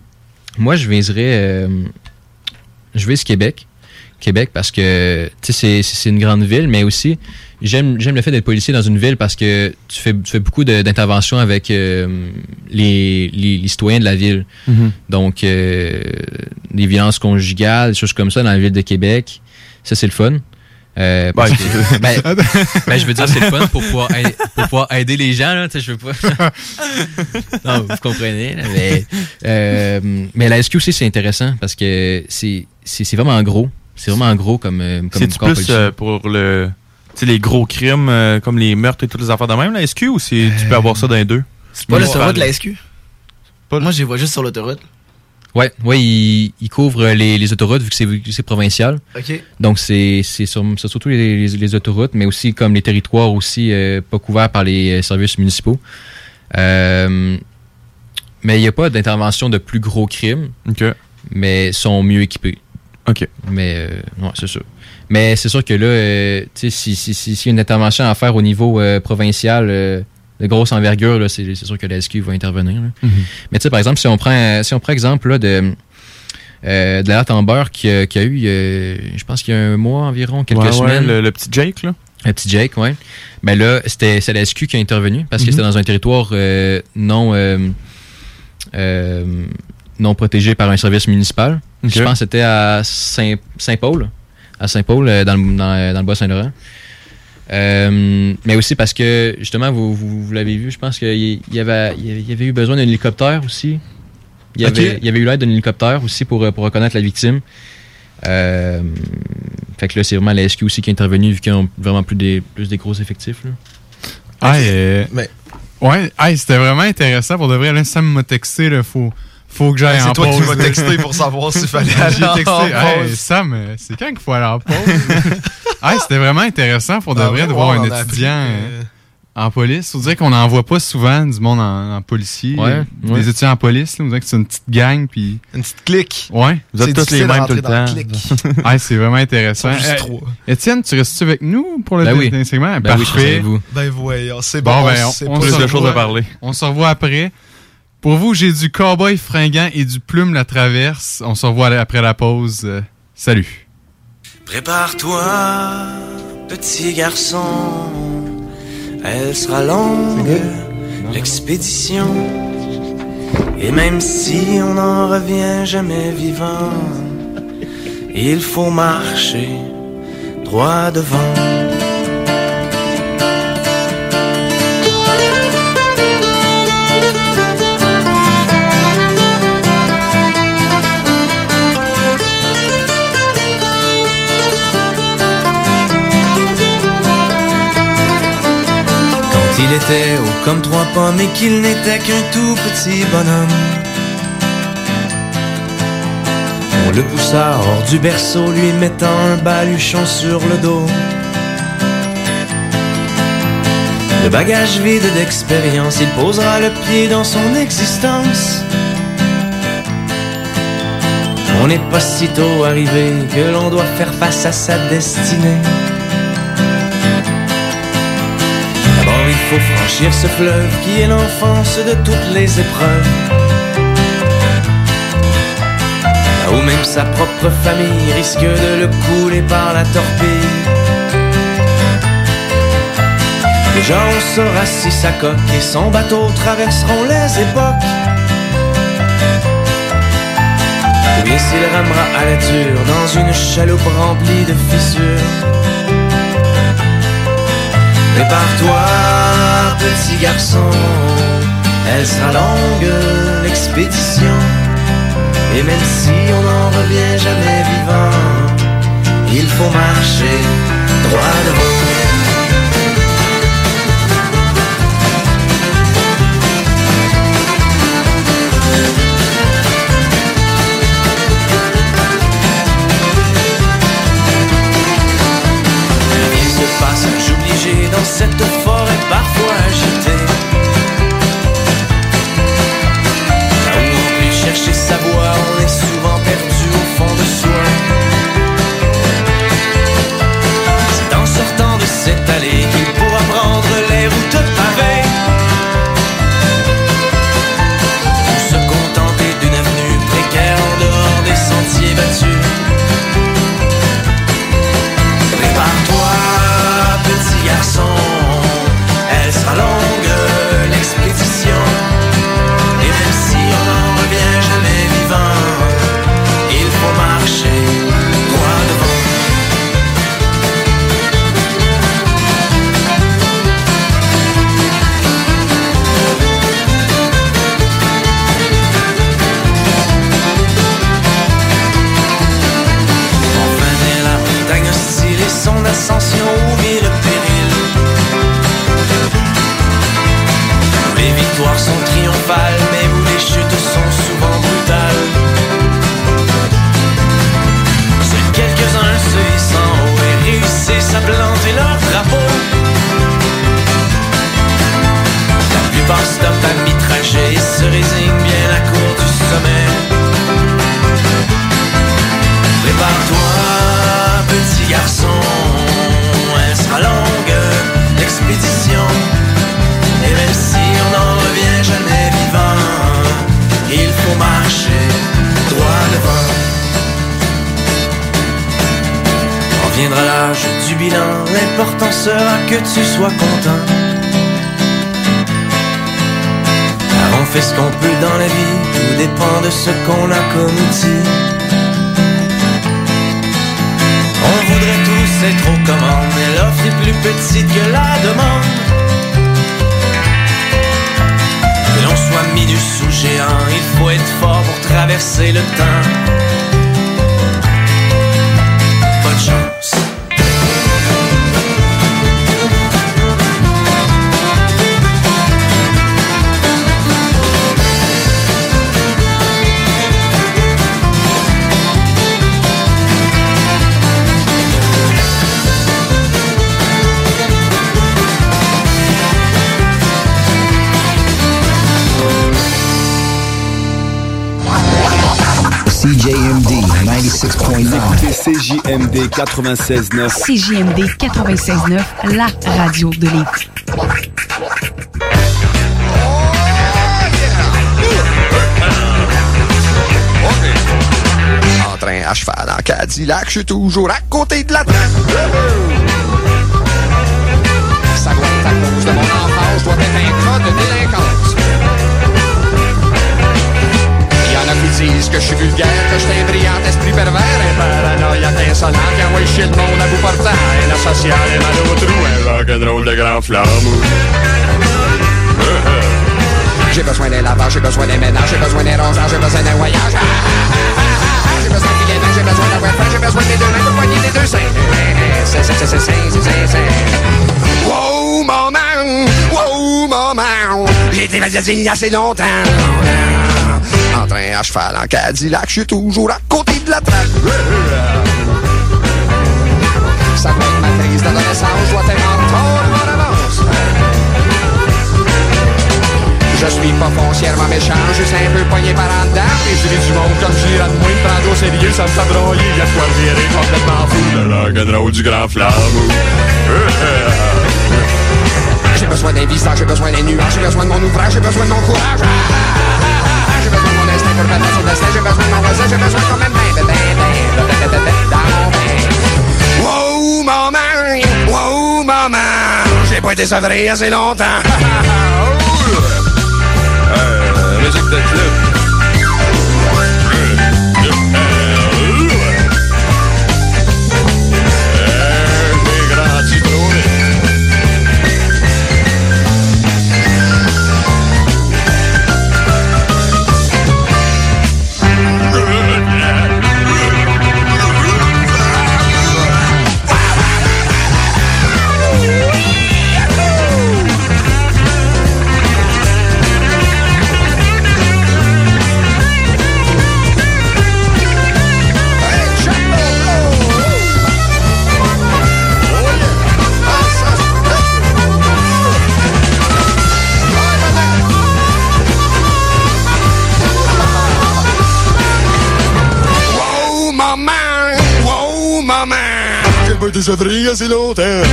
moi, je viserais... Euh, je vise Québec. Québec parce que, tu sais, c'est, c'est une grande ville, mais aussi, j'aime, j'aime le fait d'être policier dans une ville parce que tu fais, tu fais beaucoup de, d'interventions avec euh, les, les, les citoyens de la ville. Mm-hmm. Donc, euh, des violences conjugales, des choses comme ça dans la ville de Québec. Ça, c'est le fun. Euh, parce que, ben, ben, je veux dire, c'est le fun pour pouvoir, aider, pour pouvoir aider les gens, là, tu sais, je veux pas. Non, vous comprenez, là, mais, euh, mais la S Q aussi, c'est intéressant parce que c'est, c'est, c'est vraiment gros. C'est vraiment gros comme, comme c'est corps plus euh, pour le, les gros crimes euh, comme les meurtres et toutes les affaires de même, la S Q, ou c'est, euh... tu peux avoir ça dans les deux? C'est pas l'autoroute, la S Q? Pas... Moi, je les vois juste sur l'autoroute. Ouais, ouais, il, il couvre les, les autoroutes vu que c'est, vu que c'est provincial. OK. Donc, c'est, c'est, sur, c'est surtout les, les, les autoroutes, mais aussi comme les territoires aussi euh, pas couverts par les services municipaux. Euh, mais il n'y a pas d'intervention de plus gros crimes, okay. mais sont mieux équipés. OK. Mais, euh, ouais, c'est sûr. Mais c'est sûr que là, euh, tu sais, si, si, si, s'il y a une intervention à faire au niveau euh, provincial, euh, de grosse envergure, là, c'est, c'est sûr que la S Q va intervenir. Mm-hmm. Mais tu sais, par exemple, si on prend, si on prend exemple là, de, euh, de l'alerte Amber qui a, qui a eu, euh, je pense qu'il y a un mois environ, quelques ouais, semaines. Ouais, le, le petit Jake, là. Le petit Jake, oui. Ben là, c'était, c'est la S Q qui a intervenu parce mm-hmm. que c'était dans un territoire euh, non... Euh, euh, non protégé par un service municipal. Okay. Je pense que c'était à Saint, Saint-Paul, à Saint-Paul, dans le, dans, dans le Bas-Saint-Laurent. Euh, mais aussi parce que, justement, vous, vous, vous l'avez vu, je pense qu'il y, y, avait, il y avait eu besoin d'un hélicoptère aussi. Il y avait, okay. il y avait eu l'aide d'un hélicoptère aussi pour, pour reconnaître la victime. Euh, fait que là, c'est vraiment la S Q aussi qui est intervenue vu qu'ils ont vraiment plus des, plus des gros effectifs. Là. Ah, okay. euh, mais... Ouais, hey, c'était vraiment intéressant. Pour de vrai, là, Sam m'a texté, il faut... Faut que j'aille hey, en pause. C'est toi qui m'as texté pour savoir s'il fallait aller J'ai texté. en Hey, pause. Sam, c'est quand qu'il faut aller en pause? Hey, c'était vraiment intéressant pour de ah, vrai de voir un étudiant euh... en police. On dirait qu'on n'en voit pas souvent du monde en, en policier. Ouais, des ouais. étudiants en police, là, on dirait que c'est une petite gang. Puis... Une petite clique. Ouais, vous êtes tous les mêmes tout le temps. Hey, c'est vraiment intéressant. Hey, Étienne, tu restes-tu avec nous pour le ben oui. segment? Ben Parfait. Oui, ben voyons, c'est bon. Bon, ben, c'est on, on, se revoit, à parler. On se revoit après. Pour vous, j'ai du Cowboy Fringant et du Plume la Traverse. On se revoit après la pause. Euh, salut. Prépare-toi, petit garçon. Elle sera longue, l'expédition. Et même si on n'en revient jamais vivant, il faut marcher droit devant. Il était haut comme trois pommes et qu'il n'était qu'un tout petit bonhomme. On le poussa hors du berceau, lui mettant un baluchon sur le dos. Le bagage vide d'expérience, il posera le pied dans son existence. On n'est pas si tôt arrivé que l'on doit faire face à sa destinée. Il faut franchir ce fleuve qui est l'enfance de toutes les épreuves. Là où même sa propre famille risque de le couler par la torpille. Déjà on saura si sa coque et son bateau traverseront les époques. Ou bien s'il ramera à la dure dans une chaloupe remplie de fissures. Prépare-toi, petit garçon, elle sera longue, l'expédition. Et même si on n'en revient jamais vivant, il faut marcher droit devant. Passage obligé dans cette forêt parfois agitée. Là où on peut chercher sa voie, on est souvent perdu au fond de soi. C'est en sortant de cette allée qu'il pourra prendre les routes pavées. Ou se contenter d'une avenue précaire cheval, mais où les chutes sont souvent brutales. Seuls quelques-uns se hissent en haut et réussissent à planter leur drapeau. La plupart stoppent à mi-trajet et se résignent bien à court du sommet. Prépare-toi, petit garçon, elle sera longue, l'expédition. Et même si on n'en revient jamais vivant, il faut marcher droit devant. Quand viendra l'âge du bilan, l'important sera que tu sois content. Car on fait ce qu'on peut dans la vie, tout dépend de ce qu'on a comme outil. On voudrait tous être aux commandes, mais l'offre est plus petite que la demande. Que l'on soit minus ou géant, il faut être fort pour traverser le temps. Bonne chance. C J M D quatre-vingt-seize point neuf. C J M D quatre-vingt-seize neuf. C J M D quatre-vingt-seize neuf, la radio de Lévis. En train à cheval en Cadillac, je suis toujours à côté de la traque. Ça doit être à cause de mon enfance, je dois être un cas de délinquance. Y'en a qui disent que je suis vulgaire, que je suis un brillant esprit pervers, un paranoïaque insolent qui envoie chier le monde à bout portant, un asocial et mal au trou, un rock'n'roll de grand flamme. J'ai besoin d'un lavage, j'ai besoin d'un ménage, j'ai besoin d'un rosage, j'ai besoin d'un voyage. J'ai besoin de filet, j'ai besoin d'un web, j'ai besoin des deux mains pour poigner les deux seins. C'est, c'est, c'est, c'est, c'est, c'est, c'est. Wow, maman, wow, maman, j'ai été magazine il y a assez longtemps. En train à cheval en Cadillac, je suis toujours à côté de la traque. Ça doit être ma crise d'adolescence, je dois être en retard en avance. Je suis pas foncièrement méchant, juste un peu poigné par en dedans. Et je vis du monde comme j'irai de moi, me prendre au sérieux, ça me fait broyer. Y'a de quoi virer complètement fou, le rock'n'roll du grand flamme. J'ai besoin d'un visage, j'ai besoin d'un nuage, j'ai besoin de mon ouvrage, j'ai besoin de mon courage. J'ai besoin de mon instinct pour mettre sur le destin, j'ai besoin de mon voisin, j'ai besoin quand même ben, ben, ben, ben, ben, dans mon bain. Wow, maman, wow, maman, j'ai pas été sevré assez longtemps. Euh, musique de club. J'ai grandi trop vite. Pas été sevré assez longtemps.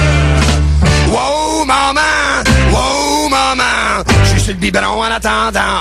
Wow, maman! Wow, maman! Je suis sur le biberon en attendant.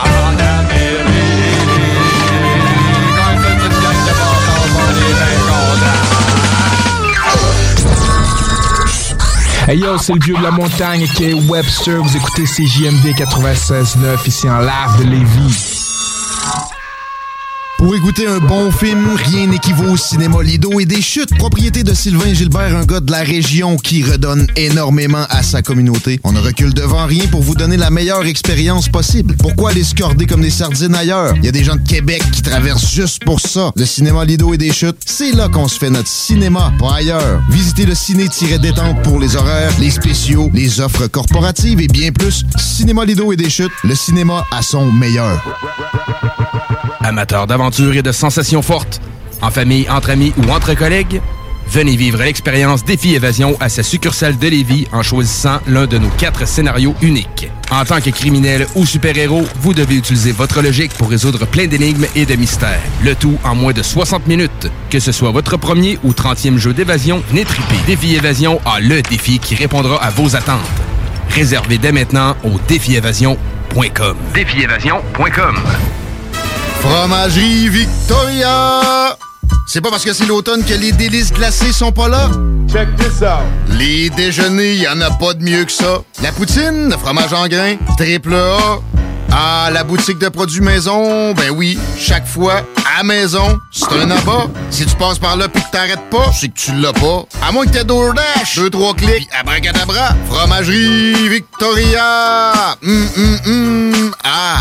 Hey yo, c'est le vieux de la montagne qui est Webster. Vous écoutez C J M D quatre-vingt-seize neuf ici en live de Lévis. Pour écouter un bon film, rien n'équivaut au cinéma Lido et des Chutes, propriété de Sylvain Gilbert, un gars de la région qui redonne énormément à sa communauté. On ne recule devant rien pour vous donner la meilleure expérience possible. Pourquoi aller se corder comme des sardines ailleurs? Il y a des gens de Québec qui traversent juste pour ça. Le cinéma Lido et des Chutes, c'est là qu'on se fait notre cinéma, pas ailleurs. Visitez le ciné-détente pour les horaires, les spéciaux, les offres corporatives et bien plus. Cinéma Lido et des Chutes, le cinéma à son meilleur. Amateurs d'aventure et de sensations fortes, en famille, entre amis ou entre collègues, venez vivre l'expérience Défi Évasion à sa succursale de Lévis en choisissant l'un de nos quatre scénarios uniques. En tant que criminel ou super-héros, vous devez utiliser votre logique pour résoudre plein d'énigmes et de mystères. Le tout en moins de soixante minutes. Que ce soit votre premier ou trentième jeu d'évasion, venez triper. Défi Évasion a le défi qui répondra à vos attentes. Réservez dès maintenant au défi évasion point com. défi évasion point com. Fromagerie Victoria! C'est pas parce que c'est l'automne que les délices glacées sont pas là? Check this out! Les déjeuners, y en a pas de mieux que ça. La poutine, le fromage en grains, triple A. Ah, la boutique de produits maison, ben oui, chaque fois, à maison, c'est un abat. Si tu passes par là pis que t'arrêtes pas, c'est que tu l'as pas. À moins que t'aies DoorDash, deux, trois clics, pis abracadabra. Fromagerie Victoria! Hum, hum, hum, ah!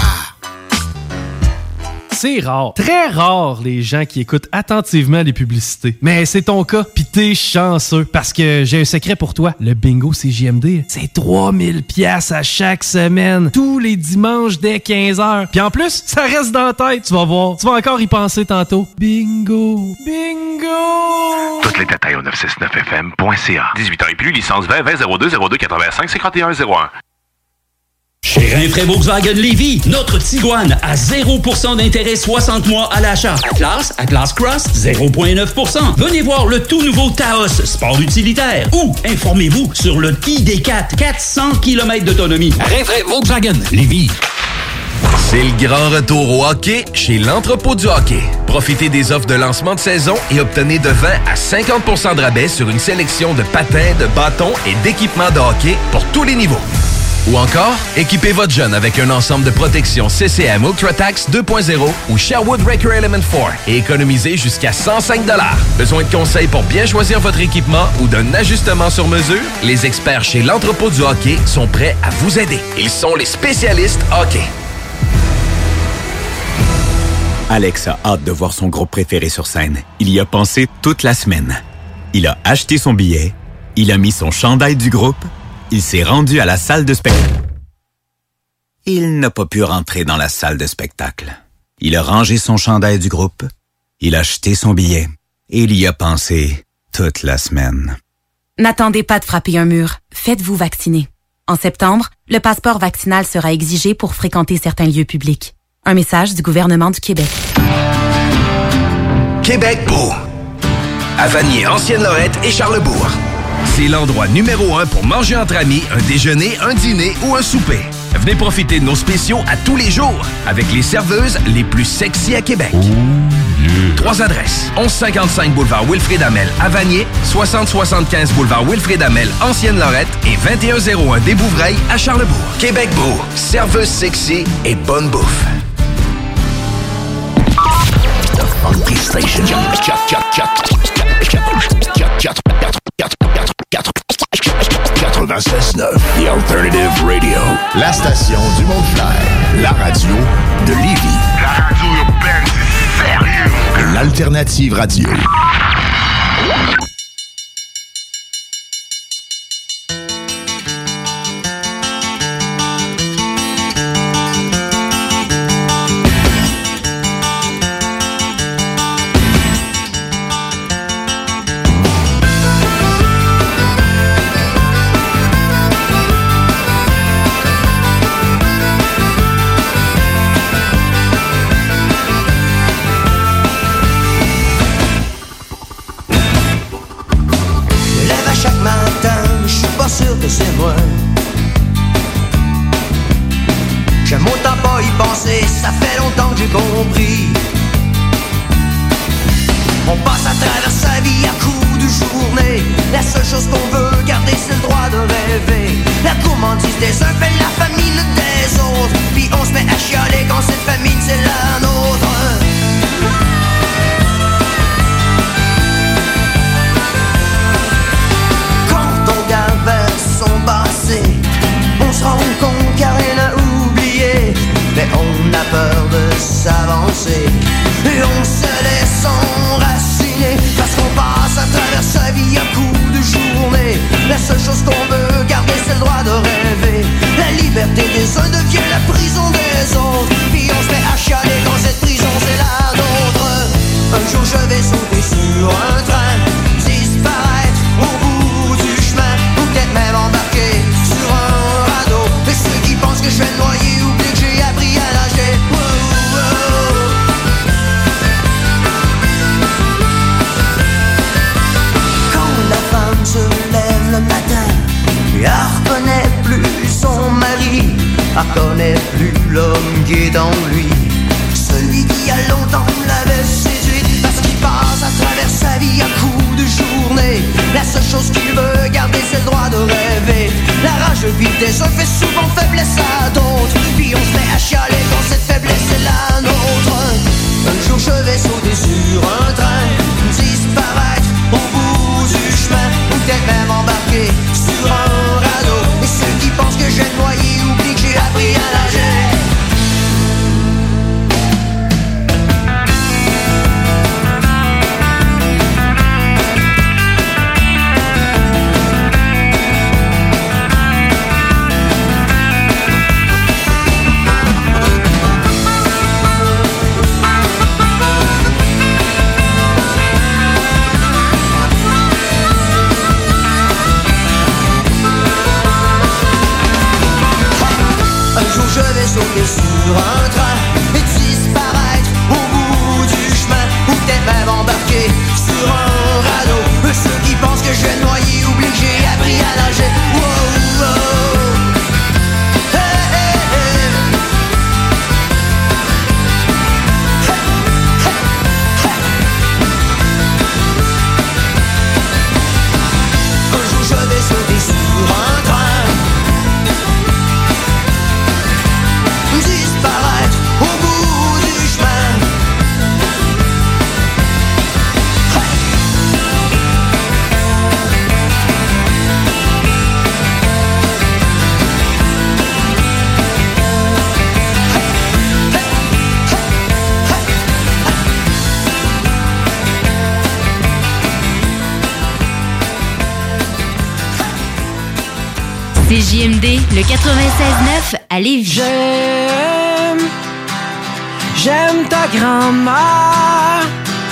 C'est rare, très rare les gens qui écoutent attentivement les publicités. Mais c'est ton cas, pis t'es chanceux. Parce que j'ai un secret pour toi. Le bingo C J M D, c'est trois mille piastres à chaque semaine. Tous les dimanches dès quinze heures. Puis en plus, ça reste dans la tête, tu vas voir. Tu vas encore y penser tantôt. Bingo! Bingo! Toutes les détails au neuf cent soixante-neuf F M point C A. dix-huit ans et plus, licence vingt vingt zéro deux zéro deux quatre-vingt-cinq cinquante et un zéro un. Chez Rinfraie Volkswagen Lévis, notre Tiguan à zéro pour cent d'intérêt soixante mois à l'achat. Atlas, Atlas Cross, zéro virgule neuf pour cent. Venez voir le tout nouveau Taos, sport utilitaire. Ou informez-vous sur le I D quatre, quatre cents kilomètres d'autonomie. Rinfraie Volkswagen Lévis. C'est le grand retour au hockey chez l'Entrepôt du hockey. Profitez des offres de lancement de saison et obtenez de vingt à cinquante pour cent de rabais sur une sélection de patins, de bâtons et d'équipements de hockey pour tous les niveaux. Ou encore, équipez votre jeune avec un ensemble de protection C C M UltraTax deux point zéro ou Sherwood Record Element quatre et économisez jusqu'à cent cinq dollars. Besoin de conseils pour bien choisir votre équipement ou d'un ajustement sur mesure? Les experts chez l'Entrepôt du hockey sont prêts à vous aider. Ils sont les spécialistes hockey. Alex a hâte de voir son groupe préféré sur scène. Il y a pensé toute la semaine. Il a acheté son billet, il a mis son chandail du groupe, il s'est rendu à la salle de spectacle. Il n'a pas pu rentrer dans la salle de spectacle. Il a rangé son chandail du groupe, il a acheté son billet et il y a pensé toute la semaine. N'attendez pas de frapper un mur. Faites-vous vacciner. En septembre, le passeport vaccinal sera exigé pour fréquenter certains lieux publics. Un message du gouvernement du Québec. Québec beau. À Vanier, Ancienne-Lorette et Charlebourg. C'est l'endroit numéro un pour manger entre amis, un déjeuner, un dîner ou un souper. Venez profiter de nos spéciaux à tous les jours avec les serveuses les plus sexy à Québec. Oh yeah. Trois adresses. onze cinquante-cinq boulevard Wilfrid Hamel à Vanier, soixante soixante-quinze boulevard Wilfrid Hamel, Ancienne-Lorette et vingt et un zéro un des Bouvrailles à Charlebourg. Québec beau, serveuse sexy et bonne bouffe. The Funky Station. quatre-vingt-seize neuf The Alternative Radio. La station du Mont-Clair. La radio de Lévis. La radio urbaine, c'est sérieux. L'Alternative Radio. les uns devient la prison des autres. Puis on se met à chialer quand cette prison c'est la nôtre. Un jour je vais sauter sur un train, disparaître au bout du chemin, ou peut-être même embarquer sur un radeau. Et ceux qui pensent que je vais me noyer oublient que j'ai appris à nager. Wow, wow. Quand la femme se lève le matin, elle reconnaît plus son mari, elle reconnaît plus l'homme qui est en lui, celui qui a longtemps l'avait séduite, parce qu'il passe à travers sa vie à coups de journée. La seule chose qu'il veut garder c'est le droit de rêver. La rage vive des uns fait souvent faiblesse à d'autres, puis on se met à chialer quand cette faiblesse est la nôtre. Un jour je vais sauter sur un train, disparaître au bout du chemin, ou peut-être même embarquer sur un radeau. Et ceux qui pensent que je vais me noyer oublient que j'ai appris à nager. Je vais sauter sur un train et disparaître au bout du chemin, ou peut-être même embarquer sur un radeau. Ceux qui pensent que je vais me noyer oublient que j'ai appris à nager. Wow, wow. Hey, hey, hey. Hey, hey, hey. Un jour je vais sauter sur un train, disparaître au bout du chemin. C J M D, le quatre-vingt-seize neuf à Lévis. J'aime, j'aime ta grand-mère.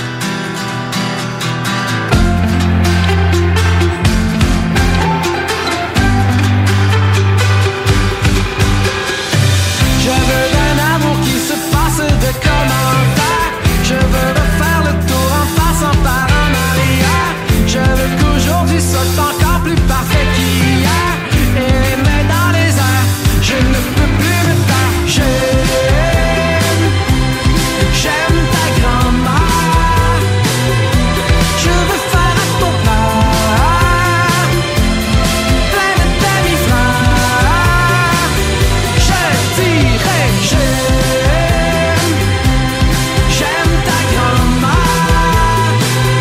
Je veux un amour qui se passe de commentaires. Je veux refaire le tour en passant par en arrière. Je veux qu'aujourd'hui soit encore plus parfait qu'hier. Et les mains dans les airs, je ne peux plus me taire. J'aime, j'aime ta grand-mère. Je veux faire à ton père plein de demi-frères. Je dirais j'aime, j'aime ta grand-mère.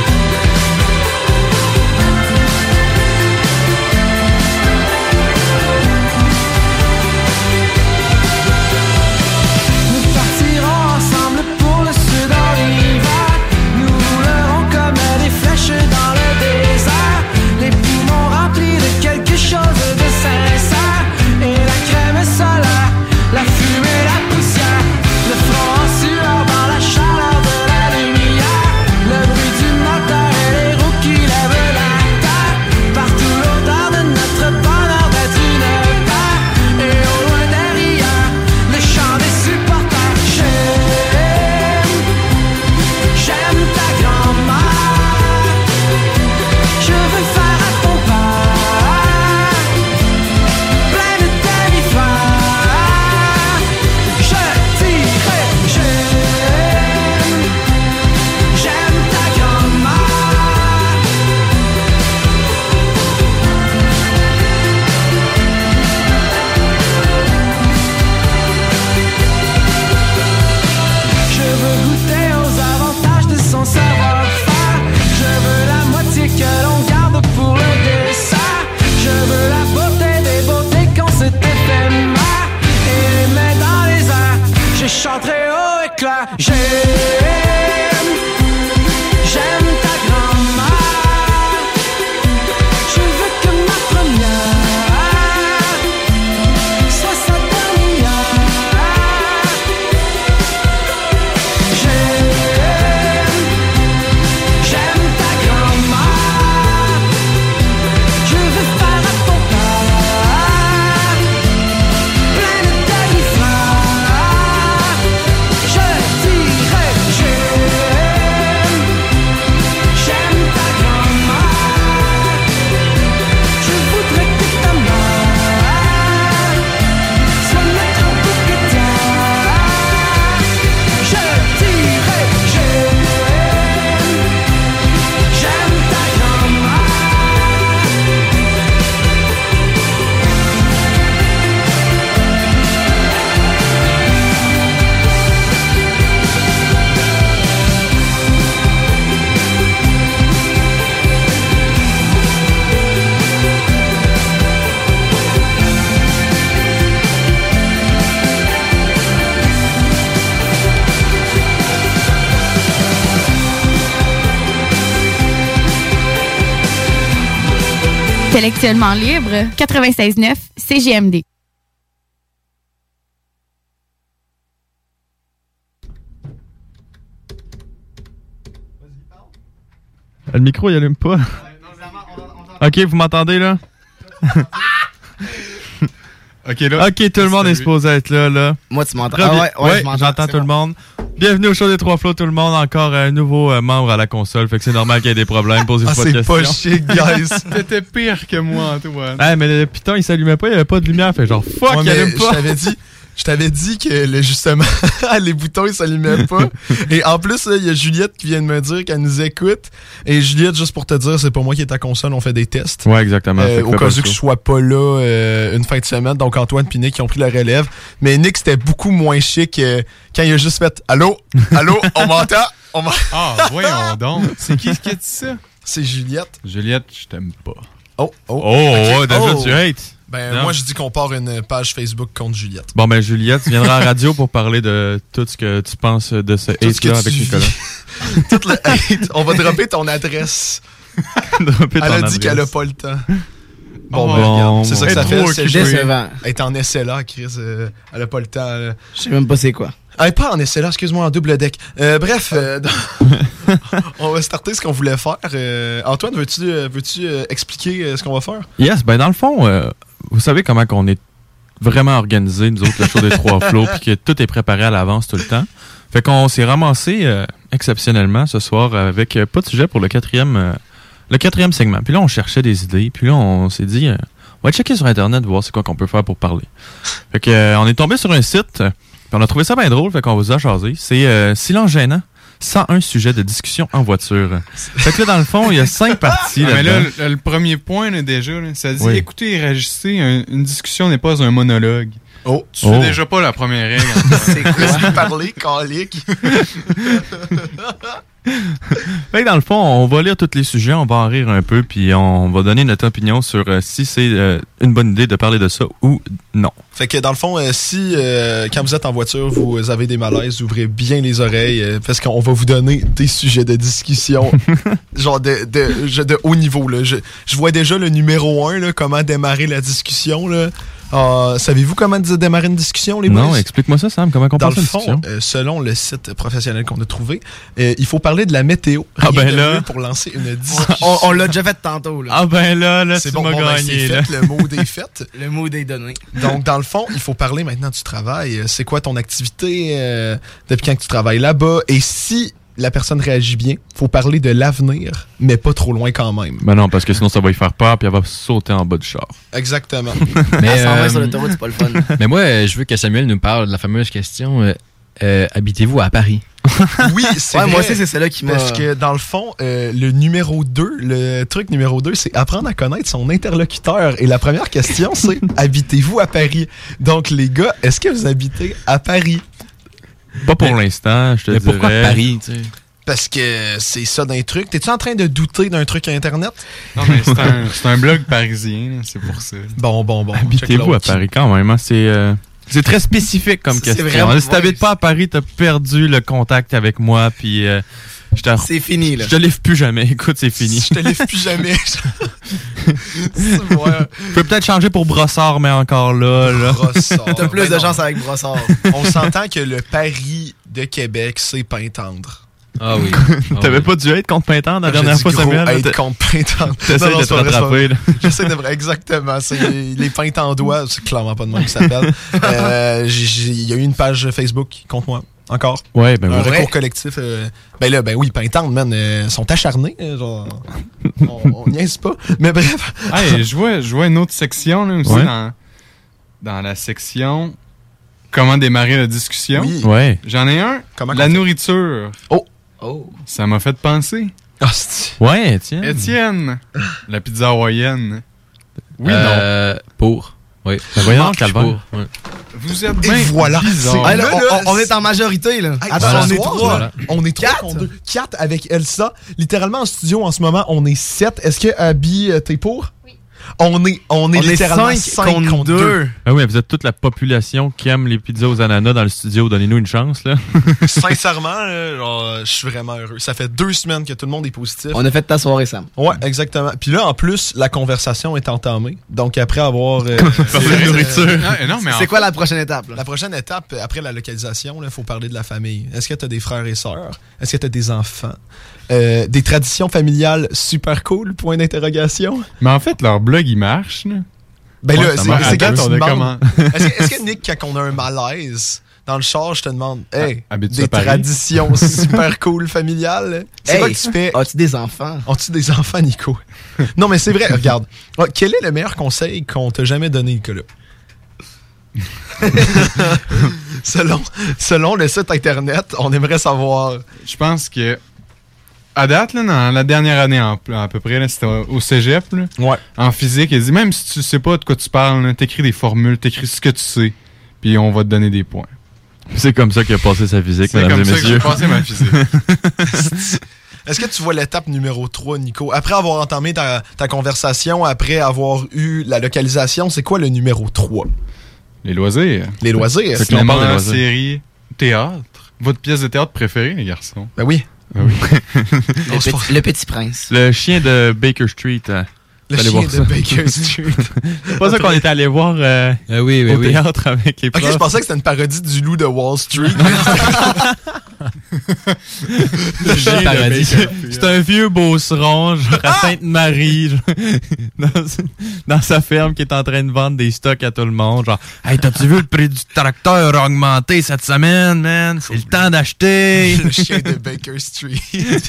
Nous partirons ensemble pour le sud en hiver. Nous roulerons comme des flèches dans le désert, les poumons remplis de quelque chose de sincère. Et la crème solaire, la fumée, la poussière, le front en sueur dans la chaleur de la lumière, le bruit du moteur et les roues qui lèvent la terre. Partout l'odeur de notre bonheur d'être une paire. Et au loin derrière, le chant des supporters. J'aime, j'aime ta grand-mère. Je veux faire à ton père plein de demi-frères. Je dirais j'aime, j'aime ta grand-mère. Je veux goûter aux avantages de son savoir-faire. Je veux la moitié que l'on garde pour le dessert. Je veux la beauté des beautés quand c'est éphémère. Et les mains dans les airs, je chanterai haut et clair. J'aime, j'aime ta grand-mère. Je veux que ma première soit sa dernière. Intellectuellement libre, quatre-vingt-seize neuf C G M D. Le micro, il allume pas. Ok, vous m'entendez là? ok, là. Ok, tout le monde est supposé être là, là. Moi, tu m'entends? Très Ah bien. ouais, ouais, Ouais, je m'entends, j'entends c'est tout le bon. monde. Bienvenue au show des Trois Flots, tout le monde. Encore un nouveau euh, membre à la console. Fait que c'est normal qu'il y ait des problèmes. Posez-vous Ah, pas de c'est questions. pas chic, guys. T'étais pire que moi, Antoine. Ah, mais le piton, il s'allumait pas. Il y avait pas de lumière. Fait genre, fuck, Ouais, il mais allume pas. Je t'avais dit. Je t'avais dit que le, justement, les boutons ils s'allumaient pas. Et en plus, il y a Juliette qui vient de me dire qu'elle nous écoute. Et Juliette, juste pour te dire, c'est pas moi qui est à console, on fait des tests. Ouais, exactement. Euh, Fait que au fais cas pas où le que je show. sois pas là euh, une fin de semaine. Donc Antoine et Nick qui ont pris la relève. Mais Nick, c'était beaucoup moins chic euh, quand il a juste fait « Allô? Allô? On m'entend? On m'entend? » Ah, voyons donc. C'est qui qui a dit ça? C'est Juliette. Juliette, je t'aime pas. Oh, oh. Oh, Ok. ouais, déjà Oh. tu hates. Ben, Non. moi, je dis qu'on part une page Facebook contre Juliette. Bon, ben, Juliette, tu viendras à la radio pour parler de tout ce que tu penses de ce Tout ce que hate-là tu avec vis. Nicolas. Tout le hate. On va dropper ton adresse. Dropper Elle ton a adresse. dit qu'elle a pas le temps. Bon, Bon, bon, ben, regarde, c'est bon. ça que ça Elle est fait. trop c'est occupée. jouer. Décevant. Elle est en essai là, Chris. euh, elle a pas le temps. euh. Je sais même pas c'est quoi. Elle est pas en essai là, excuse-moi, en double deck. Euh, bref, euh, on va starter ce qu'on voulait faire. Euh, Antoine, veux-tu euh, veux-tu euh, expliquer euh, ce qu'on va faire? Yes, ben, dans le fond, euh, vous savez comment qu'on est vraiment organisé, nous autres, le show des Trois Flots, puis que tout est préparé à l'avance tout le temps. Fait qu'on s'est ramassé euh, exceptionnellement ce soir avec euh, pas de sujet pour le quatrième, euh, le quatrième segment. Puis là, on cherchait des idées, puis là, on s'est dit, euh, on va checker sur Internet, voir c'est quoi qu'on peut faire pour parler. Fait que, euh, on est tombé sur un site, euh, puis on a trouvé ça bien drôle, fait qu'on vous a jasé. C'est euh, Silence gênant, cent un sujets de discussion en voiture. Fait que là, dans le fond, il y a cinq parties. Ah, mais là, là-dedans. le, le premier point, là, déjà, là, ça dit Oui. écoutez et réagissez, un- une discussion n'est pas un monologue. Oh, tu Oh. fais déjà pas la première règle. C'est quoi? Parler, calique. Fait que dans le fond, on va lire tous les sujets, on va en rire un peu, puis on va donner notre opinion sur euh, si c'est euh, une bonne idée de parler de ça ou non. Fait que dans le fond, euh, si euh, quand vous êtes en voiture, vous avez des malaises, ouvrez bien les oreilles euh, parce qu'on va vous donner des sujets de discussion genre de, de, je- de haut niveau. Là. Je, je vois déjà le numéro un, là, comment démarrer la discussion. Là. Euh, savez-vous comment d- démarrer une discussion, les boys? Non, explique-moi ça, Sam, comment on Dans passe le une fond, discussion? euh, selon le site professionnel qu'on a trouvé, euh, il faut parler de la météo. Ah Rien ben de là. mieux pour lancer une discussion. On, on l'a déjà fait tantôt. Là. Ah ben là, là, C'est tu bon, m'as bon, ben, gagné. c'est là. fait, le mood est fait. Le mood est donné. Donc, dans le fond, il faut parler maintenant du travail. Euh, C'est quoi ton activité? euh, depuis quand que tu travailles là-bas? Et si la personne réagit bien, faut parler de l'avenir, mais pas trop loin quand même. Ben non, parce que sinon ça va y faire peur, puis elle va sauter en bas du char. Exactement. Mais, cent vingt euh, sur l'autoroute, c'est pas le fun. mais moi, euh, je veux que Samuel nous parle de la fameuse question euh, euh, habitez-vous à Paris? Oui, c'est Ouais, vrai. moi aussi, c'est celle-là qui m'a- Parce que, dans le fond, euh, le numéro deux, le truc numéro deux, c'est apprendre à connaître son interlocuteur. Et la première question, c'est habitez-vous à Paris? Donc, les gars, est-ce que vous habitez à Paris? Pas pour l'instant, je te Mais dirais. pourquoi Paris, tu sais? Parce que c'est ça d'un truc. T'es-tu en train de douter d'un truc à Internet? Non, mais c'est un, c'est un blog parisien, là, c'est pour ça. Bon, bon, bon. Habitez-vous à Paris quand même, hein, c'est... euh, C'est très spécifique comme C'est question. vraiment- Si t'habites pas à Paris, t'as perdu le contact avec moi, puis euh, je te... C'est fini, là. Je te livre plus jamais. Écoute, c'est fini. Je te livre plus jamais. Je peux peut-être changer pour Brossard, mais encore là, là. Brossard. T'as plus Ben de non. chance avec Brossard. On s'entend que le Paris de Québec, c'est Pintendre. Ah oui. T'avais pas dû être contre Pintendre la dernière fois, Samuel? là, être t'as- contre Pintendre. T'essayes Non, non, de c'est te pas vrai, c'est pas rattraper, vrai. là. J'essaie de... Exactement. C'est les, les Pintandois. C'est clairement pas de même qui s'appelle. Euh, j'ai- j'ai- Il y a eu une page Facebook contre moi. Encore. Ouais, ben Un oui. recours vrai? collectif. euh, ben là, ben oui, Pintendre, man, euh, sont acharnés. euh, genre, on, on niaise pas. Mais bref. Hey, je vois, je vois une autre section là, aussi Ouais. dans, dans la section comment démarrer la discussion. Oui. Ouais. J'en ai un. Comment la qu'on fait? nourriture. Oh. Oh. Ça m'a fait penser. Ah, c'est- Ouais, tiens. Étienne, la pizza hawaïenne. Oui, Euh, Pour. Oui. Ben voyons, Marc, Calvaire. pour. Ouais. non. Vous êtes Et bien voilà. bizarre. Ah, là, Là, on, là, on- on est en majorité, là. Hey, Attends, ce on est soir, trois. là, on est trois Quatre. contre deux. Quatre avec Elsa. Littéralement en studio en ce moment, on est sept. Est-ce que Abby, euh, t'es pour? Oui. On est, on est On est littéralement cinq cinq contre contre deux. deux. Ah oui, vous êtes toute la population qui aime les pizzas aux ananas dans le studio. Donnez-nous une chance, là. Sincèrement, là, genre, je suis vraiment heureux. Ça fait deux semaines que tout le monde est positif. On a fait ta soirée, Sam. Ouais, exactement. Puis là, en plus, la conversation est entamée. Donc, après avoir... Euh, Parler de nourriture. euh, non, mais C'est en quoi fait- la prochaine étape, là? La prochaine étape, après la localisation, il faut parler de la famille. Est-ce que tu as des frères et sœurs? Est-ce que tu as des enfants? Euh, des traditions familiales super cool? Point d'interrogation. Mais en fait, leur blog, il marche. Là. Ben Ouais, là, ça c'est marche. c'est quand À date, tu on est demandes... comment? Est-ce que, est-ce que, Nick, quand on a un malaise dans le char, je te demande, hey, Ah, habites-tu des à Paris? traditions super cool familiales? C'est Hey, quoi que tu fais? As-tu des enfants? As-tu des enfants, Nico? Non, mais c'est vrai, regarde. Ouais, quel est le meilleur conseil qu'on t'a jamais donné, Nicolas? selon, selon le site internet, on aimerait savoir. Je pense que à date, là, dans la dernière année en, à peu près, là, c'était au au cégep, là, ouais. en physique, il dit même si tu sais pas de quoi tu parles, là, t'écris des formules, t'écris ce que tu sais, puis on va te donner des points. C'est comme ça qu'il a passé sa physique, C'est mesdames comme et ça que messieurs. j'ai passé ma physique. Est-ce que tu vois l'étape numéro trois, Nico? Après avoir entamé ta, ta conversation, après avoir eu la localisation, c'est quoi le numéro trois? Les loisirs. Les loisirs. C'est On parle cinéma, des loisirs. série, théâtre. Votre pièce de théâtre préférée, les garçons? Ben oui. Ben oui. Le, petit, le Petit Prince. Le chien de Baker Street. hein. Le Allez chien voir de ça. Baker Street. C'est pas ça qu'on était allé voir euh, oui, oui, au oui. théâtre avec les Ok, profs. je pensais que c'était une parodie du loup de Wall Street. Le chien de paradis. Baker Street. C'est un vieux beauceron, genre à Sainte-Marie, genre, dans, dans sa ferme qui est en train de vendre des stocks à tout le monde. Genre, hey, t'as-tu vu le prix du tracteur a augmenté cette semaine, man? C'est le temps d'acheter. Le chien de Baker Street.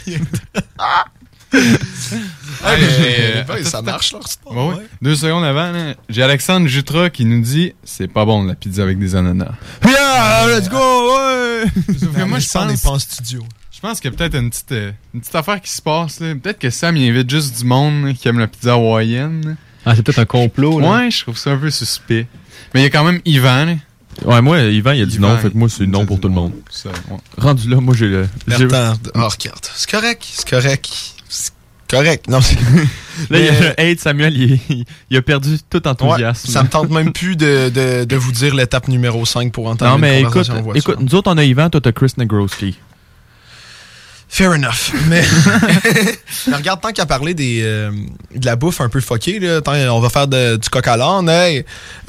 Ah, mais, j'ai, euh, euh, ben, ça attends, marche, leur sport. Ouais, ouais. ouais. Deux secondes avant, là, j'ai Alexandre Jutra qui nous dit c'est pas bon la pizza avec des ananas. Yeah, let's go, ouais! Sauf que moi, je on n'est pense, pas en studio. je pense qu'il y a peut-être une petite, euh, une petite affaire qui se passe. Là. Peut-être que Sam il invite juste du monde là, qui aime la pizza hawaïenne. Ah, c'est peut-être un complot, là. Ouais, je trouve ça un peu suspect. Mais il y a quand même Yvan. Là. Ouais, moi, Yvan, il a dit Yvan, non, fait que moi, c'est il non dit pour tout le non. monde. Ça, ouais. Rendu là, moi, j'ai le. j'ai- Attends, oh, regarde. C'est correct, c'est correct. C'est correct. Non, c'est... Là, il y a Mais- le hate, Samuel, il, il- il a perdu tout enthousiasme. Ouais, ça me tente même plus de, de, de vous dire l'étape numéro cinq pour entendre Non, une mais écoute, conversation en voiture. écoute, nous autres, on a Yvan, toi, t'as Chris Negroski. Fair enough. Mais, mais regarde, tant qu'à parler des, euh, de la bouffe un peu fuckée, là, tant, on va faire de- du coq à l'âne. Hey,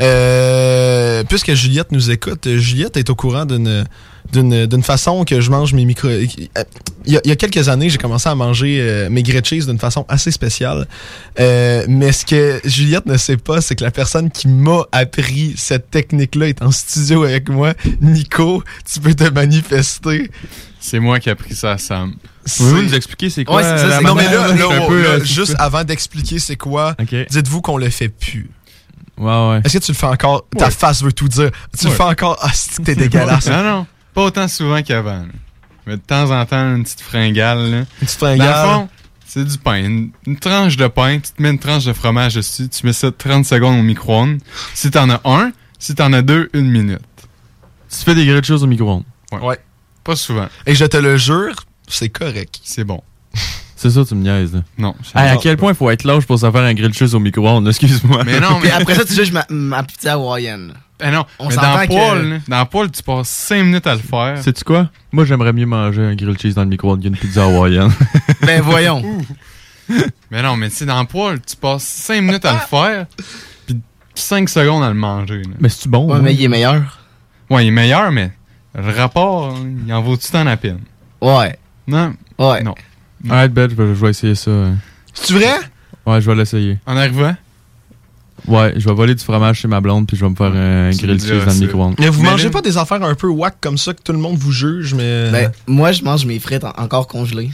euh, puisque Juliette nous écoute, Juliette est au courant d'une d'une d'une façon que je mange mes micro... Il y a, il y a quelques années, j'ai commencé à manger euh, mes grilled cheese d'une façon assez spéciale. Euh, mais ce que Juliette ne sait pas, c'est que la personne qui m'a appris cette technique-là est en studio avec moi. Nico, tu peux te manifester. C'est moi qui ai appris ça à Sam. Pouvez-vous nous expliquer c'est quoi? Ouais, c'est ça, la c'est- Non, mais manière, là, je là, suis un oh, peu, là, euh, juste avant d'expliquer c'est quoi, Ok. dites-vous qu'on le fait plus. Ouais, ouais. Est-ce que tu le fais encore? Ta Ouais. face veut tout dire. Tu le Ouais. fais encore? Ah, c'est que t'es dégueulasse. Non, non. Pas autant souvent qu'avant. là. Mais de temps en temps, une petite fringale. Là. Une petite Dans fringale. le fond, c'est du pain. Une, une tranche de pain, tu te mets une tranche de fromage dessus, tu mets ça trente secondes au micro-ondes. Si t'en as un, si t'en as deux, une minute. Tu fais des grilled cheese au micro-ondes. Ouais. Ouais. Pas souvent. Et je te le jure, c'est correct. C'est bon. C'est ça, tu me niaises, là. Non. Hey, à quel point il faut être lâche pour se faire un grilled cheese au micro-ondes, là, excuse-moi. Mais non, Puis mais. après ça, tu juges ma, ma pizza hawaïenne. Eh non, On mais s'entend dans le que- poêle, là, dans le poêle, tu passes cinq minutes à le faire. Sais-tu quoi? Moi, j'aimerais mieux manger un grilled cheese dans le micro-ondes qu'une pizza hawaïenne. Ben voyons. Mais non, mais tu sais, dans le poêle, tu passes cinq minutes à le faire, puis cinq secondes à le manger. Là. Mais c'est-tu bon? Ouais, hein? mais il est meilleur. Ouais, il est meilleur, mais le rapport, hein, il en vaut tout le temps la peine. Ouais. Non? Ouais. Non. Arrête, bête, je vais, je vais essayer ça. hein. C'est vrai? Ouais, je vais l'essayer. En arrivant? Ouais, je vais voler du fromage chez ma blonde, puis je vais me faire un Tu grilled me diras cheese dans le ça. micro-ondes. Mais vous Mais mangez là- pas des affaires un peu whack comme ça que tout le monde vous juge, mais. Ben, moi, je mange mes frites en- encore congelées.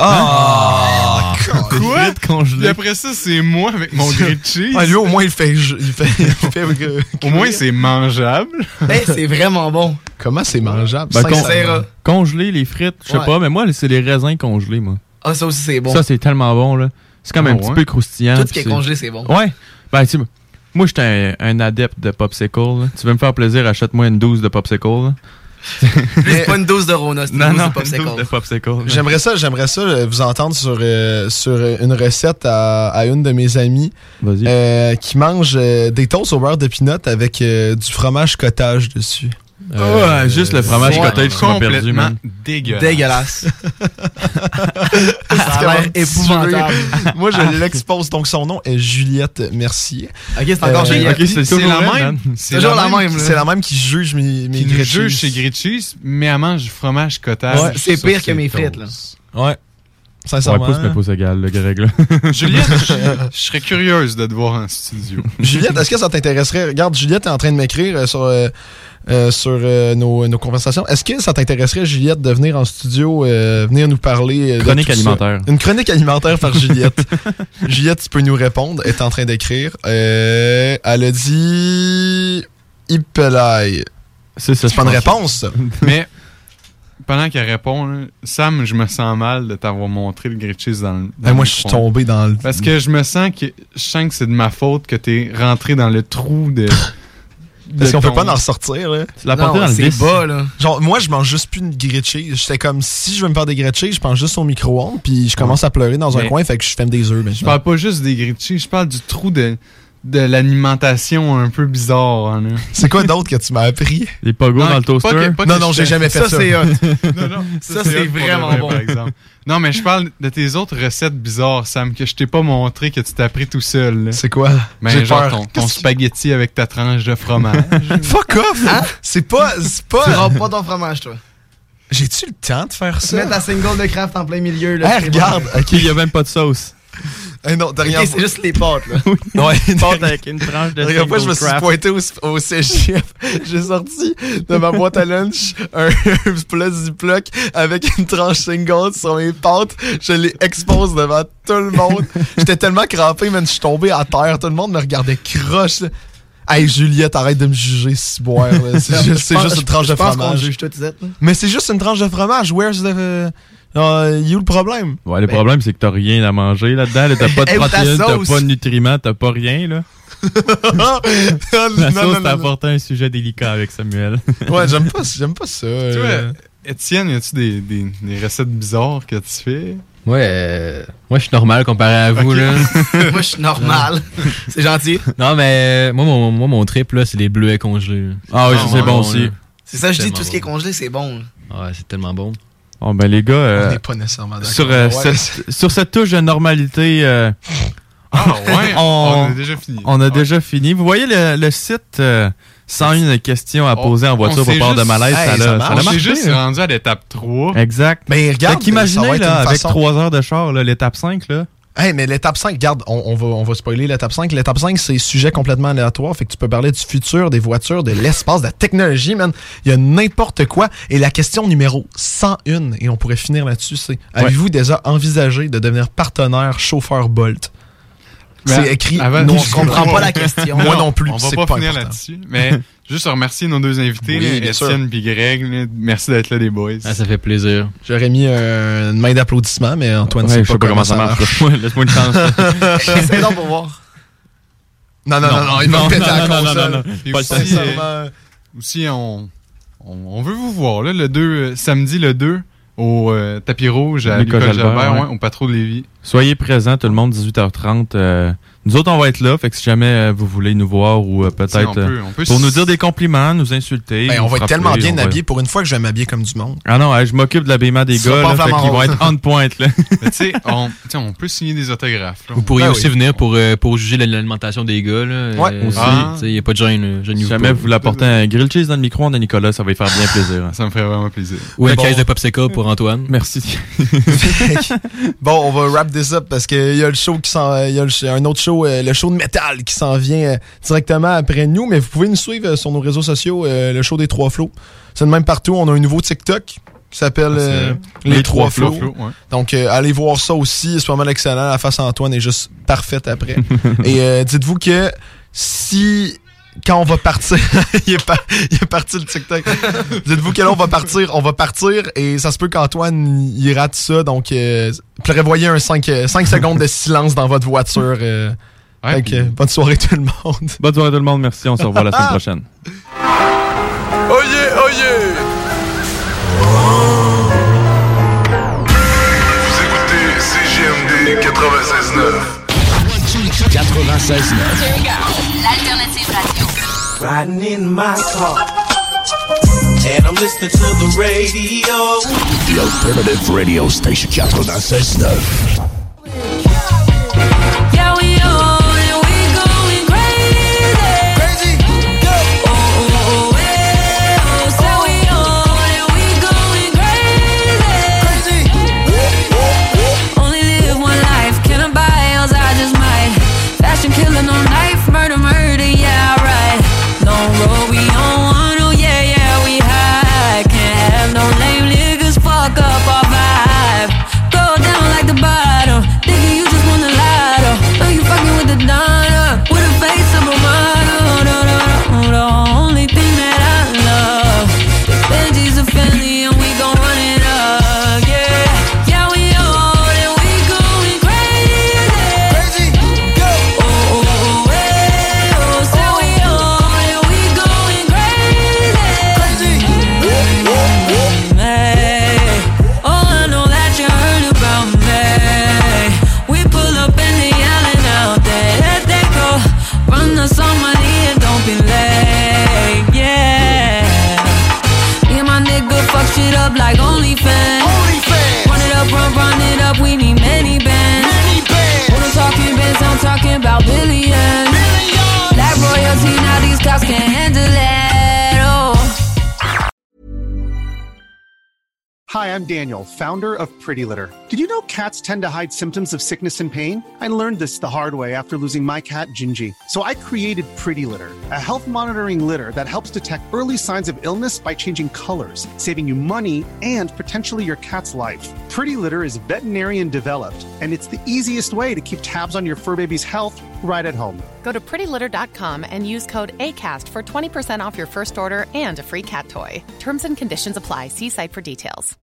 Ah! Quoi? Puis congelé. après ça, c'est moi avec mon grilled cheese. Ah, lui, au moins, il fait. Il fait, il fait euh, Au moins, c'est mangeable. Ben, c'est vraiment bon. Comment c'est mangeable? Ben, con- Sincèrement. Congeler les frites, je sais Ouais. pas, mais moi, c'est les raisins congelés, moi. Ah, ça aussi, c'est bon. Ça, c'est tellement bon, là. C'est comme Ah un petit ouais? peu croustillant. Tout ce puis qui est c'est- congelé, c'est bon. Ouais. Ben, tu sais, moi, j'étais un, un adepte de popsicle. là. Tu veux me faire plaisir, achète-moi une douze de popsicle. là. C'est pas une dose de Rona, c'est une Non, dose non, de popsicle. une dose de popsicle. J'aimerais ça, j'aimerais ça euh, vous entendre sur, euh, sur une recette à, à une de mes amies euh, qui mange euh, des toasts au beurre de pinot avec euh, du fromage cottage dessus. Euh, ouais, juste le fromage ouais, cottage qui m'a perdu, man. Dégueulasse. Dégueulasse. Ça a l'air épouvantable. Moi, je l'expose. Donc, son nom est Juliette Mercier. Ok, c'est encore Juliette. Okay, c'est, c'est la même. C'est toujours la même. C'est la même qui juge mes, mes qui grilled juge cheese. chez grilled cheese, mais elle mange du fromage cottage. Ouais, c'est pire que mes frites, là. Ouais. Sincèrement. Ouais, pouce, mais pouce égal, le Greg, là. Juliette, je, je serais curieuse de te voir en studio. Juliette, est-ce que ça t'intéresserait? Regarde, Juliette est en train de m'écrire euh, sur, euh, euh, sur euh, nos, nos conversations. Est-ce que ça t'intéresserait, Juliette, de venir en studio, euh, venir nous parler euh, de chronique tout alimentaire. Ça? Une chronique alimentaire par Juliette. Juliette, tu peux nous répondre. Elle est en train d'écrire. Euh, elle a dit... Ipelai. C'est, ça, c'est pas une réponse, ça. Mais... Pendant qu'elle répond, là, Sam, je me sens mal de t'avoir montré le grilled cheese dans le. Dans hey, moi, je suis tombé dans le. Parce que je me sens que. Je sens que c'est de ma faute que t'es rentré dans le trou de. Parce qu'on ton... peut pas en ressortir, là. Tu l'as porté dans le vis. Bas, là. Genre, moi, je mange juste plus de grilled cheese. J'étais comme, si je veux me faire des grilled cheese, je pense juste au micro-ondes, puis je commence à pleurer dans Mais un coin, fait que je fais des œufs. Je parle pas juste des grilled cheese, je parle du trou de. de l'alimentation un peu bizarre. Hein, c'est quoi d'autre que tu m'as appris? Les pogos dans le toaster? Pas que, pas non, non, j'ai jamais fait ça. Ça, c'est hot. non, non, ça, ça c'est, c'est vraiment vrai, bon. Par exemple. Non, mais je parle de tes autres recettes bizarres, Sam, que je t'ai pas montré, que tu t'as appris tout seul. Là. C'est quoi? Ben, j'ai genre peur. ton, ton spaghetti avec ta tranche de fromage. Fuck off! Hein? C'est pas... C'est pas... Tu rends pas ton fromage, toi. J'ai-tu le temps de faire ça? Mets ta single de craft en plein milieu. Là, hey, regarde! Ok, il y a même pas de sauce. Hey, non, derrière okay, c'est juste les pâtes, là. Ouais, une pâte avec une tranche de dernière fois, je me suis pointé au, au C G F. J'ai sorti de ma boîte à lunch un, un plat Ziploc avec une tranche single sur mes pâtes. Je les expose devant tout le monde. J'étais tellement crampé, man, je suis tombé à terre. Tout le monde me regardait croche. Là. Hey, Juliette, arrête de me juger, si boire. C'est juste, c'est juste une tranche de fromage. Juge toi, Tizette, mais c'est juste une tranche de fromage. Where's the... Uh, Uh, il y a où le problème? Ouais, le ben... problème, c'est que t'as rien à manger là-dedans. Là, t'as pas de hey, protéines, t'as pas de nutriments, t'as pas rien, là. non, La non, sauce non, t'a non, apporté un sujet délicat avec Samuel. Ouais, j'aime pas, j'aime pas ça. Tu vois, euh... Étienne, y a-tu des, des, des recettes bizarres que tu fais? Ouais, euh, moi, je suis normal comparé à vous, okay. là. Moi, je suis normal. C'est gentil. Non, mais moi, mon, moi, mon trip, là, c'est les bleuets congelés. Là. Ah oui, ah, c'est bon aussi. Là. C'est ça, je dis, tout ce qui est congelé, c'est bon. Ouais, c'est tellement bon. Bon, ben les gars, euh, on n'est pas nécessairement d'accord. Sur, euh, ouais. cette, sur cette touche de normalité, euh, ah ouais, on, on a déjà fini. On a ouais. déjà fini. Vous voyez le, le site euh, sans une question à poser on, en voiture pour part de malaise, hey, ça, ça, ça, ça marche. C'est juste hein. rendu à l'étape trois. Exact. Mais regarde, fait qu'imaginez là, avec façon... trois heures de char, là, l'étape cinq, là. Hey, mais l'étape cinq, regarde, on, on, va, on va spoiler l'étape cinq. L'étape cinq, c'est sujet complètement aléatoire. Fait que tu peux parler du futur, des voitures, de l'espace, de la technologie, man. Il y a n'importe quoi. Et la question numéro cent un, et on pourrait finir là-dessus, c'est ouais. Avez-vous déjà envisagé de devenir partenaire chauffeur Bolt? Ben, c'est écrit. Avant, non, je comprends pas la question. Moi non plus. On va c'est pas, pas finir important. là-dessus. Mais juste remercier nos deux invités, oui, là, Étienne et Greg. Là, merci d'être là, les boys. Ah, ça fait plaisir. J'aurais mis euh, une main d'applaudissement, mais Antoine, ouais, c'est je pas, sais pas comment ça marche. marche. Laisse-moi une chance. C'est donc pour voir. Non, non, non, non, non il va péter la console. Non, non, non. Pas aussi, euh, aussi on, on, on veut vous voir, là, le deux, euh, samedi le deux, au euh, tapis rouge à Lucas Jalbert, ouais. Ouais, au Patro de Lévis. Soyez présents, tout le monde, dix-huit heures trente. Euh, nous autres, on va être là. Fait que si jamais euh, vous voulez nous voir ou euh, peut-être on peut, on peut pour s- nous dire des compliments, nous insulter. Ben, nous on va être frapper, tellement bien va... habillés pour une fois que je vais m'habiller comme du monde. Ah non, ouais, je m'occupe de l'habillement des gars. Là, fait qu'ils vont être on point. Là. Mais tu sais, on, on peut signer des autographes. Là. Vous pourriez ben aussi oui. venir pour, euh, pour juger l'alimentation des gars. Là. Ouais, euh, aussi. Il n'y a pas de gêne. gêne Si jamais pas. vous voulez apporter un grilled cheese dans le micro-ondes à Nicolas, ça va lui faire bien plaisir. Ça me ferait vraiment plaisir. Ou une bon. caisse de popsicle pour Antoine. Merci. Bon, on va wrap this up parce qu'il y a le show qui s'en, il y a le, un autre show, euh, le show de métal qui s'en vient euh, directement après nous. Mais vous pouvez nous suivre euh, sur nos réseaux sociaux, euh, le show des Trois Flots. C'est de même partout. On a un nouveau TikTok qui s'appelle euh, Les, Les Trois Flots. Flots ouais. Donc, euh, allez voir ça aussi. C'est vraiment excellent. La face Antoine est juste parfaite après. Et euh, dites-vous que si... Quand on va partir, il, est pas, il est parti le TikTok. Dites-vous que là, on va partir, on va partir et ça se peut qu'Antoine, il rate ça. Donc, euh, prévoyez un cinq secondes de silence dans votre voiture. Euh, ouais, donc, euh, bonne soirée tout le monde. Bonne soirée tout le monde, merci. On se revoit la semaine prochaine. Oh yeah, oh yeah! quatre-vingt-seize neuf. L'alternative radio. Riding in my car, and I'm listening to the radio. The Alternative Radio Station quatre-vingt-seize neuf. Yeah, we on and we going crazy. Crazy, go. Oh, oh, oh, eh, oh, say we on and we going crazy. Crazy. Only live one life, can I buy else I just might. Fashion killer, no knife, murder, murder, yeah, right. Long road we on, oh yeah, yeah, we high. Can't have no lame niggas fuck up our vibe. Go down like the bottom, thinking you just wanna lie though. Know you fucking with the Donna, with a face of a model. No, no, no, the only thing that I love is Benji's a family and we gon' run it up, yeah. Yeah, we on and we going crazy. Crazy, go. Oh, oh, oh, eh, oh, say we on and we going crazy. Crazy, hey, oh, I know that you heard about me. We pull up and they yelling out there, let they go. Run us on money and don't be late, yeah. Me and my nigga fuck shit up like OnlyFans. OnlyFans. Run it up, run, run it up, we need many bands. Many bands. When I'm talking bands, I'm talking about billions. Billions. That royalty, now these cops can't handle it, oh. Hi, I'm Daniel, founder of Pretty Litter. Did you know cats tend to hide symptoms of sickness and pain? I learned this the hard way after losing my cat, Gingy. So I created Pretty Litter, a health monitoring litter that helps detect early signs of illness by changing colors, saving you money and potentially your cat's life. Pretty Litter is veterinarian developed, and it's the easiest way to keep tabs on your fur baby's health right at home. Go to pretty litter dot com and use code ACAST for twenty percent off your first order and a free cat toy. Terms and conditions apply. See site for details.